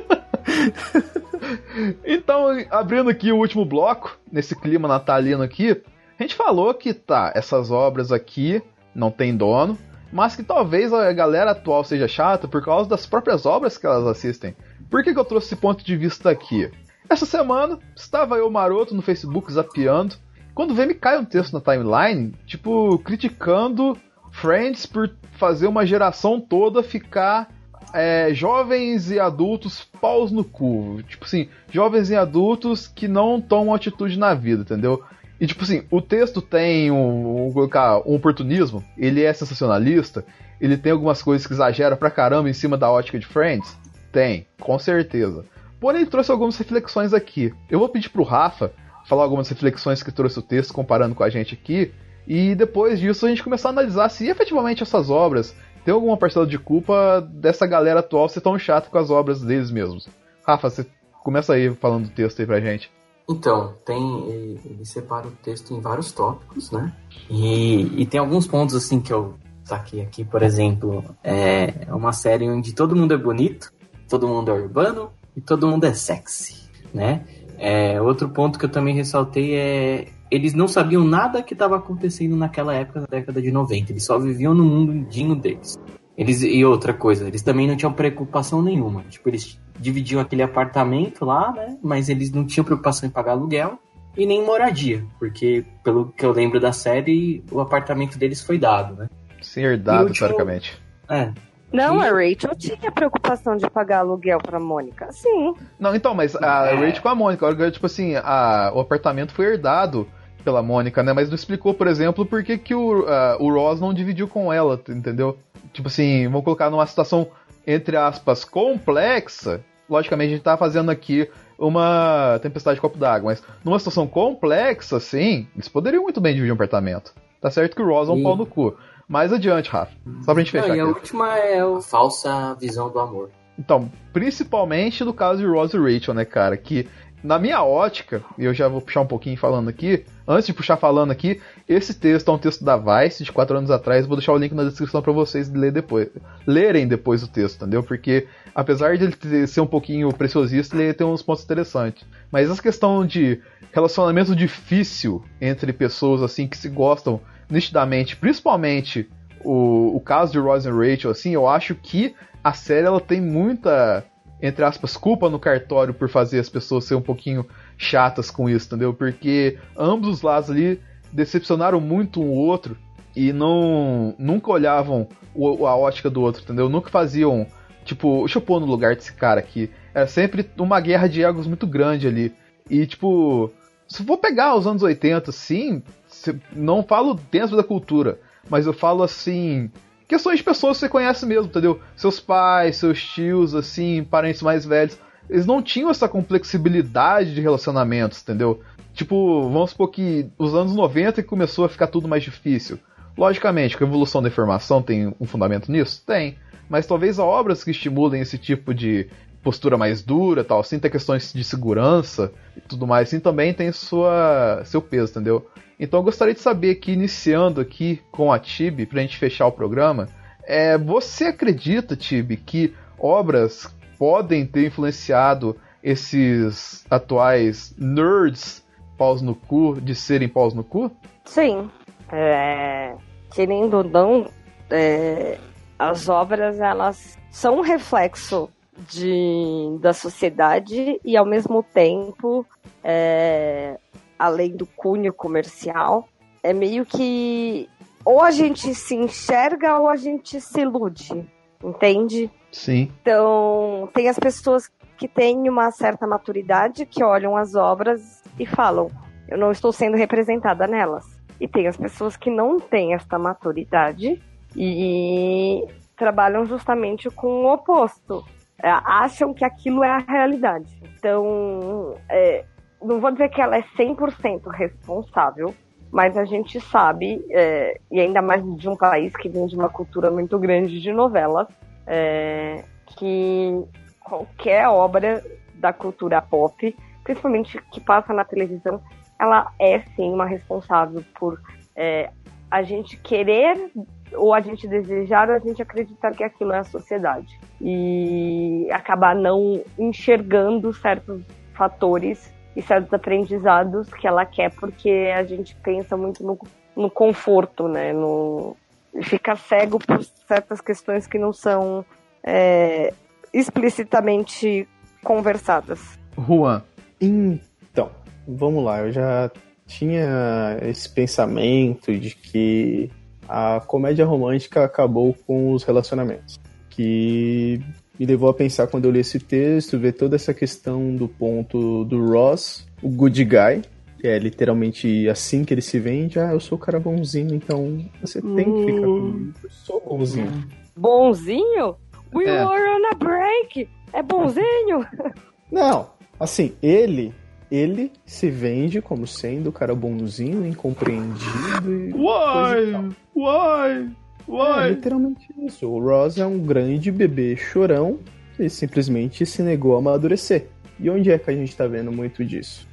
Então, abrindo aqui o último bloco, nesse clima natalino aqui, a gente falou que tá, essas obras aqui não tem dono, mas que talvez a galera atual seja chata por causa das próprias obras que elas assistem. Por que que eu trouxe esse ponto de vista aqui? Essa semana, estava eu maroto no Facebook zapeando, quando vem me cai um texto na timeline, tipo, criticando Friends por fazer uma geração toda ficar é, jovens e adultos paus no cu. Tipo assim, jovens e adultos que não tomam atitude na vida, entendeu? E tipo assim, o texto tem um, um, um oportunismo, ele é sensacionalista, ele tem algumas coisas que exageram pra caramba em cima da ótica de Friends? Tem, com certeza. Porém, ele trouxe algumas reflexões aqui. Eu vou pedir pro Rafa falar algumas reflexões que trouxe o texto comparando com a gente aqui, e depois disso a gente começar a analisar se efetivamente essas obras tem alguma parcela de culpa dessa galera atual ser tão chata com as obras deles mesmos. Rafa, você começa aí falando do texto aí pra gente. Então, tem, ele separa o texto em vários tópicos, né? E, e tem alguns pontos assim que eu saquei aqui, por exemplo, é uma série onde todo mundo é bonito, todo mundo é urbano e todo mundo é sexy, né? É, outro ponto que eu também ressaltei é eles não sabiam nada que estava acontecendo naquela época, na década de noventa. Eles só viviam no mundinho deles. Eles, e outra coisa, eles também não tinham preocupação nenhuma. Tipo, eles dividiam aquele apartamento lá, né? Mas eles não tinham preocupação em pagar aluguel e nem moradia. Porque, pelo que eu lembro da série, o apartamento deles foi dado, né? Sim, herdado, último... teoricamente. É. Não, e... a Rachel tinha preocupação de pagar aluguel pra Mônica. Sim. Não, então, mas a É. Rachel com a Mônica, tipo assim, a, o apartamento foi herdado pela Mônica, né? Mas não explicou, por exemplo, por que, que o, uh, o Ross não dividiu com ela, entendeu? Tipo assim, vamos colocar numa situação, entre aspas, complexa. Logicamente, a gente tá fazendo aqui uma tempestade de copo d'água, mas numa situação complexa, assim, eles poderiam muito bem dividir um apartamento. Tá certo que o Ross é um E- pau no cu. Mais adiante, Rafa. Só pra gente fechar Não, e a aqui. última é a falsa visão do amor. Então, principalmente no caso de Ross e Rachel, né, cara? Que, na minha ótica, e eu já vou puxar um pouquinho falando aqui, antes de puxar falando aqui, esse texto é um texto da Vice, de quatro anos atrás, vou deixar o link na descrição pra vocês ler depois, lerem depois o texto, entendeu? Porque, apesar de ele ter- ser um pouquinho preciosista, ele tem uns pontos interessantes. Mas essa questão de relacionamento difícil entre pessoas, assim, que se gostam nitidamente, principalmente o, o caso de Ross e Rachel, assim, eu acho que a série ela tem muita, entre aspas, culpa no cartório por fazer as pessoas serem um pouquinho chatas com isso, entendeu? Porque ambos os lados ali decepcionaram muito um outro e não nunca olhavam o, a ótica do outro, entendeu? Nunca faziam, tipo, deixa eu pôr no lugar desse cara aqui. Era sempre uma guerra de egos muito grande ali. E, tipo, se for pegar os anos oitenta, sim, não falo dentro da cultura, mas eu falo, assim, questões de pessoas que você conhece mesmo, entendeu? Seus pais, seus tios, assim, parentes mais velhos, eles não tinham essa complexibilidade de relacionamentos, entendeu? Tipo, vamos supor que os anos noventa que começou a ficar tudo mais difícil. Logicamente, que a evolução da informação tem um fundamento nisso? Tem. Mas talvez há obras que estimulem esse tipo de postura mais dura, tal, assim, tem questões de segurança e tudo mais, assim, também tem sua, seu peso, entendeu? Então eu gostaria de saber aqui, iniciando aqui com a Tibi, pra gente fechar o programa, é, você acredita, Tibi, que obras podem ter influenciado esses atuais nerds paus no cu de serem paus no cu? Sim. É, querendo ou não, é, as obras, elas são um reflexo de, da sociedade e, ao mesmo tempo, é, além do cunho comercial, é meio que ou a gente se enxerga ou a gente se ilude, entende? Sim. Então, tem as pessoas que têm uma certa maturidade, que olham as obras e falam, eu não estou sendo representada nelas. E tem as pessoas que não têm essa maturidade e trabalham justamente com o oposto. É, acham que aquilo é a realidade. Então, é, não vou dizer que ela é cem por cento responsável, mas a gente sabe, é, e ainda mais de um país que vem de uma cultura muito grande de novelas, é, que qualquer obra da cultura pop, principalmente que passa na televisão, ela é sim uma responsável por é, a gente querer ou a gente desejar ou a gente acreditar que aquilo é a sociedade e acabar não enxergando certos fatores e certos aprendizados que ela quer, porque a gente pensa muito no, no conforto, né? No, fica cego por certas questões que não são é, explicitamente conversadas. Juan. Então, vamos lá, eu já tinha esse pensamento de que a comédia romântica acabou com os relacionamentos, que me levou a pensar quando eu li esse texto, ver toda essa questão do ponto do Ross, o good guy, que é literalmente assim que ele se vende, ah, eu sou o cara bonzinho, então você tem que ficar comigo, eu sou bonzinho. Bonzinho? We É. were on a break! É bonzinho? Não, assim, ele... Ele se vende como sendo o cara bonzinho, incompreendido e coisa e tal. Why? Why? É literalmente isso. O Ross é um grande bebê chorão que simplesmente se negou a amadurecer. E onde é que a gente tá vendo muito disso?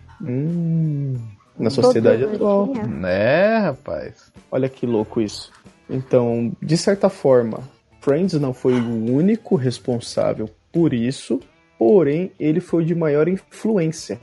Hum, na sociedade atual. Né, rapaz? Olha que louco isso. Então, de certa forma, Friends não foi o único responsável por isso, porém, ele foi o de maior influência.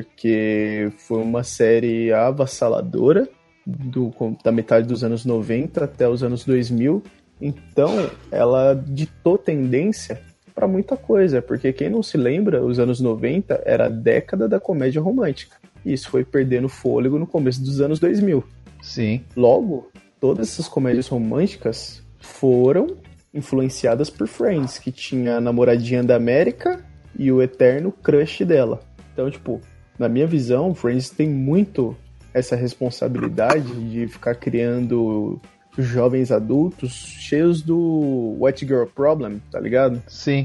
Porque foi uma série avassaladora do, da metade dos anos noventa até os anos dois mil. Então, ela ditou tendência para muita coisa. Porque quem não se lembra, os anos noventa era a década da comédia romântica. E isso foi perdendo fôlego no começo dos anos dois mil. Sim. Logo, todas essas comédias românticas foram influenciadas por Friends, que tinha a namoradinha da América e o eterno crush dela. Então, tipo... Na minha visão, Friends tem muito essa responsabilidade de ficar criando jovens adultos cheios do White Girl Problem, tá ligado? Sim.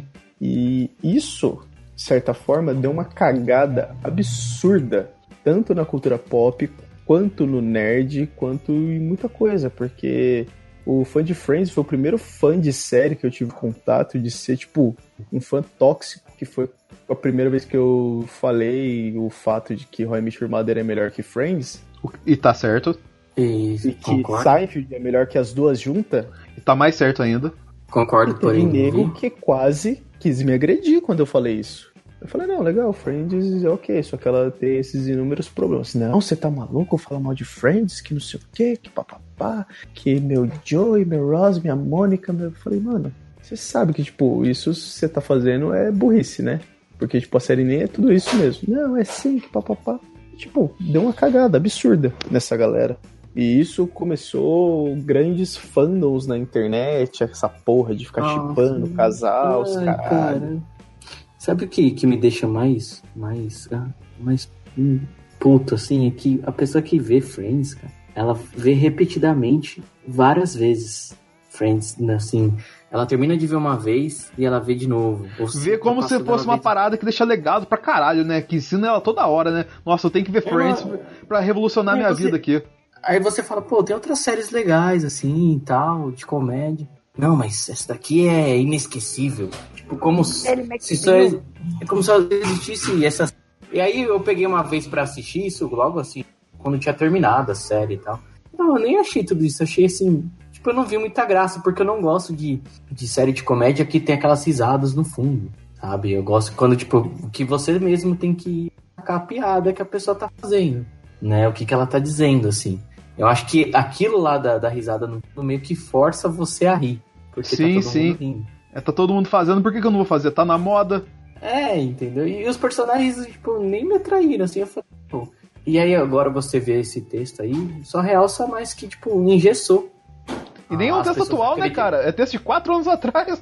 E isso, de certa forma, deu uma cagada absurda, tanto na cultura pop, quanto no nerd, quanto em muita coisa, porque o fã de Friends foi o primeiro fã de série que eu tive contato de ser, tipo, um fã tóxico, que foi a primeira vez que eu falei o fato de que How I Met Your Mother é melhor que Friends. E tá certo. E, e que concordo. Seinfeld é melhor que as duas juntas. E tá mais certo ainda. Concordo, e porém. Teve nego que quase quis me agredir quando eu falei isso. Eu falei, não, legal, Friends é ok, só que ela tem esses inúmeros problemas. Não, você tá maluco? Falar mal de Friends, que não sei o quê, que papapá, que meu Joey, meu Ross, minha Mônica, meu... Eu falei, mano, você sabe que, tipo, isso que você tá fazendo é burrice, né? Porque, tipo, a série nem é tudo isso mesmo. Não, é sim, que papapá. Tipo, deu uma cagada absurda nessa galera. E isso começou grandes fandoms na internet, essa porra de ficar chipando o casal, os caralho. Cara. Sabe o que, que me deixa mais, mais, mais hum, puto, assim? É que a pessoa que vê Friends, cara, ela vê repetidamente, várias vezes, Friends, assim... Ela termina de ver uma vez e ela vê de novo. Vê como se fosse uma vez... parada que deixa legado pra caralho, né? Que ensina ela toda hora, né? Nossa, eu tenho que ver Friends ela... pra revolucionar minha você... vida aqui. Aí você fala, pô, tem outras séries legais, assim, e tal, de comédia. Não, mas essa daqui é inesquecível. Tipo, como se, se só... É como se só existisse essa... E aí eu peguei uma vez pra assistir isso, logo assim, quando tinha terminado a série e tal. Não, eu nem achei tudo isso, achei assim... Eu não vi muita graça, porque eu não gosto de, de série de comédia que tem aquelas risadas no fundo, sabe? Eu gosto quando, tipo, que você mesmo tem que sacar a piada que a pessoa tá fazendo, né? O que que ela tá dizendo, assim. Eu acho que aquilo lá da, da risada no fundo meio que força você a rir. Porque sim, tá todo sim. mundo rindo. É, tá todo mundo fazendo, por que que eu não vou fazer? Tá na moda. É, entendeu? E os personagens, tipo, nem me atraíram, assim, eu falei, pô. E aí agora você vê esse texto aí, só realça mais que, tipo, engessou. E nem ah, é um texto atual, acreditam. Né, cara? É texto de quatro anos atrás.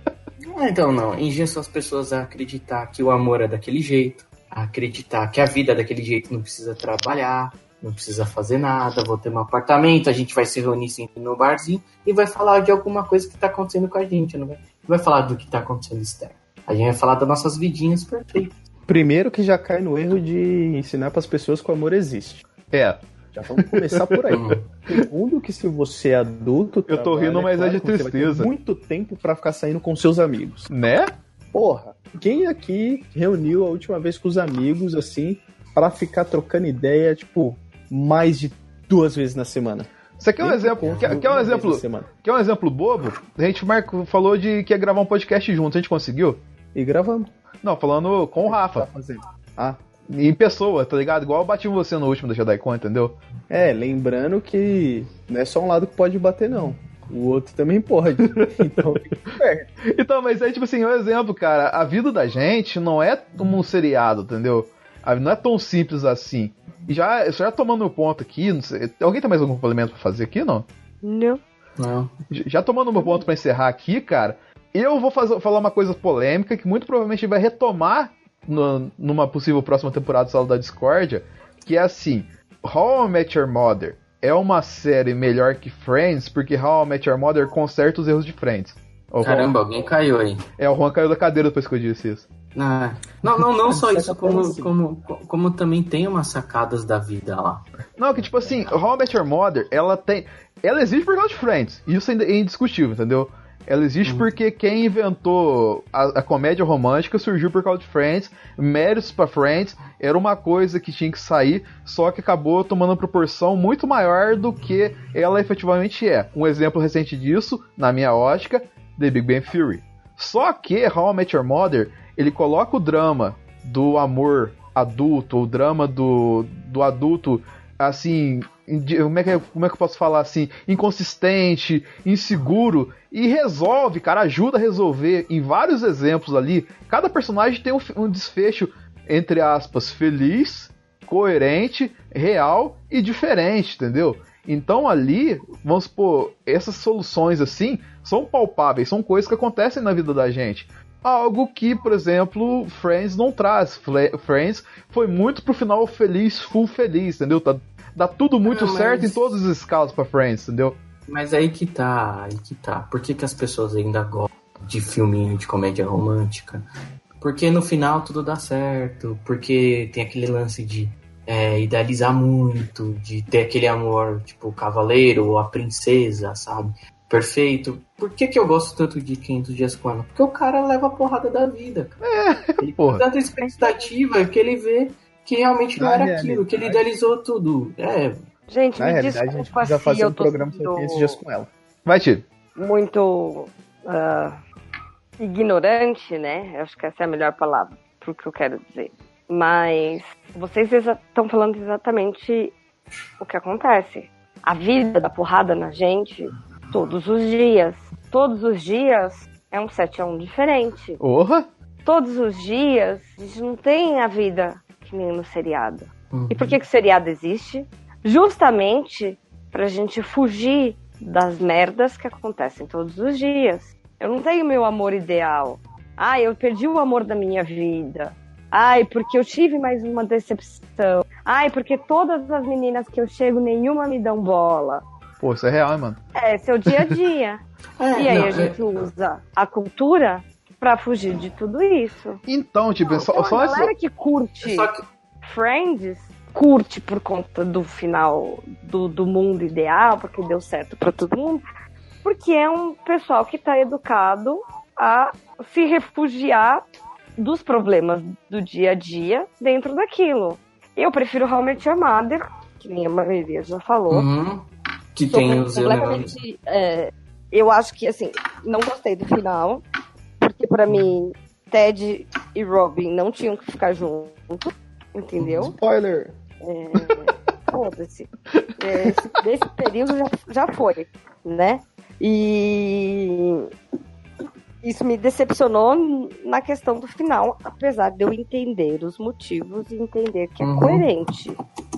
Ah, então não. Engessou as pessoas a acreditar que o amor é daquele jeito, a acreditar que a vida é daquele jeito, não precisa trabalhar, não precisa fazer nada, vou ter um apartamento, a gente vai se reunir sempre no barzinho e vai falar de alguma coisa que tá acontecendo com a gente, não vai, não vai falar do que tá acontecendo externo. A gente vai falar das nossas vidinhas perfeitas. Primeiro que já cai no erro de ensinar pras pessoas que o amor existe. É. Já vamos começar por aí. Segundo que se você é adulto... Eu tô rindo, mas é, claro, é de tristeza. Você vai ter muito tempo pra ficar saindo com seus amigos. Né? Porra, quem aqui reuniu a última vez com os amigos, assim, pra ficar trocando ideia, tipo, mais de duas vezes na semana? Você quer um Bem exemplo? Quer, quer um exemplo? Quer um exemplo bobo? A gente, Marco, falou de que ia gravar um podcast junto. A gente conseguiu? E gravamos. Não, falando com o Rafa. Tá fazendo. Ah, em pessoa, tá ligado? Igual eu bati em você no último da JediCon, entendeu? É, lembrando que não é só um lado que pode bater, não. O outro também pode. Então, é. Então, mas aí, tipo assim, um exemplo, cara. A vida da gente não é como um seriado, entendeu? Não é tão simples assim. E já, já tomando um ponto aqui, não sei, alguém tem mais algum complemento pra fazer aqui, não? Não. Não. Já tomando um ponto pra encerrar aqui, cara, eu vou fazer, falar uma coisa polêmica que muito provavelmente vai retomar no, numa possível próxima temporada do Sala da Discórdia, que é assim, How I Met Your Mother é uma série melhor que Friends, porque How I Met Your Mother conserta os erros de Friends. Caramba, alguém caiu aí. É, o Juan caiu da cadeira depois que eu disse isso. Ah, não, não, não só isso, como, como, como também tem umas sacadas da vida lá. Não, que tipo assim, How I Met Your Mother, ela tem... Ela existe por causa de Friends, isso é indiscutível, entendeu? Ela existe hum. porque quem inventou a, a comédia romântica surgiu por causa de Friends, méritos pra Friends, era uma coisa que tinha que sair, só que acabou tomando uma proporção muito maior do que ela efetivamente é. Um exemplo recente disso, na minha ótica, The Big Bang Theory. Só que How I Met Your Mother, ele coloca o drama do amor adulto, o drama do, do adulto, assim, como é, que, como é que eu posso falar assim, inconsistente, inseguro, e resolve, cara, ajuda a resolver em vários exemplos ali. Cada personagem tem um, um desfecho, entre aspas, feliz, coerente, real e diferente, entendeu? Então ali, vamos supor, essas soluções assim são palpáveis, são coisas que acontecem na vida da gente. Algo que, por exemplo, Friends não traz. Friends foi muito pro final feliz, full feliz, entendeu? Tá, dá tudo muito não, certo mas... em todas as escalas pra Friends, entendeu? Mas aí que tá, aí que tá. Por que que as pessoas ainda gostam de filminho de comédia romântica? Porque no final tudo dá certo, porque tem aquele lance de é, idealizar muito, de ter aquele amor, tipo, o cavaleiro ou a princesa, sabe? Perfeito. Por que que eu gosto tanto de quinhentos Dias com Ela? Porque o cara leva a porrada da vida, cara. É, ele porra. tem tanta expectativa que ele vê que realmente não era aquilo, que ele idealizou tudo. É. Gente, na me realidade, desculpa, a gente precisa fazer eu um tô programa sobre quinhentos Dias com Ela. Vai, Tio. Muito uh, ignorante, né? Acho que essa é a melhor palavra pro que eu quero dizer. Mas vocês estão falando exatamente o que acontece. A vida dá porrada na gente todos os dias. Todos os dias é um sete a um diferente. Porra! Todos os dias a gente não tem a vida que nem no seriado. Uhum. E por que que o seriado existe? Justamente pra gente fugir das merdas que acontecem todos os dias. Eu não tenho meu amor ideal. Ai, eu perdi o amor da minha vida. Ai, porque eu tive mais uma decepção. Ai, porque todas as meninas que eu chego, nenhuma me dão bola. Pô, isso é real, hein, mano? É, seu dia a dia. É, e aí não, a gente é... usa a cultura pra fugir de tudo isso. Então, tipo, não, só, então só a galera essa... que curte Só que... Friends, curte por conta do final do, do mundo ideal, porque deu certo pra todo mundo, porque é um pessoal que tá educado a se refugiar dos problemas do dia a dia dentro daquilo. Eu prefiro How I Met Your Mother, que nem a maioria já falou. Uhum. Que Sou tem os completamente, é, eu acho que, assim, não gostei do final, porque pra mim, Ted e Robin não tinham que ficar juntos, entendeu? Spoiler! É, foda-se. É, esse, esse período já, já foi, né? E isso me decepcionou na questão do final, apesar de eu entender os motivos e entender que é Uhum. coerente.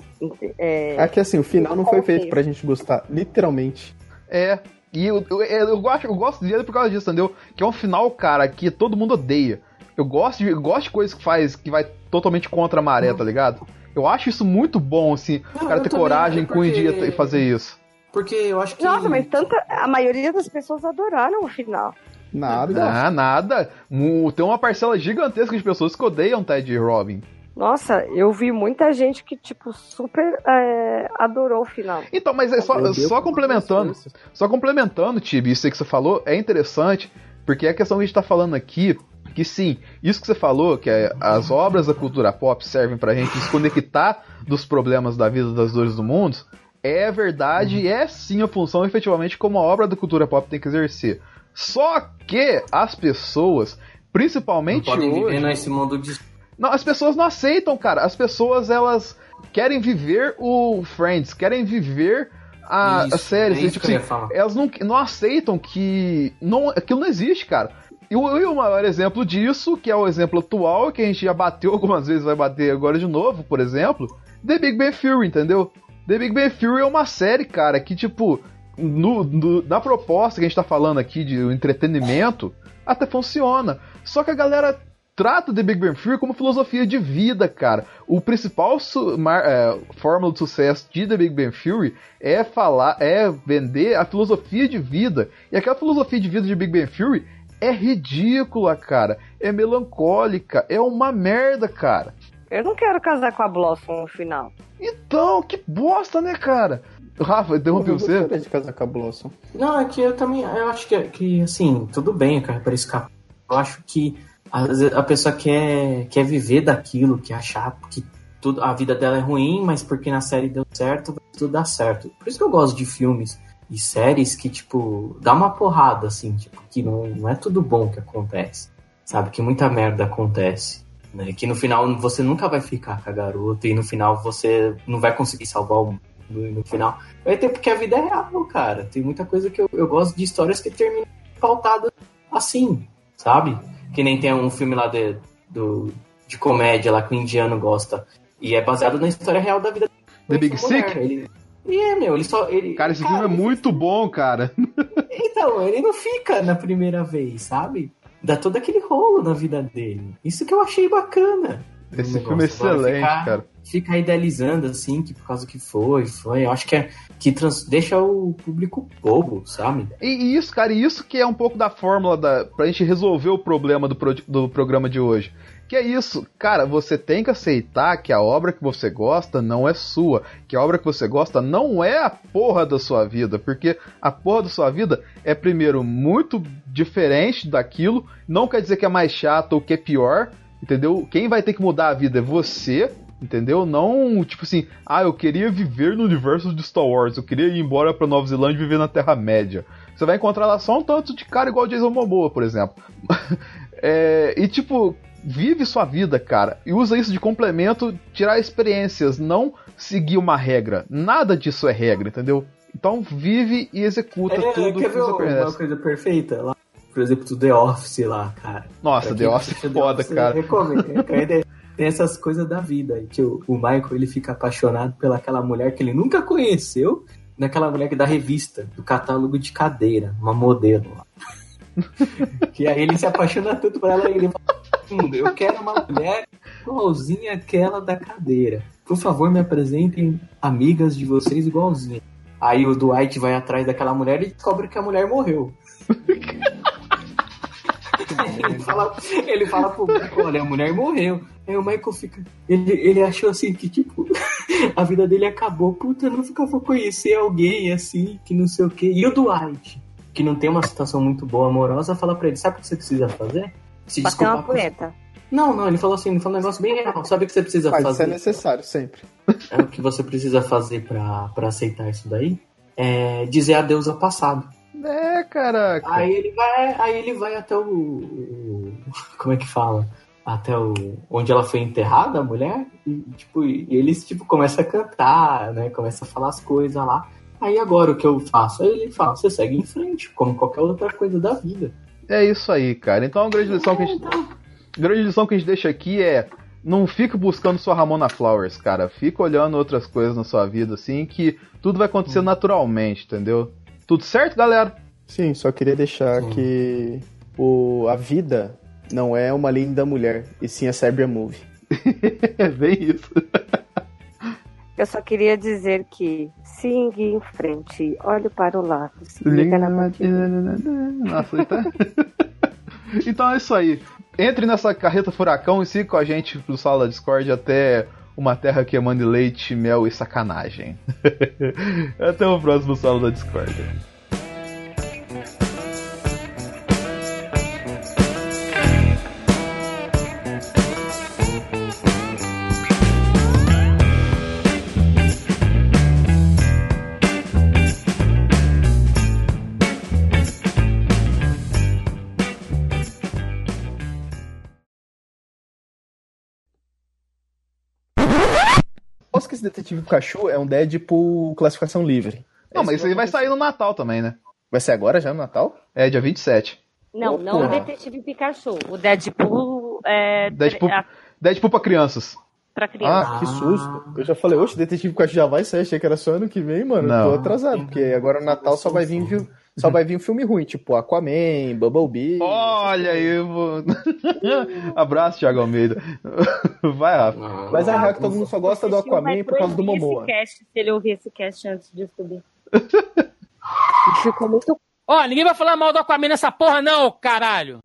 É, Aqui assim, o final não foi contexto. feito pra gente gostar, literalmente. É, e eu, eu, eu, gosto, eu gosto dele por causa disso, entendeu? Que é um final, cara, que todo mundo odeia. Eu gosto de, eu gosto de coisas que faz, que vai totalmente contra a maré, tá ligado? Eu acho isso muito bom, assim, Não, o cara eu ter também, coragem é com o dia porque- e fazer isso. Porque eu acho que... Nossa, mas tanta, a maioria das pessoas adoraram o final. Nada. Ah, nada. Mu- Tem uma parcela gigantesca de pessoas que odeiam Ted e Robin. Nossa, eu vi muita gente que, tipo, super é, adorou o final. Então, mas é só, só complementando, só complementando, Tibi, isso aí que você falou, é interessante, porque é a questão que a gente tá falando aqui, que sim, isso que você falou, que é, as obras da cultura pop servem pra gente desconectar dos problemas da vida, das dores do mundo, é verdade, e é sim a função, efetivamente, como a obra da cultura pop tem que exercer. Só que as pessoas, principalmente Não podem hoje... viver nesse mundo de... Não, as pessoas não aceitam, cara. As pessoas, elas querem viver o Friends, querem viver a, Isso, a série. é assim, isso tipo que eu ia assim, falar. elas não, não aceitam que não, aquilo não existe, cara. E o, e o maior exemplo disso, que é o exemplo atual, que a gente já bateu algumas vezes, vai bater agora de novo, por exemplo, The Big Bang Theory, entendeu? The Big Bang Theory é uma série, cara, que tipo, no, no, na proposta que a gente tá falando aqui de entretenimento, até funciona. Só que a galera trata The Big Bang Theory como filosofia de vida, cara. O principal su- mar- é, fórmula de sucesso de The Big Bang Theory é falar, é vender a filosofia de vida. E aquela filosofia de vida de Big Bang Theory é ridícula, cara. É melancólica, é uma merda, cara. Eu não quero casar com a Blossom no final. Então, que bosta, né, cara? Rafa, interrompi Eu você? gostaria de casar com a Blossom. Não, é que eu também, eu acho que, que assim, tudo bem, cara, para escapar. Eu acho que a, a pessoa quer, quer viver daquilo, quer achar que tudo, a vida dela é ruim, mas porque na série deu certo, vai tudo dar certo. Por isso que eu gosto de filmes e séries que, tipo, dá uma porrada, assim, tipo, que não, não é tudo bom que acontece, sabe? Que muita merda acontece, né? Que no final você nunca vai ficar com a garota e no final você não vai conseguir salvar o mundo. No final vai ter, porque a vida é real, cara. Tem muita coisa que eu, eu gosto de histórias que terminam pautadas assim, sabe? Que nem tem um filme lá de, do, de comédia lá que o indiano gosta e é baseado na história real da vida The Big mulher. Sick? Ele, e é, meu, ele só... Ele, Cara, esse cara, filme é muito bom, cara. Então, ele não fica na primeira vez, sabe? Dá todo aquele rolo na vida dele. Isso que eu achei bacana. Esse Um filme é negócio. Agora, excelente, ficar, cara. Ficar idealizando, assim, que por causa que foi, foi. Eu acho que, é, que trans, deixa o público bobo, sabe? E e isso, cara, e isso que é um pouco da fórmula da, pra gente resolver o problema do, pro, do programa de hoje. Que é isso, cara, você tem que aceitar que a obra que você gosta não é sua. Que a obra que você gosta não é a porra da sua vida. Porque a porra da sua vida é, primeiro, muito diferente daquilo. Não quer dizer que é mais chato ou que é pior, entendeu? Quem vai ter que mudar a vida é você, entendeu? Não, tipo assim, ah, eu queria viver no universo de Star Wars, eu queria ir embora pra Nova Zelândia e viver na Terra-média. Você vai encontrar lá só um tanto de cara igual o Jason Momoa, por exemplo. é, e tipo, vive sua vida, cara, e usa isso de complemento, tirar experiências, não seguir uma regra. Nada disso é regra, entendeu? Então vive e executa É, tudo quer que ver você uma conhece. coisa perfeita? Lá, por exemplo, do The Office lá, cara. Nossa, Pra The quem Office é assiste foda, Office, cara. eu recomendo. Tem- Tem essas coisas da vida, que o, o Michael ele fica apaixonado pelaquela mulher que ele nunca conheceu, naquela mulher que dá revista, do catálogo de cadeira, uma modelo lá. Que aí ele se apaixona tanto por ela e ele fala, eu quero uma mulher igualzinha àquela da cadeira. Por favor, me apresentem amigas de vocês igualzinha. Aí o Dwight vai atrás daquela mulher e descobre que a mulher morreu. ele, fala, ele fala pro Michael, olha, a mulher morreu. Aí o Michael fica... Ele, ele achou assim que, tipo, a vida dele acabou. Puta, eu nunca vou conhecer alguém assim, que não sei o quê. E o Dwight, que não tem uma situação muito boa amorosa, fala pra ele, sabe o que você precisa fazer? Se Bater uma desculpar. punheta. Não, não, ele falou assim, ele falou um negócio bem real. Sabe o que você precisa Mas fazer? isso é necessário, sempre. É, o que você precisa fazer pra, pra aceitar isso daí é dizer adeus ao passado. É, caraca. Aí ele vai, aí ele vai até o, o... Como é que fala? Até o... Onde ela foi enterrada, a mulher. E, tipo, e eles tipo, começam a cantar, né? Começam a falar as coisas lá. Aí agora o que eu faço? Aí ele fala, você segue em frente, como qualquer outra coisa da vida. É isso aí, cara. Então a grande lição que a gente... A grande lição que a gente deixa aqui é: não fique buscando sua Ramona Flowers, cara. Fica olhando outras coisas na sua vida, assim, que tudo vai acontecer naturalmente, entendeu? Tudo certo, galera? Sim, só queria deixar Sim. que o, a vida não é uma linda mulher, e sim a Cyber Movie. É bem isso. Eu só queria dizer que siga em frente, olhe para o lado, se liga na batida. Nossa, tá... Então é isso aí. Entre nessa carreta furacão e siga com a gente pro Sala da Discord até uma terra que emane leite, mel e sacanagem. Até o próximo Sala da Discord. Posso que esse Detetive Pikachu é um Deadpool classificação livre. Não, mas isso aí vai sair no Natal também, né? Vai ser agora já no Natal? É, dia vinte e sete. Não, Oh, não porra. o Detetive Pikachu. O Deadpool é Deadpool, é Deadpool pra crianças. pra criança. Ah, que susto. Eu já falei, oxe, Detetive Pikachu já vai sair, achei que era só ano que vem, mano. Não. Eu tô atrasado, porque agora no Natal só vai vir, viu? Só vai vir um filme ruim, tipo Aquaman, Bumblebee. Olha aí, eu vou... Abraço, Thiago Almeida. Vai, Rafa. Mas a real é que todo mundo só gosta do O Chico vai Aquaman por causa do proibir Momoa. Esse cast, se ele ouvir esse cast antes de subir. Ficou muito. Ó, ninguém vai falar mal do Aquaman nessa porra não, caralho.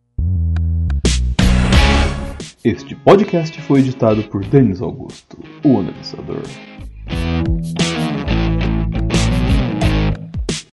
Este podcast foi editado por Denis Augusto, o analisador.